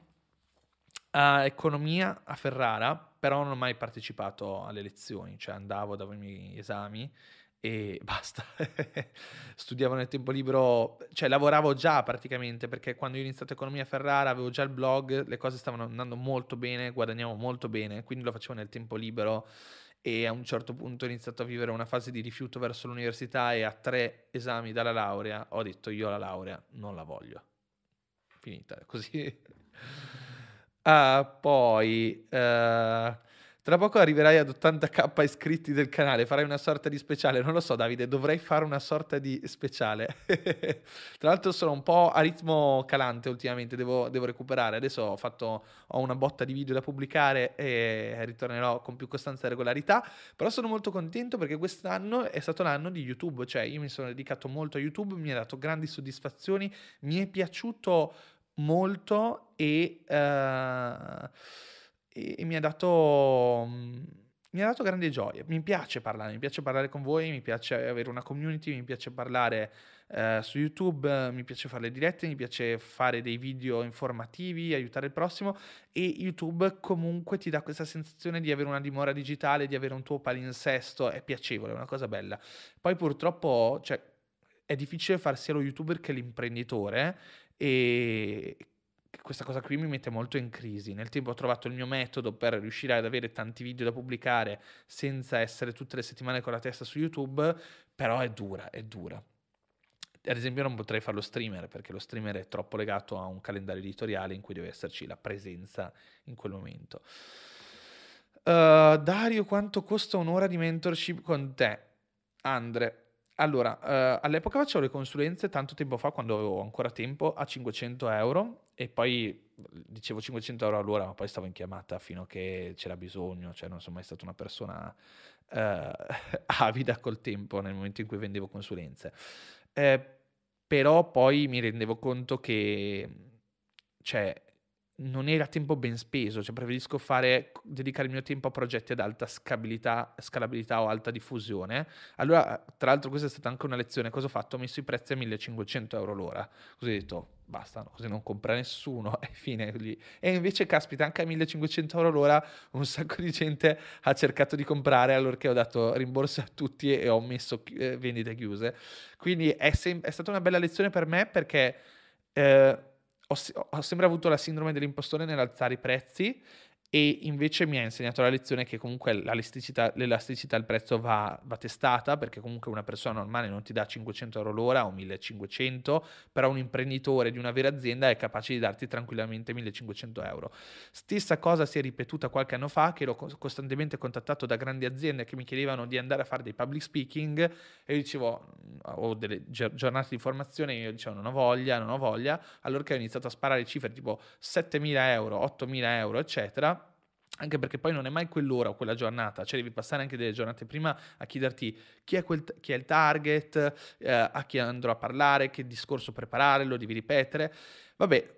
a economia a Ferrara, però non ho mai partecipato alle lezioni, cioè andavo, davo i miei esami e basta. Studiavo nel tempo libero, cioè lavoravo già praticamente, perché quando io ho iniziato economia a Ferrara avevo già il blog, le cose stavano andando molto bene, guadagnavo molto bene, quindi lo facevo nel tempo libero. E a un certo punto ho iniziato a vivere una fase di rifiuto verso l'università e a tre esami dalla laurea ho detto io la laurea non la voglio. Finita così. Ah, poi uh, tra poco arriverai ad ottanta k iscritti del canale, farai una sorta di speciale, non lo so Davide, dovrei fare una sorta di speciale. Tra l'altro sono un po' a ritmo calante ultimamente, devo, devo recuperare, adesso ho fatto ho una botta di video da pubblicare e ritornerò con più costanza e regolarità, però sono molto contento perché quest'anno è stato l'anno di YouTube, cioè io mi sono dedicato molto a YouTube, mi ha dato grandi soddisfazioni, mi è piaciuto molto e, uh, e, e mi ha dato mi ha dato grande gioia. Mi piace parlare, mi piace parlare con voi, mi piace avere una community, mi piace parlare uh, su YouTube, mi piace fare le dirette, mi piace fare dei video informativi, aiutare il prossimo e YouTube comunque ti dà questa sensazione di avere una dimora digitale, di avere un tuo palinsesto, è piacevole, è una cosa bella. Poi purtroppo, cioè, è difficile far sia lo YouTuber che l'imprenditore e questa cosa qui mi mette molto in crisi. Nel tempo ho trovato il mio metodo per riuscire ad avere tanti video da pubblicare senza essere tutte le settimane con la testa su YouTube, però è dura, è dura. Ad esempio non potrei fare lo streamer perché lo streamer è troppo legato a un calendario editoriale in cui deve esserci la presenza in quel momento. Uh, Dario, quanto costa un'ora di mentorship con te? Andre, allora, uh, all'epoca facevo le consulenze tanto tempo fa, quando avevo ancora tempo, a cinquecento euro e poi dicevo cinquecento euro all'ora, ma poi stavo in chiamata fino a che c'era bisogno, cioè non sono mai stata una persona uh, avida col tempo nel momento in cui vendevo consulenze. Eh, però poi mi rendevo conto che, cioè, non era tempo ben speso, cioè preferisco fare, dedicare il mio tempo a progetti ad alta scalabilità, scalabilità o alta diffusione. Allora, tra l'altro questa è stata anche una lezione, cosa ho fatto? Ho messo i prezzi a millecinquecento euro l'ora, così ho detto basta, così non compra nessuno e fine lì. E invece caspita, anche a millecinquecento euro l'ora un sacco di gente ha cercato di comprare allorché ho dato rimborso a tutti e ho messo eh, vendite chiuse. Quindi è, sem- è stata una bella lezione per me perché eh, ho, ho sempre avuto la sindrome dell'impostore nell'alzare i prezzi e invece mi ha insegnato la lezione che comunque l'elasticità, l'elasticità del prezzo va, va testata, perché comunque una persona normale non ti dà cinquecento euro l'ora o millecinquecento, però un imprenditore di una vera azienda è capace di darti tranquillamente millecinquecento euro. Stessa cosa si è ripetuta qualche anno fa, che ero costantemente contattato da grandi aziende che mi chiedevano di andare a fare dei public speaking e io dicevo, o delle giornate di formazione, io dicevo non ho voglia, non ho voglia, allorché ho iniziato a sparare cifre tipo settemila euro, ottomila euro, eccetera. Anche perché poi non è mai quell'ora o quella giornata, cioè devi passare anche delle giornate prima a chiederti chi è, quel, chi è il target, eh, a chi andrò a parlare, che discorso preparare, lo devi ripetere. Vabbè,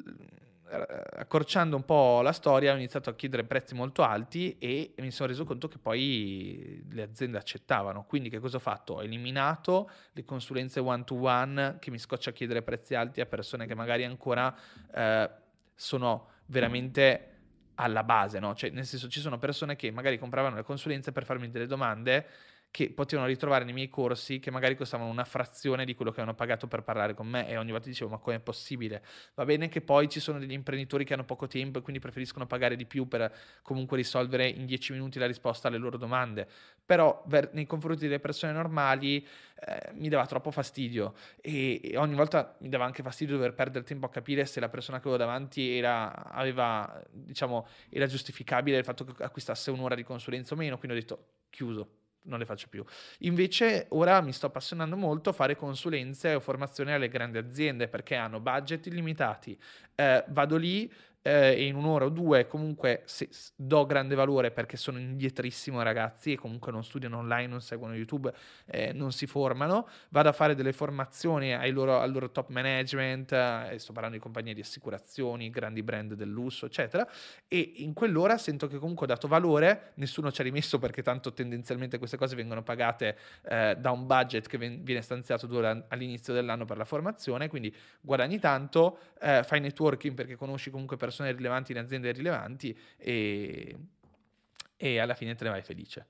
accorciando un po' la storia ho iniziato a chiedere prezzi molto alti e mi sono reso conto che poi le aziende accettavano. Quindi che cosa ho fatto? Ho eliminato le consulenze one to one che mi scoccia a chiedere prezzi alti a persone che magari ancora eh, sono veramente alla base, no? Cioè, nel senso, ci sono persone che magari compravano le consulenze per farmi delle domande che potevano ritrovare nei miei corsi, che magari costavano una frazione di quello che avevano pagato per parlare con me, e ogni volta dicevo: ma com'è possibile? Va bene che poi ci sono degli imprenditori che hanno poco tempo e quindi preferiscono pagare di più per comunque risolvere in dieci minuti la risposta alle loro domande, però ver- nei confronti delle persone normali eh, mi dava troppo fastidio, e, e ogni volta mi dava anche fastidio dover perdere tempo a capire se la persona che avevo davanti era, aveva, diciamo, era giustificabile il fatto che acquistasse un'ora di consulenza o meno, quindi ho detto: chiuso, non le faccio più. Invece ora mi sto appassionando molto a fare consulenze o formazioni alle grandi aziende, perché hanno budget illimitati. Eh, vado lì eh, e in un'ora o due comunque se, s- do grande valore, perché sono indietrissimo, ragazzi, e comunque non studiano online, non seguono YouTube, eh, non si formano. Vado a fare delle formazioni ai loro, al loro top management, eh, sto parlando di compagnie di assicurazioni, grandi brand del lusso, eccetera, e in quell'ora sento che comunque ho dato valore, nessuno ci ha rimesso, perché tanto tendenzialmente queste cose vengono pagate eh, da un budget che ven- viene stanziato dura- all'inizio dell'anno per la formazione, quindi guadagni tanto, eh, fai networking perché conosci comunque persone rilevanti in aziende rilevanti, e, e alla fine te ne vai felice.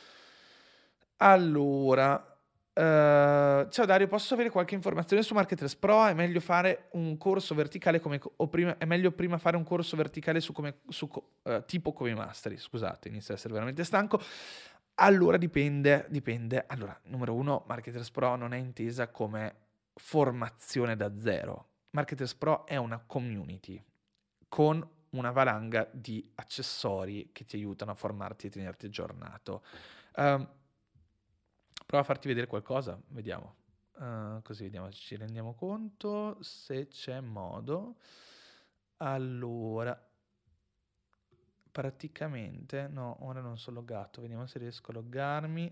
Allora, eh, ciao Dario, posso avere qualche informazione su Marketers Pro? È meglio fare un corso verticale come, o prima, è meglio prima fare un corso verticale su come, su, co- eh, tipo come Mastery? Scusate, inizio ad essere veramente stanco. Allora, dipende, dipende. Allora, numero uno, Marketers Pro non è intesa come formazione da zero. Marketers Pro è una community con una valanga di accessori che ti aiutano a formarti e tenerti aggiornato. Ehm, Prova a farti vedere qualcosa, vediamo. Uh, così vediamo se ci rendiamo conto, se c'è modo. Allora, praticamente, no, ora non sono loggato, vediamo se riesco a loggarmi.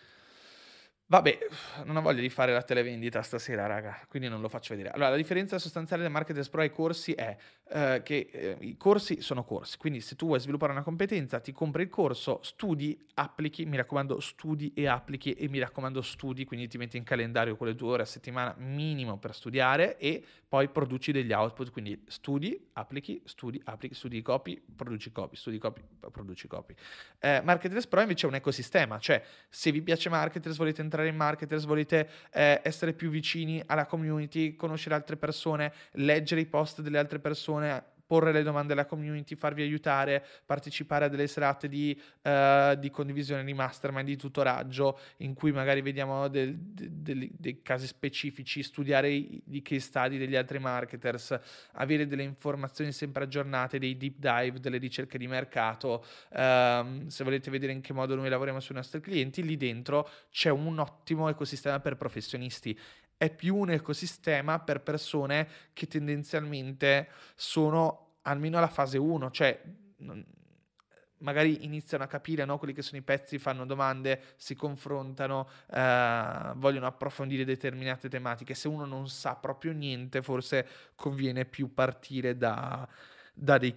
Vabbè, non ho voglia di fare la televendita stasera, raga, quindi non lo faccio vedere. Allora, la differenza sostanziale del Marketers Pro ai corsi è eh, che eh, i corsi sono corsi, quindi se tu vuoi sviluppare una competenza, ti compri il corso, studi, applichi, mi raccomando studi e applichi, e mi raccomando studi, quindi ti metti in calendario quelle due ore a settimana minimo per studiare, e poi produci degli output, quindi studi, applichi, studi, applichi, studi copy, produci copy, studi copy, produci copy. Eh, Marketers Pro invece è un ecosistema, cioè se vi piace Marketers, volete entrare in Marketers, volete eh, essere più vicini alla community, conoscere altre persone, leggere i post delle altre persone, porre le domande alla community, farvi aiutare, partecipare a delle serate di, eh, di condivisione di mastermind, di tutoraggio, in cui magari vediamo del, de, de, dei casi specifici, studiare i, i case study degli altri marketers, avere delle informazioni sempre aggiornate, dei deep dive, delle ricerche di mercato. Um, se volete vedere in che modo noi lavoriamo sui nostri clienti, lì dentro c'è un ottimo ecosistema per professionisti. È più un ecosistema per persone che tendenzialmente sono almeno alla fase uno, cioè non, magari iniziano a capire, no, quelli che sono i pezzi, fanno domande, si confrontano, eh, vogliono approfondire determinate tematiche. Se uno non sa proprio niente, forse conviene più partire da, da dei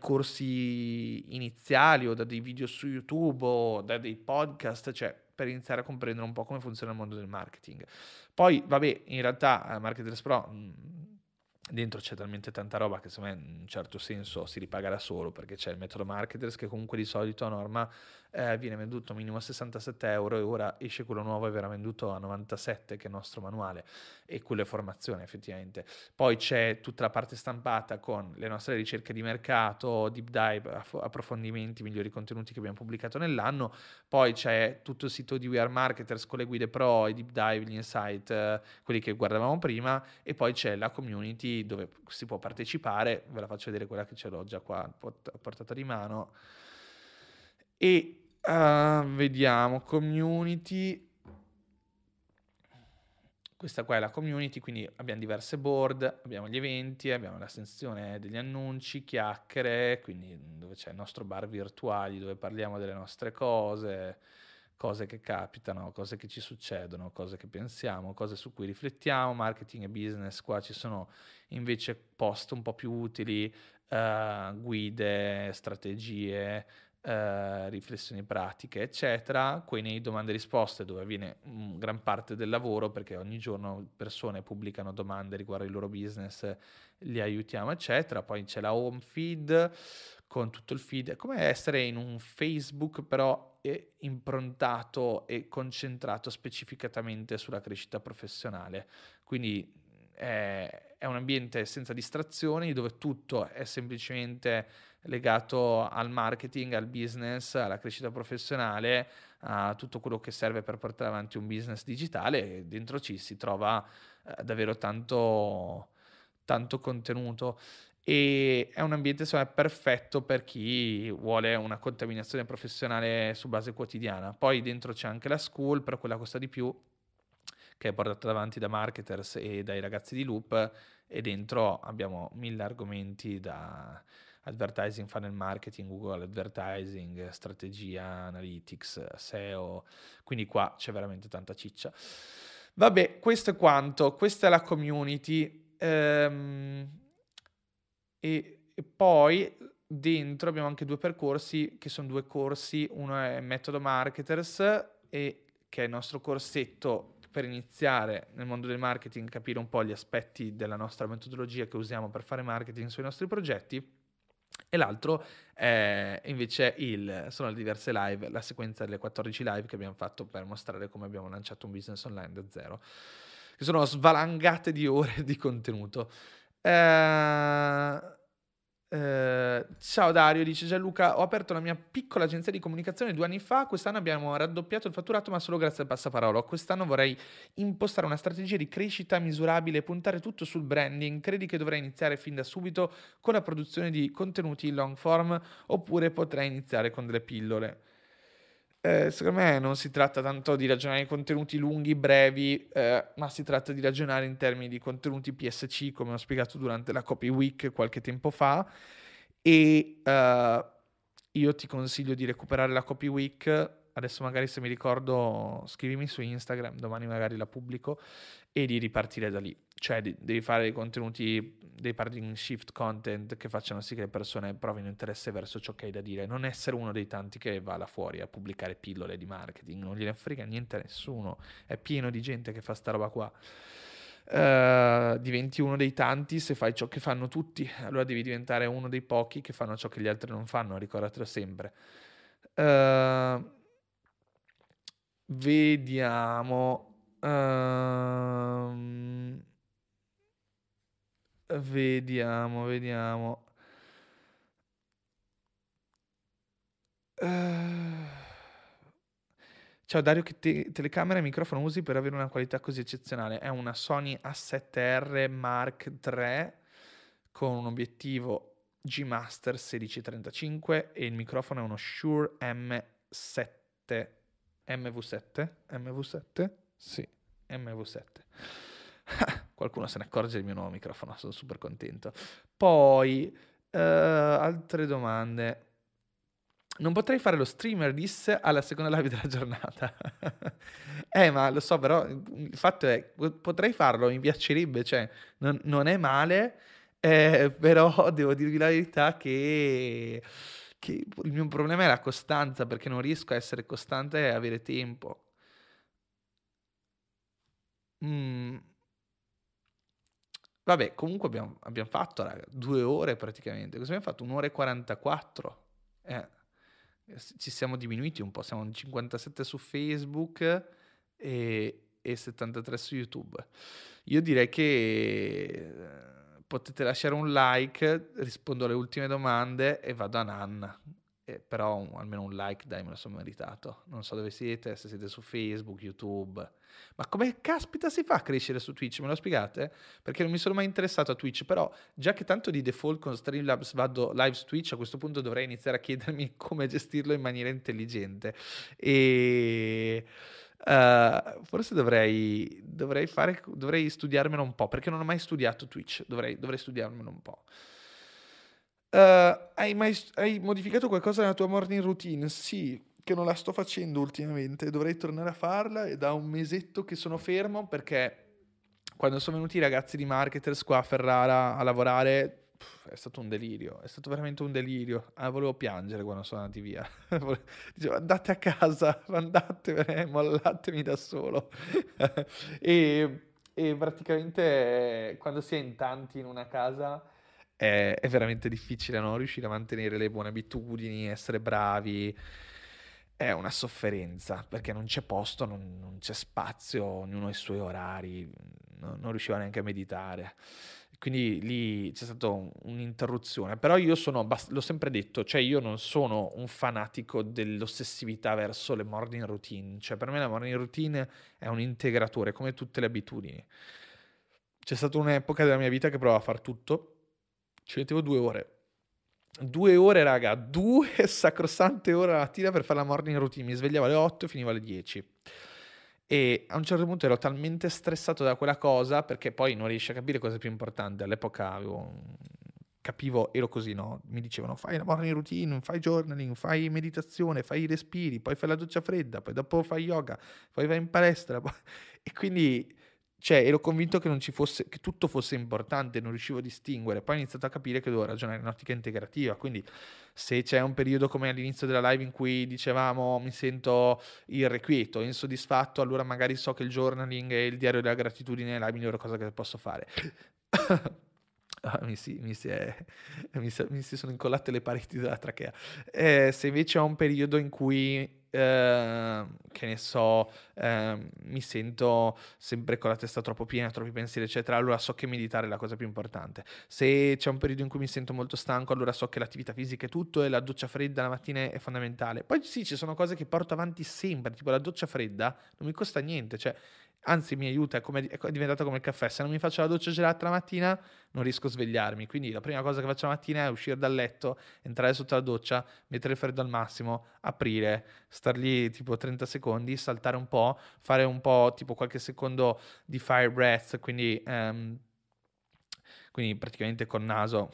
corsi iniziali, o da dei video su YouTube, o da dei podcast, cioè per iniziare a comprendere un po' come funziona il mondo del marketing. Poi, vabbè, in realtà eh, Marketers Pro mh, dentro c'è talmente tanta roba che secondo me in un certo senso si ripaga da solo, perché c'è il metodo Marketers che comunque di solito a norma eh, viene venduto minimo a sessantasette euro, e ora esce quello nuovo e verrà venduto a novantasette, che è il nostro manuale, e quello è formazione effettivamente. Poi c'è tutta la parte stampata con le nostre ricerche di mercato, deep dive, aff- approfondimenti, migliori contenuti che abbiamo pubblicato nell'anno. Poi c'è tutto il sito di We Are Marketers con le guide pro, i deep dive, gli insight, eh, quelli che guardavamo prima, e poi c'è la community dove si può partecipare. Ve la faccio vedere quella che ce l'ho già qua a portata di mano. E uh, vediamo, community. Questa qua è la community, quindi abbiamo diverse board, abbiamo gli eventi, abbiamo la sezione degli annunci, chiacchiere, quindi dove c'è il nostro bar virtuali dove parliamo delle nostre cose, cose che capitano, cose che ci succedono, cose che pensiamo, cose su cui riflettiamo, marketing e business. Qua ci sono invece post un po' più utili, uh, guide, strategie, Uh, riflessioni pratiche, eccetera. Qui nei domande e risposte, dove avviene mm, gran parte del lavoro, perché ogni giorno persone pubblicano domande riguardo il loro business, li aiutiamo, eccetera. Poi c'è la home feed con tutto il feed, è come essere in un Facebook però è improntato e concentrato specificatamente sulla crescita professionale. Quindi è, è un ambiente senza distrazioni, dove tutto è semplicemente legato al marketing, al business, alla crescita professionale, a tutto quello che serve per portare avanti un business digitale, e dentro ci si trova eh, davvero tanto, tanto contenuto. E è un ambiente secondo me perfetto per chi vuole una contaminazione professionale su base quotidiana. Poi dentro c'è anche la school, però quella costa di più, che è portata avanti da marketers e dai ragazzi di Loop, e dentro abbiamo mille argomenti, da advertising, funnel marketing, Google advertising, strategia, analytics, S E O, quindi qua c'è veramente tanta ciccia. Vabbè, questo è quanto, questa è la community. Ehm, e, e poi dentro abbiamo anche due percorsi, che sono due corsi. Uno è Metodo Marketers, e che è il nostro corsetto per iniziare nel mondo del marketing, capire un po' gli aspetti della nostra metodologia che usiamo per fare marketing sui nostri progetti. E l'altro è invece il, sono le diverse live, la sequenza delle quattordici live che abbiamo fatto per mostrare come abbiamo lanciato un business online da zero, che sono svalangate di ore di contenuto. Eh, eh, ciao Dario, dice Gianluca, ho aperto la mia piccola agenzia di comunicazione due anni fa, quest'anno abbiamo raddoppiato il fatturato, ma solo grazie al passaparola. Quest'anno vorrei impostare una strategia di crescita misurabile e puntare tutto sul branding. Credi che dovrei iniziare fin da subito con la produzione di contenuti in long form, oppure potrei iniziare con delle pillole? Eh, secondo me non si tratta tanto di ragionare in contenuti lunghi, brevi, eh, ma si tratta di ragionare in termini di contenuti P S C, come ho spiegato durante la Copy Week qualche tempo fa. E eh, io ti consiglio di recuperare la Copy Week. Adesso magari, se mi ricordo, scrivimi su Instagram, domani magari la pubblico, e di ripartire da lì. Cioè di- devi fare dei contenuti, dei paradigm shift content che facciano sì che le persone provino interesse verso ciò che hai da dire, non essere uno dei tanti che va là fuori a pubblicare pillole di marketing, non gliene frega niente a nessuno, è pieno di gente che fa sta roba qua. Uh, diventi uno dei tanti se fai ciò che fanno tutti, allora devi diventare uno dei pochi che fanno ciò che gli altri non fanno, ricordatelo sempre. Uh, vediamo. Um, vediamo, vediamo. Uh, ciao Dario, che te- telecamera e microfono usi per avere una qualità così eccezionale? È una Sony A sette R Mark tre con un obiettivo G Master sedici trentacinque, e il microfono è uno Shure M sette. M V sette? M V sette? Sì, M V sette. Qualcuno se ne accorge del mio nuovo microfono, sono super contento. Poi, eh, altre domande. Non potrei fare lo streamer, disse alla seconda live della giornata. eh, ma lo so, però il fatto è, potrei farlo, mi piacerebbe, cioè, non, non è male, eh, però devo dirvi la verità che, che il mio problema è la costanza, perché non riesco a essere costante e avere tempo. Mm. Vabbè, comunque abbiamo, abbiamo fatto, raga, due ore praticamente. Cosa abbiamo fatto? Un'ora e quarantaquattro. Eh, ci siamo diminuiti un po', siamo cinquantasette su Facebook e, e settantatré su YouTube. Io direi che eh, potete lasciare un like, rispondo alle ultime domande e vado a Nanna. Eh, però un- almeno un like, dai, me lo sono meritato. Non so dove siete, se siete su Facebook, YouTube. Ma come caspita si fa a crescere su Twitch? Me lo spiegate? Perché non mi sono mai interessato a Twitch, però già che tanto di default con Streamlabs vado live su Twitch, a questo punto dovrei iniziare a chiedermi come gestirlo in maniera intelligente. E eh, forse dovrei, dovrei, fare, dovrei studiarmelo un po', perché non ho mai studiato Twitch, dovrei, dovrei studiarmelo un po'. Eh, hai mai hai modificato qualcosa nella tua morning routine? Sì, che non la sto facendo ultimamente, dovrei tornare a farla, e da un mesetto che sono fermo, perché quando sono venuti i ragazzi di marketers qua a Ferrara a lavorare, pff, è stato un delirio, è stato veramente un delirio. Ah, volevo piangere quando sono andati via. Dicevo, andate a casa, andatevene, mollatemi da solo. e, e praticamente eh, quando si è in tanti in una casa è, è veramente difficile, no? Riuscire a mantenere le buone abitudini, essere bravi. è una sofferenza, perché non c'è posto, non, non c'è spazio, ognuno ha i suoi orari, non, non riusciva neanche a meditare. Quindi lì c'è stata un, un'interruzione. Però io sono, abbast- l'ho sempre detto, cioè io non sono un fanatico dell'ossessività verso le morning routine. Cioè per me la morning routine è un integratore, come tutte le abitudini. C'è stata un'epoca della mia vita che provavo a far tutto, ci mettevo due ore. Due ore, raga, due sacrosante ore la mattina per fare la morning routine. Mi svegliavo alle otto e finivo alle dieci. E a un certo punto ero talmente stressato da quella cosa, perché poi non riesci a capire cosa è più importante. All'epoca avevo, capivo, ero così, no? Mi dicevano fai la morning routine, fai journaling, fai meditazione, fai i respiri, poi fai la doccia fredda, poi dopo fai yoga, poi vai in palestra. E quindi, cioè, ero convinto che non ci fosse, che tutto fosse importante, non riuscivo a distinguere. Poi ho iniziato a capire che dovevo ragionare in ottica integrativa, quindi se c'è un periodo come all'inizio della live in cui dicevamo mi sento irrequieto, insoddisfatto, allora magari so che il journaling e il diario della gratitudine è la migliore cosa che posso fare. Ah, mi, si, mi, si è, mi, si, mi si sono incollate le pareti della trachea. Eh, se invece ho un periodo in cui, eh, che ne so, eh, mi sento sempre con la testa troppo piena, troppi pensieri, eccetera, allora so che meditare è la cosa più importante. Se c'è un periodo in cui mi sento molto stanco, allora so che l'attività fisica è tutto e la doccia fredda la mattina è fondamentale. Poi sì, ci sono cose che porto avanti sempre, tipo la doccia fredda non mi costa niente, cioè anzi mi aiuta, è, come, è diventata come il caffè. Se non mi faccio la doccia gelata la mattina non riesco a svegliarmi, quindi la prima cosa che faccio la mattina è uscire dal letto, entrare sotto la doccia, mettere il freddo al massimo, aprire, star lì tipo trenta secondi, saltare un po', fare un po' tipo qualche secondo di fire breath, quindi, um, quindi praticamente col naso.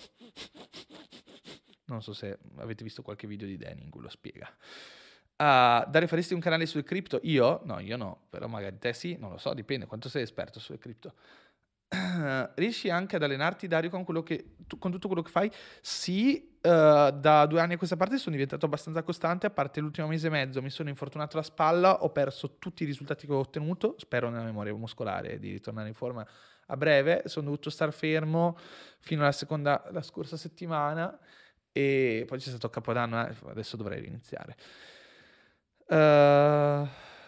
Non so se avete visto qualche video di Danny in cui lo spiega. Uh, Dario, faresti un canale sulle cripto? Io? No, io no, però magari te sì, non lo so, dipende quanto sei esperto sulle cripto. Uh, riesci anche ad allenarti, Dario, con, quello che, tu, con tutto quello che fai? Sì, uh, da due anni a questa parte sono diventato abbastanza costante, a parte l'ultimo mese e mezzo mi sono infortunato alla spalla, ho perso tutti i risultati che ho ottenuto, spero nella memoria muscolare di ritornare in forma a breve, sono dovuto star fermo fino alla seconda, la scorsa settimana e poi c'è stato Capodanno, eh, adesso dovrei riniziare. Uh,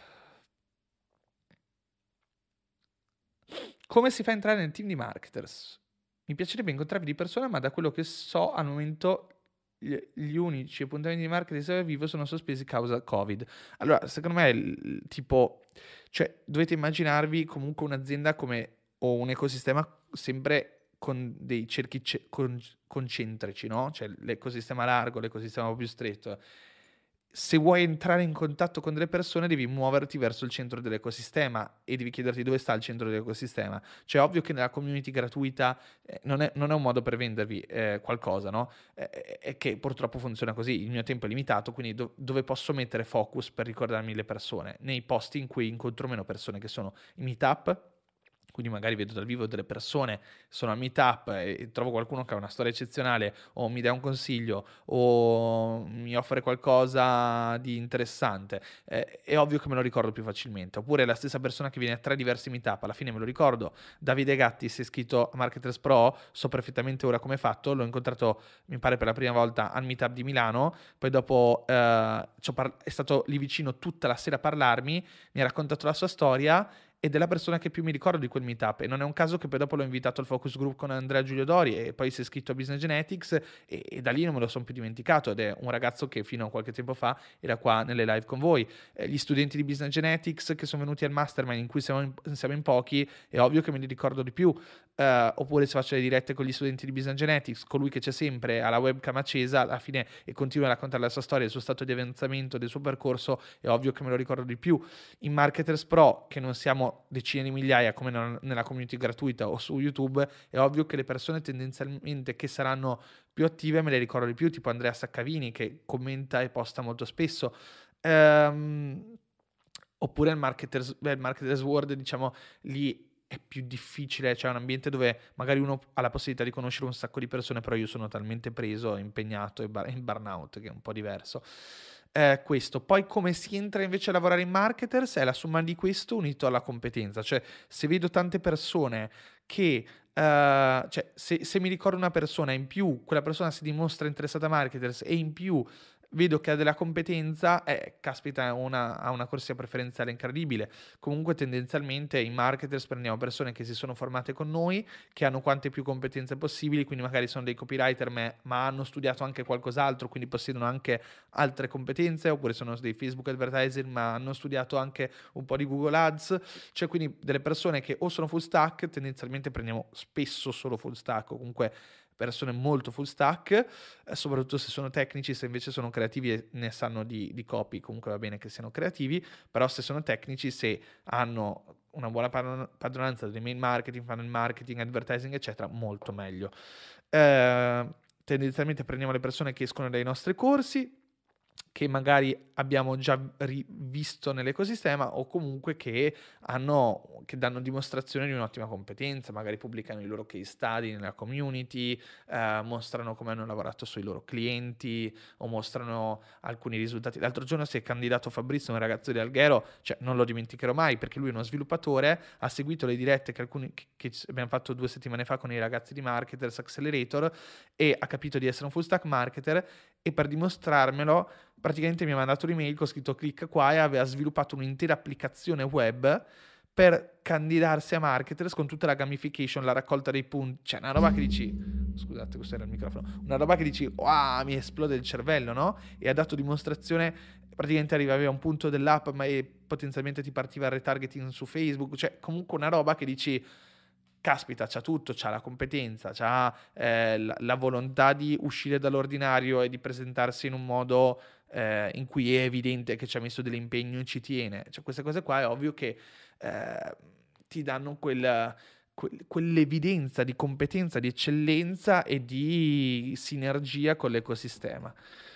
come si fa a entrare nel team di marketers? Mi piacerebbe incontrarvi di persona, ma da quello che so al momento gli, gli unici appuntamenti di marketing che vivo sono sospesi causa Covid. Allora, secondo me, il, tipo, cioè, dovete immaginarvi comunque un'azienda come o un ecosistema sempre con dei cerchi ce- con, concentrici, no? Cioè l'ecosistema largo, l'ecosistema un po' più stretto. Se vuoi entrare in contatto con delle persone devi muoverti verso il centro dell'ecosistema e devi chiederti dove sta il centro dell'ecosistema. Cioè, ovvio che nella community gratuita eh, non, è, non è un modo per vendervi eh, qualcosa, no? È, è che purtroppo funziona così, il mio tempo è limitato, quindi do- dove posso mettere focus per ricordarmi le persone? Nei posti in cui incontro meno persone, che sono i meetup. Quindi magari vedo dal vivo delle persone, sono al meetup e trovo qualcuno che ha una storia eccezionale o mi dà un consiglio o mi offre qualcosa di interessante. Eh, è ovvio che me lo ricordo più facilmente. Oppure la stessa persona che viene a tre diversi meetup, alla fine me lo ricordo. Davide Gatti si è iscritto a Marketers Pro, so perfettamente ora come è fatto, l'ho incontrato mi pare per la prima volta al meetup di Milano, poi dopo eh, par- è stato lì vicino tutta la sera a parlarmi, mi ha raccontato la sua storia ed è la persona che più mi ricordo di quel meetup e non è un caso che poi dopo l'ho invitato al focus group con Andrea Giulio Dori e poi si è iscritto a Business Genetics e, e da lì non me lo sono più dimenticato ed è un ragazzo che fino a qualche tempo fa era qua nelle live con voi. Eh, gli studenti di Business Genetics che sono venuti al mastermind in cui siamo in, siamo in pochi, è ovvio che me li ricordo di più. Uh, oppure se faccio le dirette con gli studenti di Business Genetics, colui che c'è sempre alla webcam accesa alla fine e continua a raccontare la sua storia, il suo stato di avanzamento, del suo percorso, è ovvio che me lo ricordo di più. In Marketers Pro, che non siamo decine di migliaia come non, nella community gratuita o su YouTube, è ovvio che le persone tendenzialmente che saranno più attive me le ricordo di più, tipo Andrea Saccavini che commenta e posta molto spesso. Um, oppure il Marketers, beh, il Marketers World, diciamo, lì è più difficile, c'è un ambiente dove magari uno ha la possibilità di conoscere un sacco di persone, però io sono talmente preso, impegnato e bar- in burnout che è un po' diverso. Eh, questo. Poi come si entra invece a lavorare in marketers è la somma di questo unito alla competenza, cioè se vedo tante persone che Uh, cioè se, se mi ricordo una persona in più, quella persona si dimostra interessata a marketers e in più vedo che ha della competenza, eh, caspita, ha una, ha una corsia preferenziale incredibile. Comunque tendenzialmente in marketers prendiamo persone che si sono formate con noi, che hanno quante più competenze possibili, quindi magari sono dei copywriter ma, ma hanno studiato anche qualcos'altro, quindi possiedono anche altre competenze, oppure sono dei Facebook advertiser ma hanno studiato anche un po' di Google Ads, cioè quindi delle persone che o sono full stack, tendenzialmente prendiamo spesso solo full stack o comunque persone molto full stack, eh, soprattutto se sono tecnici. Se invece sono creativi e ne sanno di, di copy, comunque va bene che siano creativi, però se sono tecnici, se hanno una buona padronanza dell'email marketing, funnel marketing, advertising eccetera, molto meglio. Eh, tendenzialmente prendiamo le persone che escono dai nostri corsi, che magari abbiamo già visto nell'ecosistema o comunque che hanno che danno dimostrazione di un'ottima competenza, magari pubblicano i loro case study nella community, eh, mostrano come hanno lavorato sui loro clienti o mostrano alcuni risultati. L'altro giorno si è candidato Fabrizio, un ragazzo di Alghero, cioè non lo dimenticherò mai perché lui è uno sviluppatore, ha seguito le dirette che, alcuni, che, che abbiamo fatto due settimane fa con i ragazzi di Marketers Accelerator e ha capito di essere un full stack marketer, e per dimostrarmelo praticamente mi ha mandato un'email con scritto clicca qua e aveva sviluppato un'intera applicazione web per candidarsi a Marketers con tutta la gamification, la raccolta dei punti, cioè una roba che dici, scusate questo era il microfono, una roba che dici wow, mi esplode il cervello, no? E ha dato dimostrazione, praticamente arrivavi a un punto dell'app ma e potenzialmente ti partiva il retargeting su Facebook, cioè comunque una roba che dici caspita, c'ha tutto, c'ha la competenza, c'ha eh, la, la volontà di uscire dall'ordinario e di presentarsi in un modo eh, in cui è evidente che ci ha messo dell'impegno e ci tiene. Cioè queste cose qua è ovvio che eh, ti danno quel, quel, quell'evidenza di competenza, di eccellenza e di sinergia con l'ecosistema.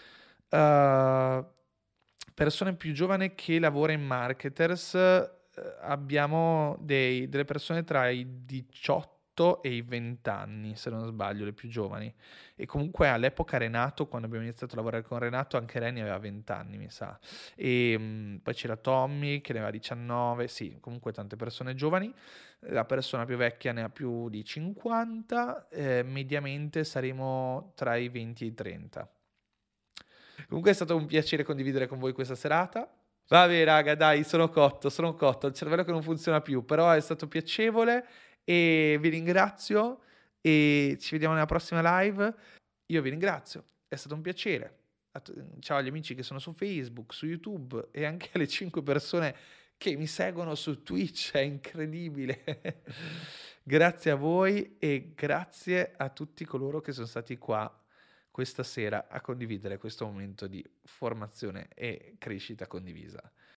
Uh, persone più giovani che lavora in marketers, abbiamo dei, delle persone tra i diciotto e i venti anni, se non sbaglio, le più giovani. E comunque all'epoca Renato, quando abbiamo iniziato a lavorare con Renato, anche Reni aveva venti anni, mi sa. E mh, poi c'era Tommy che ne aveva diciannove, sì, comunque tante persone giovani. La persona più vecchia ne ha più di cinquanta, eh, mediamente saremo tra i venti e i trenta. Comunque è stato un piacere condividere con voi questa serata. Vabbè raga, dai, sono cotto, sono cotto, il cervello che non funziona più, però è stato piacevole e vi ringrazio e ci vediamo nella prossima live. Io vi ringrazio, è stato un piacere. Ciao agli amici che sono su Facebook, su YouTube e anche alle cinque persone che mi seguono su Twitch, è incredibile. Grazie a voi e grazie a tutti coloro che sono stati qua questa sera a condividere questo momento di formazione e crescita condivisa.